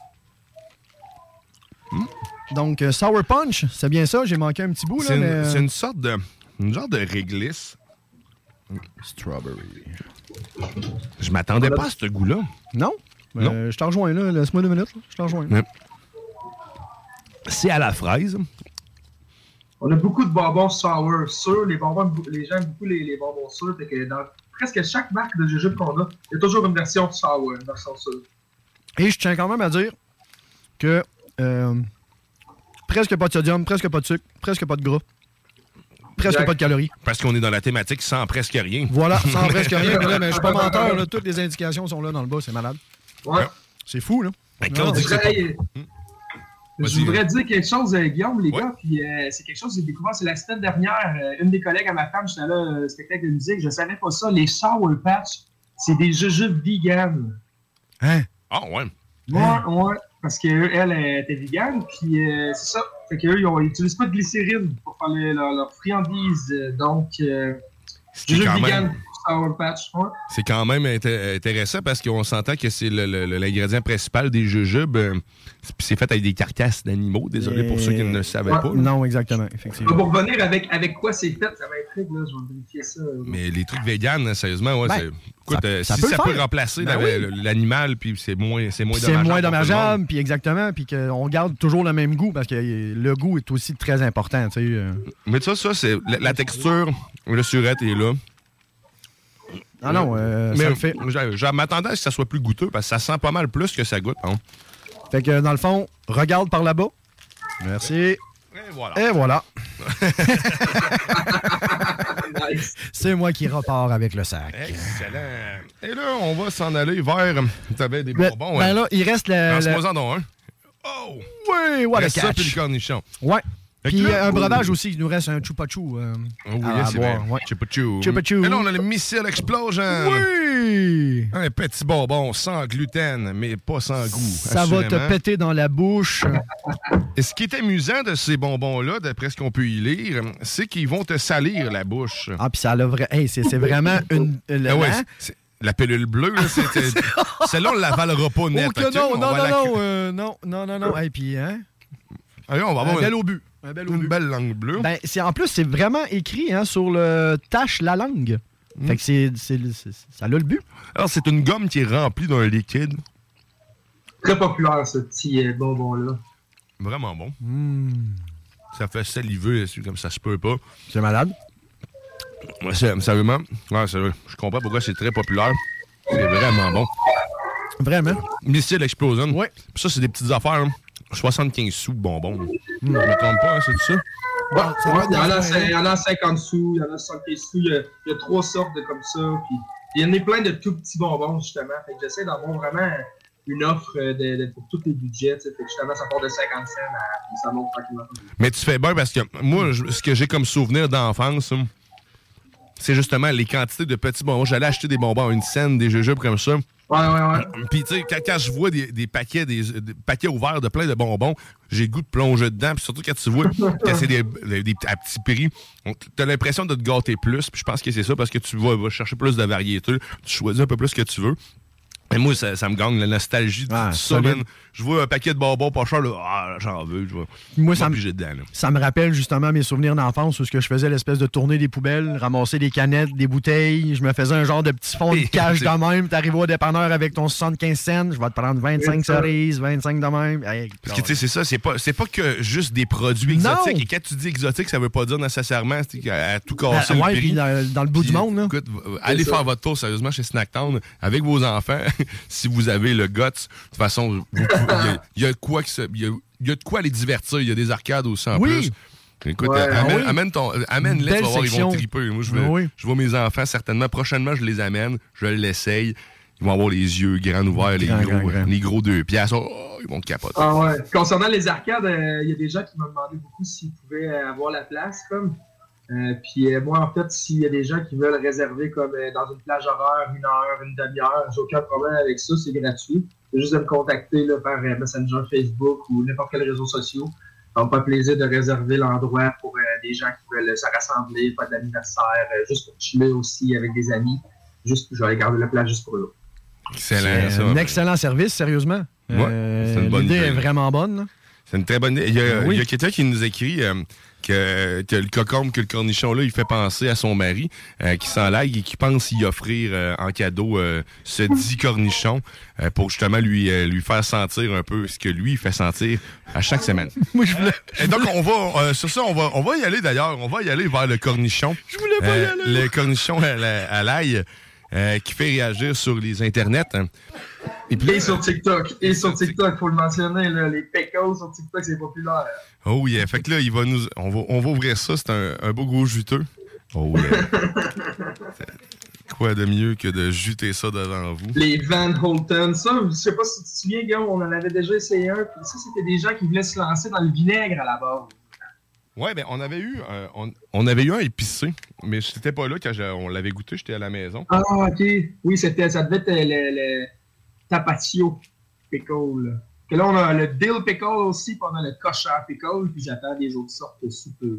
Donc, Sour Punch, c'est bien ça? J'ai manqué un petit bout. Là, c'est une sorte de réglisse. Strawberry. Je m'attendais pas à ce goût-là. Non? Je t'en rejoins là. Laisse-moi 2 minutes. Là. Je t'en rejoins. C'est à la fraise. On a beaucoup de bonbons sour sûrs. Les gens aiment beaucoup les bonbons sûrs. Fait que dans presque chaque marque de jujube qu'on a, il y a toujours une version sour, une version sûre. Et je tiens quand même à dire que presque pas de sodium, presque pas de sucre, presque pas de gras. Presque pas de calories. Parce qu'on est dans la thématique sans presque rien. Voilà, sans presque rien. Mais je suis pas menteur. Là, toutes les indications sont là dans le bas. C'est malade. Ouais. C'est fou, là. Je voudrais dire quelque chose, Guillaume, les gars. Puis c'est quelque chose que j'ai découvert. C'est la semaine dernière. Une des collègues à ma femme, j'étais là, spectacle de musique. Je savais pas ça. Les Sour Patch, c'est des jujubes vegan. Hein? Ah, ouais. Ouais. Parce qu'elle était vegan. Puis c'est ça. Fait qu'eux, ils n'utilisent pas de glycérine pour faire leur friandise. Donc, jujubes vegan. Sour Patch. Ouais. C'est quand même intéressant parce qu'on s'entend que c'est l'ingrédient principal des jujubes. C'est fait avec des carcasses d'animaux. Désolé pour ceux qui ne le savaient pas. Non, exactement. Effectivement. Pour revenir avec quoi c'est fait, ça va être très là. Je vais vérifier ça. Mais les trucs véganes, sérieusement, écoute, si ça peut remplacer l'animal, puis c'est moins dommageable. C'est moins dommageable, puis exactement, puis qu'on garde toujours le même goût parce que le goût est aussi très important. Mais ça, c'est la texture, le surette est là. Ah non, mais ça le fait. Je m'attendais à ce que ça soit plus goûteux parce que ça sent pas mal plus que ça goûte. Hein. Fait que dans le fond, regarde par là-bas. Merci. Et voilà. Et voilà. C'est moi qui repars avec le sac. Excellent. Et là, on va s'en aller vers... T'avais des bonbons. Ben là, il reste le... Lance-moi en donc un. Oh! Oui, what a reste catch. ça puis le cornichon. Ouais. Puis là, un breuvage aussi, il nous reste un chupa-chou oui, c'est boire. vrai. Ouais. Chupa-chou. Chupa-chou. Et là, on a le Missile Explosion. Oui! Un petit bonbon sans gluten, mais pas sans goût. Ça va te péter dans la bouche. Et ce qui est amusant de ces bonbons-là, d'après ce qu'on peut y lire, c'est qu'ils vont te salir la bouche. Ah, puis ça a hey, c'est vraiment une... La pilule bleue, là, celle-là, on ne l'avalera pas net. Oh que non. Et puis, hein? Allez, on va avoir un bel obus. Une belle langue bleue. Ben, en plus, c'est vraiment écrit sur le tache la langue. Fait que ça a le but. Alors, c'est une gomme qui est remplie d'un liquide. Très populaire, ce petit bonbon-là. Vraiment bon. Ça fait saliver, comme ça se peut pas. C'est malade. Ouais, sérieusement, je comprends pourquoi c'est très populaire. C'est vraiment bon. Vraiment? Missile Explosion. Oui. Puis ça, c'est des petites affaires. 75 sous de bonbons. Je me trompe pas, c'est ça? Bon, il y en a 50 sous, il y en a 75 sous. Il y a 3 sortes de comme ça. Puis il y en a plein de tout petits bonbons, justement. Fait que j'essaie d'avoir vraiment une offre pour tous les budgets. Fait que justement, ça part de 50 cents puis ça monte tranquillement. Mais tu fais bien parce que moi, ce que j'ai comme souvenir d'enfance, c'est justement les quantités de petits bonbons. J'allais acheter des bonbons à 1 cent, des jujubes comme ça. Ouais. Puis, tu sais, quand je vois des paquets ouverts de plein de bonbons, j'ai le goût de plonger dedans. Puis surtout quand tu vois que c'est à petit prix, t'as l'impression de te gâter plus. Puis je pense que c'est ça parce que tu vas chercher plus de variété. Tu choisis un peu plus ce que tu veux. Et moi, ça me gagne la nostalgie de ça, man. Je vois un paquet de bonbons pas cher, là, j'en veux. Moi, ça me rappelle justement mes souvenirs d'enfance où je faisais l'espèce de tournée des poubelles, ramasser des canettes, des bouteilles. Je me faisais un genre de petit fond de cash de même. T'arrives au dépanneur avec ton 75 cents, je vais te prendre 25 cerises, 25 de même. Hey, parce que tu sais, c'est ça, c'est pas que juste des produits exotiques. Et quand tu dis exotique, ça veut pas dire nécessairement à tout casser le prix. Puis dans le bout du monde. Là. Écoute, allez faire votre tour sérieusement chez Snacktown avec vos enfants. Si vous avez le guts, de toute façon, il y a de quoi les divertir. Il y a des arcades aussi en plus. Écoute, amène-les, tu vas voir, ils vont triper. Moi, je vois mes enfants, certainement. Prochainement, je les amène, je l'essaye. Ils vont avoir les yeux grands ouverts, les gros 2 piastres. Oh, ils vont capoter. Ah ouais. Concernant les arcades, il y a des gens qui m'ont demandé beaucoup s'ils pouvaient avoir la place, comme. Puis moi, en fait, s'il y a des gens qui veulent réserver comme dans une plage horaire, 1 heure, une demi-heure, j'ai aucun problème avec ça, c'est gratuit. C'est juste de me contacter là, par Messenger, Facebook ou n'importe quel réseau social. Ça me fait plaisir de réserver l'endroit pour des gens qui veulent se rassembler, faire de l'anniversaire, juste pour chiller aussi avec des amis. Juste, je vais garder la plage juste pour eux. Excellent. C'est un excellent service, sérieusement. C'est une bonne l'idée idée. est vraiment bonne. Là. C'est une très bonne idée. Il y a quelqu'un qui nous écrit que le cocombe, que le cornichon-là, il fait penser à son mari qui s'enlague et qui pense y offrir en cadeau ce dit cornichon pour justement lui faire sentir un peu ce que lui il fait sentir à chaque semaine. Moi, je voulais... Et donc, on va sur ça, on va y aller d'ailleurs. On va y aller vers le cornichon. Je voulais pas y aller. Le cornichon à l'ail qui fait réagir sur les internets. Et sur TikTok. Faut le mentionner, là, les pickles sur TikTok, c'est populaire. Oh yeah, fait que là, on va ouvrir ça, c'est un beau gros juteux. Oh yeah. Quoi de mieux que de juter ça devant vous? Les Van Holten, ça, je sais pas si tu te souviens, Guillaume, on en avait déjà essayé un, puis ça, c'était des gens qui voulaient se lancer dans le vinaigre à la base. Ouais, ben on avait eu un épicé, mais j'étais pas là quand on l'avait goûté, j'étais à la maison. Ah, ok. Oui, ça devait être le tapatio pickle. Que là, on a le dill pickle aussi, puis on a le kosher pickle, puis j'attends des autres sortes de soupes.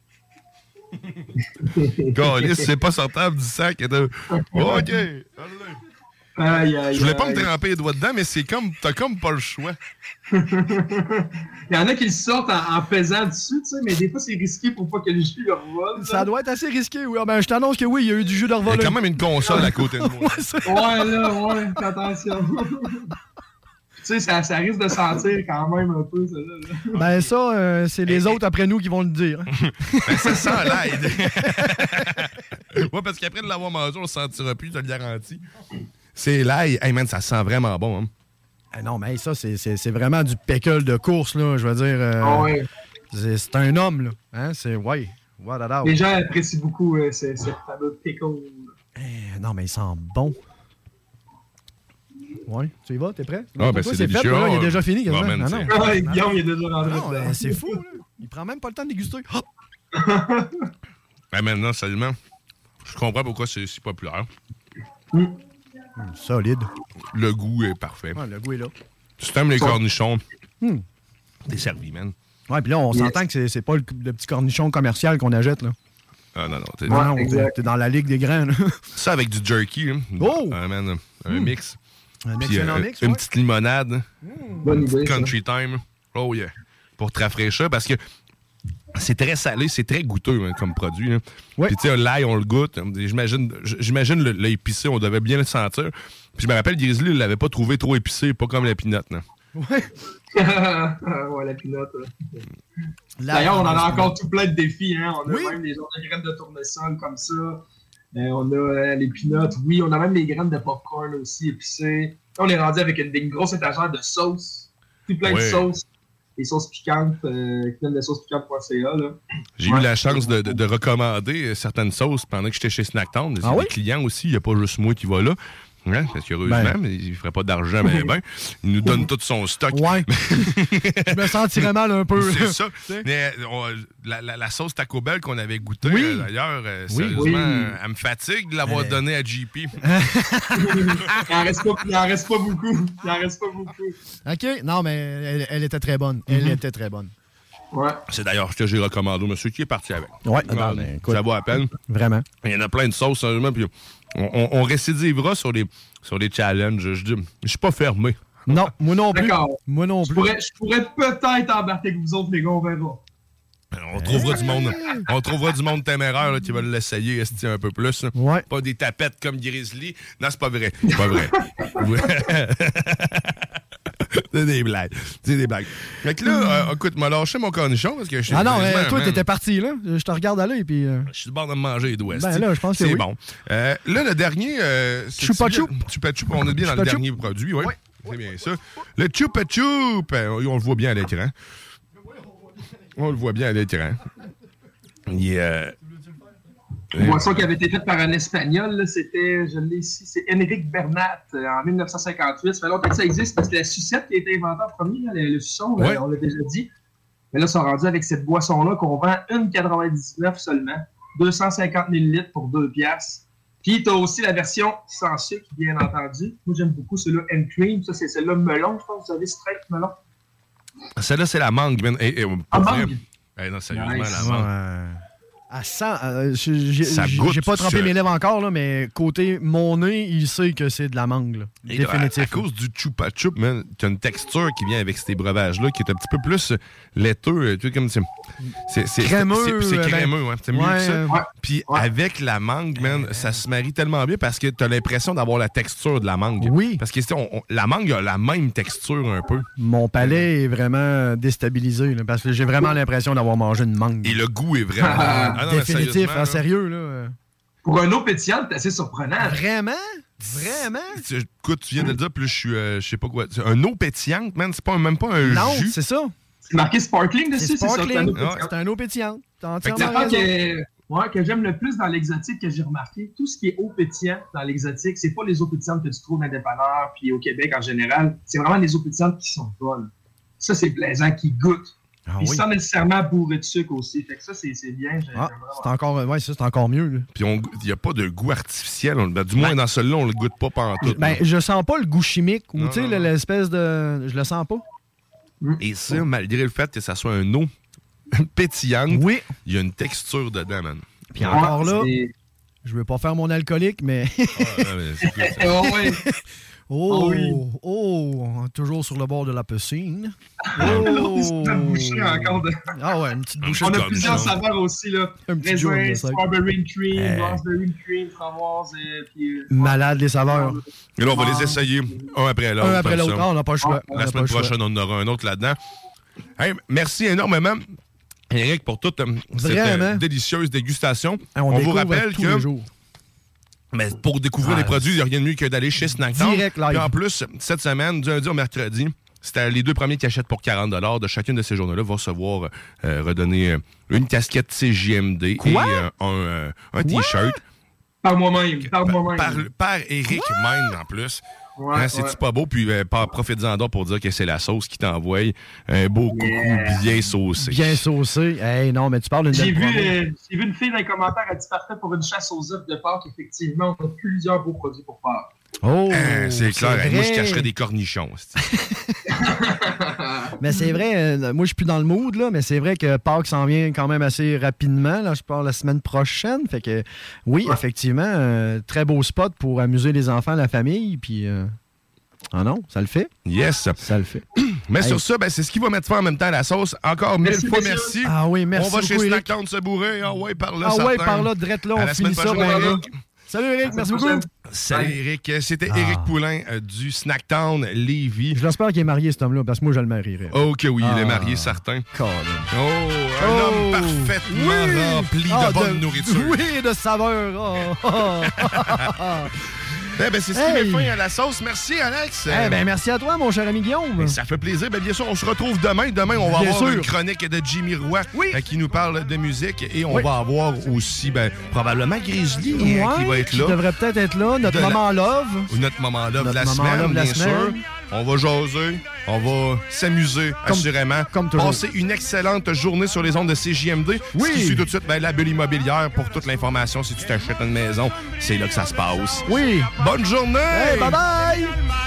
Galice, c'est pas sortable du sac. Oh, ok, aïe. Je voulais pas me tremper les doigts dedans, mais t'as comme pas le choix. Il y en a qui le sortent en pesant dessus, tu sais, mais des fois c'est risqué pour pas que le jus leur vole. Ça doit être assez risqué, oui. Ben, je t'annonce que oui, il y a eu du jus leur vol. Il y a quand même une console à côté de moi. ouais, attention. Tu sais, ça risque de sentir quand même un peu, ça. Là. Ben ça, c'est les autres après nous qui vont le dire. Ben ça sent l'aide. Ouais, parce qu'après de l'avoir mangé, on ne sentira plus, je te le garantis. C'est l'ail. Hey man, ça sent vraiment bon. Hein. Ah non, mais ça, c'est vraiment du pickle de course, là. Je veux dire. Ouais. C'est un homme, là. Hein? C'est. Ouais. Voilà. Les gens apprécient beaucoup ce fameux pickle. Non, mais il sent bon. Ouais, tu y vas, t'es prêt? Ah, ben c'est délicieux. Fait, là, il est déjà fini. Guillaume, il est déjà rentré. Non, c'est fou, là. Il prend même pas le temps de déguster. Ben maintenant, seulement, je comprends pourquoi c'est si populaire. Solide. Le goût est parfait. Ouais, le goût est là. Tu t'aimes les cornichons? T'es servi, man. Ouais, puis là, on s'entend que c'est pas le petit cornichon commercial qu'on achète, là. Ah non, t'es dans la ligue des grands, là. Ça avec du jerky, hein. Un mix. Un puis, excellent mix, une petite limonade. Bonne idée, country time. Oh yeah. Pour te rafraîchir, parce que c'est très salé, c'est très goûteux hein, comme produit. Hein. Ouais. Puis tu sais, l'ail, on le goûte. J'imagine l'épicé, on devait bien le sentir. Puis je me rappelle, Grizzly, il l'avait pas trouvé trop épicé, pas comme la pinotte. Ouais. Ouais, la pinotte. D'ailleurs, on en a encore tout plein de défis. Hein. On a même des genres de graines de tournesol comme ça. On a les pinottes. Oui, on a même les graines de popcorn aussi épicées. On est rendu avec une grosse étagère de sauces. Tout plein de sauces. Des sauces piquantes, qui viennent de saucespiquante.ca. J'ai eu la chance de recommander certaines sauces pendant que j'étais chez Snacktown. Des clients aussi, il n'y a pas juste moi qui va là. Hein, parce qu'heureusement, il ne ferait pas d'argent, mais il nous donne tout son stock. Ouais. Je me sentirais mal un peu. C'est ça. Mais la sauce Taco Bell qu'on avait goûtée, d'ailleurs, sérieusement, elle me fatigue de l'avoir donnée à JP. Il en reste pas beaucoup. OK. Non, mais elle était très bonne. Elle était très bonne. Ouais. C'est d'ailleurs ce que j'ai recommandé au monsieur qui est parti avec. Ouais, écoute, ça vaut à peine. Vraiment. Il y en a plein de sauces, sérieusement, puis on récidivera sur les challenges. Je suis pas fermé. Non, moi non plus. D'accord. Moi non plus. Je pourrais peut-être embarquer avec vous autres, les gars, on verra. On trouvera du monde. On trouvera du monde téméraire là, qui va l'essayer un peu plus. Ouais. Pas des tapettes comme Grizzly. Non, c'est pas vrai. C'est pas vrai. C'est des blagues. Fait que là, écoute, m'a lâché mon cornichon parce que je suis. Ah non, toi, t'étais parti, là. Je te regarde aller, puis. Je suis de bord de me manger les doigts. Ben là, je pense que c'est oui. bon. Là, le dernier. Chupa Chup. Chupa Chup, on est bien dans le dernier produit, oui. C'est bien ça. Le Chupa Chup, on le voit bien à l'écran. Il est. Une boisson qui avait été faite par un Espagnol, là, c'était, je l'ai ici, c'est Enric Bernat en 1958. Ça fait longtemps que ça existe, parce que c'est la sucette qui a été inventée en premier, là, le suçon, on l'a déjà dit. Mais là, ils sont rendus avec cette boisson-là qu'on vend 1,99 seulement, 250 ml pour 2 piastres. Puis, tu as aussi la version sans sucre, bien entendu. Moi, j'aime beaucoup celle-là and cream. Ça, c'est celle-là melon, je pense. Vous savez, straight melon. Celle-là, c'est la mangue. Mangue? Non, sérieusement, nice. la mangue. À 100, j'ai pas trempé mes lèvres encore, là, mais côté mon nez, il sait que c'est de la mangue. Là. Définitif. À cause du Chupa Chup, tu as une texture qui vient avec ces breuvages-là qui est un petit peu plus laiteux. Tu sais, comme c'est crémeux. C'est crémeux, ouais. C'est mieux que ça. Ouais. Puis avec la mangue, man, ça se marie tellement bien parce que tu as l'impression d'avoir la texture de la mangue. Oui. Parce que la mangue a la même texture un peu. Mon palais est vraiment déstabilisé là, parce que j'ai vraiment l'impression d'avoir mangé une mangue. Et le goût est vraiment... non, définitif, en sérieux, là. Pour un eau pétillante, c'est assez surprenant. Vraiment? Écoute, tu viens de le dire, plus je sais pas quoi. Un eau pétillante, man, c'est même pas un jus. Non, c'est ça. C'est marqué sparkling dessus, c'est ça? C'est un eau pétillante. C'est l'affaire que j'aime le plus dans l'exotique que j'ai remarqué. Tout ce qui est eau pétillante dans l'exotique, c'est pas les eaux pétillantes que tu trouves dans les dépanneurs puis au Québec en général. C'est vraiment les eaux pétillantes qui sont bonnes. Ça, c'est plaisant, qui goûtent. Puis sans nécessairement bourré de sucre aussi. Fait que ça, c'est bien. C'est encore mieux. Là. Puis il n'y a pas de goût artificiel. Du moins, dans celui-là, on le goûte pas pantoute. Je sens pas le goût chimique ou l'espèce de... Je le sens pas. Et ça, malgré le fait que ça soit un eau pétillante, il y a une texture dedans, man. Puis encore là, je veux pas faire mon alcoolique, mais... toujours sur le bord de la piscine. Une bouchée encore de... Ah ouais, une petite bouchée. On a plusieurs saveurs aussi, là. Raisin, strawberry and cream, raspberry and cream, framboise, puis... Malade, les saveurs. Et là, on va les essayer un après l'autre. Un après l'autre. On n'a pas le choix. La semaine prochaine, on en aura un autre là-dedans. Hey, merci énormément, Éric, pour toute cette délicieuse dégustation. On vous rappelle que... Mais pour découvrir les produits, il n'y a rien de mieux que d'aller chez Snacktown. Direct live. Puis en plus, cette semaine, du lundi au mercredi, C'était les 2 premiers qui achètent pour 40 $ de chacune de ces journées-là vont recevoir redonner une casquette CJMD et un T-shirt. Par moi-même. Par Eric même, en plus. Ouais, c'est-tu pas beau? Puis profite-en donc pour dire que c'est la sauce qui t'envoie un beau coucou bien saucé. Bien saucé. Hey, non, mais tu parles d'une J'ai vu une fille dans les commentaires, elle dit parfait pour une chasse aux œufs de Pâques. Effectivement, on a plusieurs beaux produits pour Pâques. Oh, c'est clair. Moi, je cacherais des cornichons. Mais c'est vrai, moi, je suis plus dans le mood, là, mais c'est vrai que Pâques s'en vient quand même assez rapidement. Là, je pars la semaine prochaine. Fait que, oui, effectivement, très beau spot pour amuser les enfants, la famille. Puis, ah non, ça le fait. Yes. Ça le fait. Mais sur ça, c'est ce qui va mettre fin en même temps à la sauce. Encore mille fois merci. Ah oui, merci. On va chez Snacktown se bourrer. Ah ouais, par là, drette là, on finit ça. Salut Eric, merci beaucoup. Salut Eric, c'était Eric Poulain du Snacktown Lévis. Je l'espère qu'il est marié cet homme-là, parce que moi je le marierais. Ok, oui, il est marié, certain. Un homme parfaitement rempli de bonne nourriture. Oui, de saveur. C'est ce qui met fin à la sauce. Merci, Alex. Merci à toi, mon cher ami Guillaume. Ça fait plaisir. Bien sûr, on se retrouve demain. Demain, on va avoir une chronique de Jimmy Roy qui nous parle de musique. Et on va avoir aussi, probablement, Grizzly qui va être là. Qui devrait peut-être être là. Notre moment love. Ou notre moment love de la semaine, bien sûr. On va jaser. On va s'amuser, assurément. Passer une excellente journée sur les ondes de CJMD. Ce qui suit tout de suite, la bulle immobilière pour toute l'information. Si tu t'achètes une maison, c'est là que ça se passe. Oui. Bonne journée! Hey, bye-bye!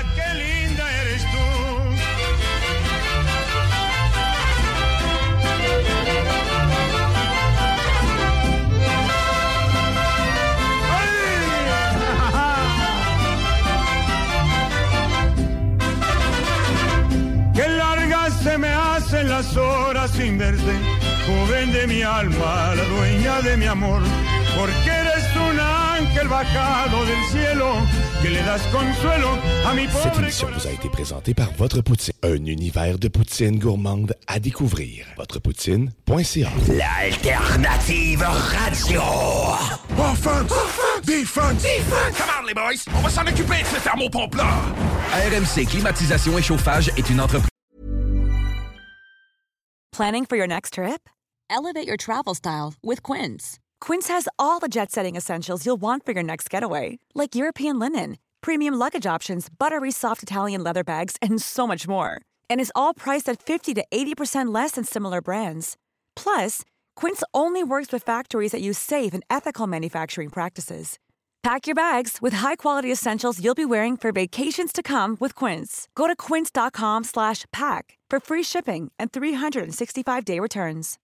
Que largas se me hacen las horas sin verte, joven de mi alma, la dueña de mi amor, porque eres un ángel bajado del cielo, que le das consuelo a mi pobre. Cette émission vous a été présentée par Votre Poutine, un univers de poutine gourmande à découvrir. Votrepoutine.ca. L'alternative radio. Offense! Defense! Come on, les boys! On va s'en occuper de ce thermopompe-là! RMC Climatisation et Chauffage est une entreprise. Planning for your next trip? Elevate your travel style with Quince. Quince has all the jet-setting essentials you'll want for your next getaway, like European linen, premium luggage options, buttery soft Italian leather bags, and so much more. And is all priced at 50 to 80% less than similar brands. Plus, Quince only works with factories that use safe and ethical manufacturing practices. Pack your bags with high-quality essentials you'll be wearing for vacations to come with Quince. Go to quince.com/pack for free shipping and 365-day returns.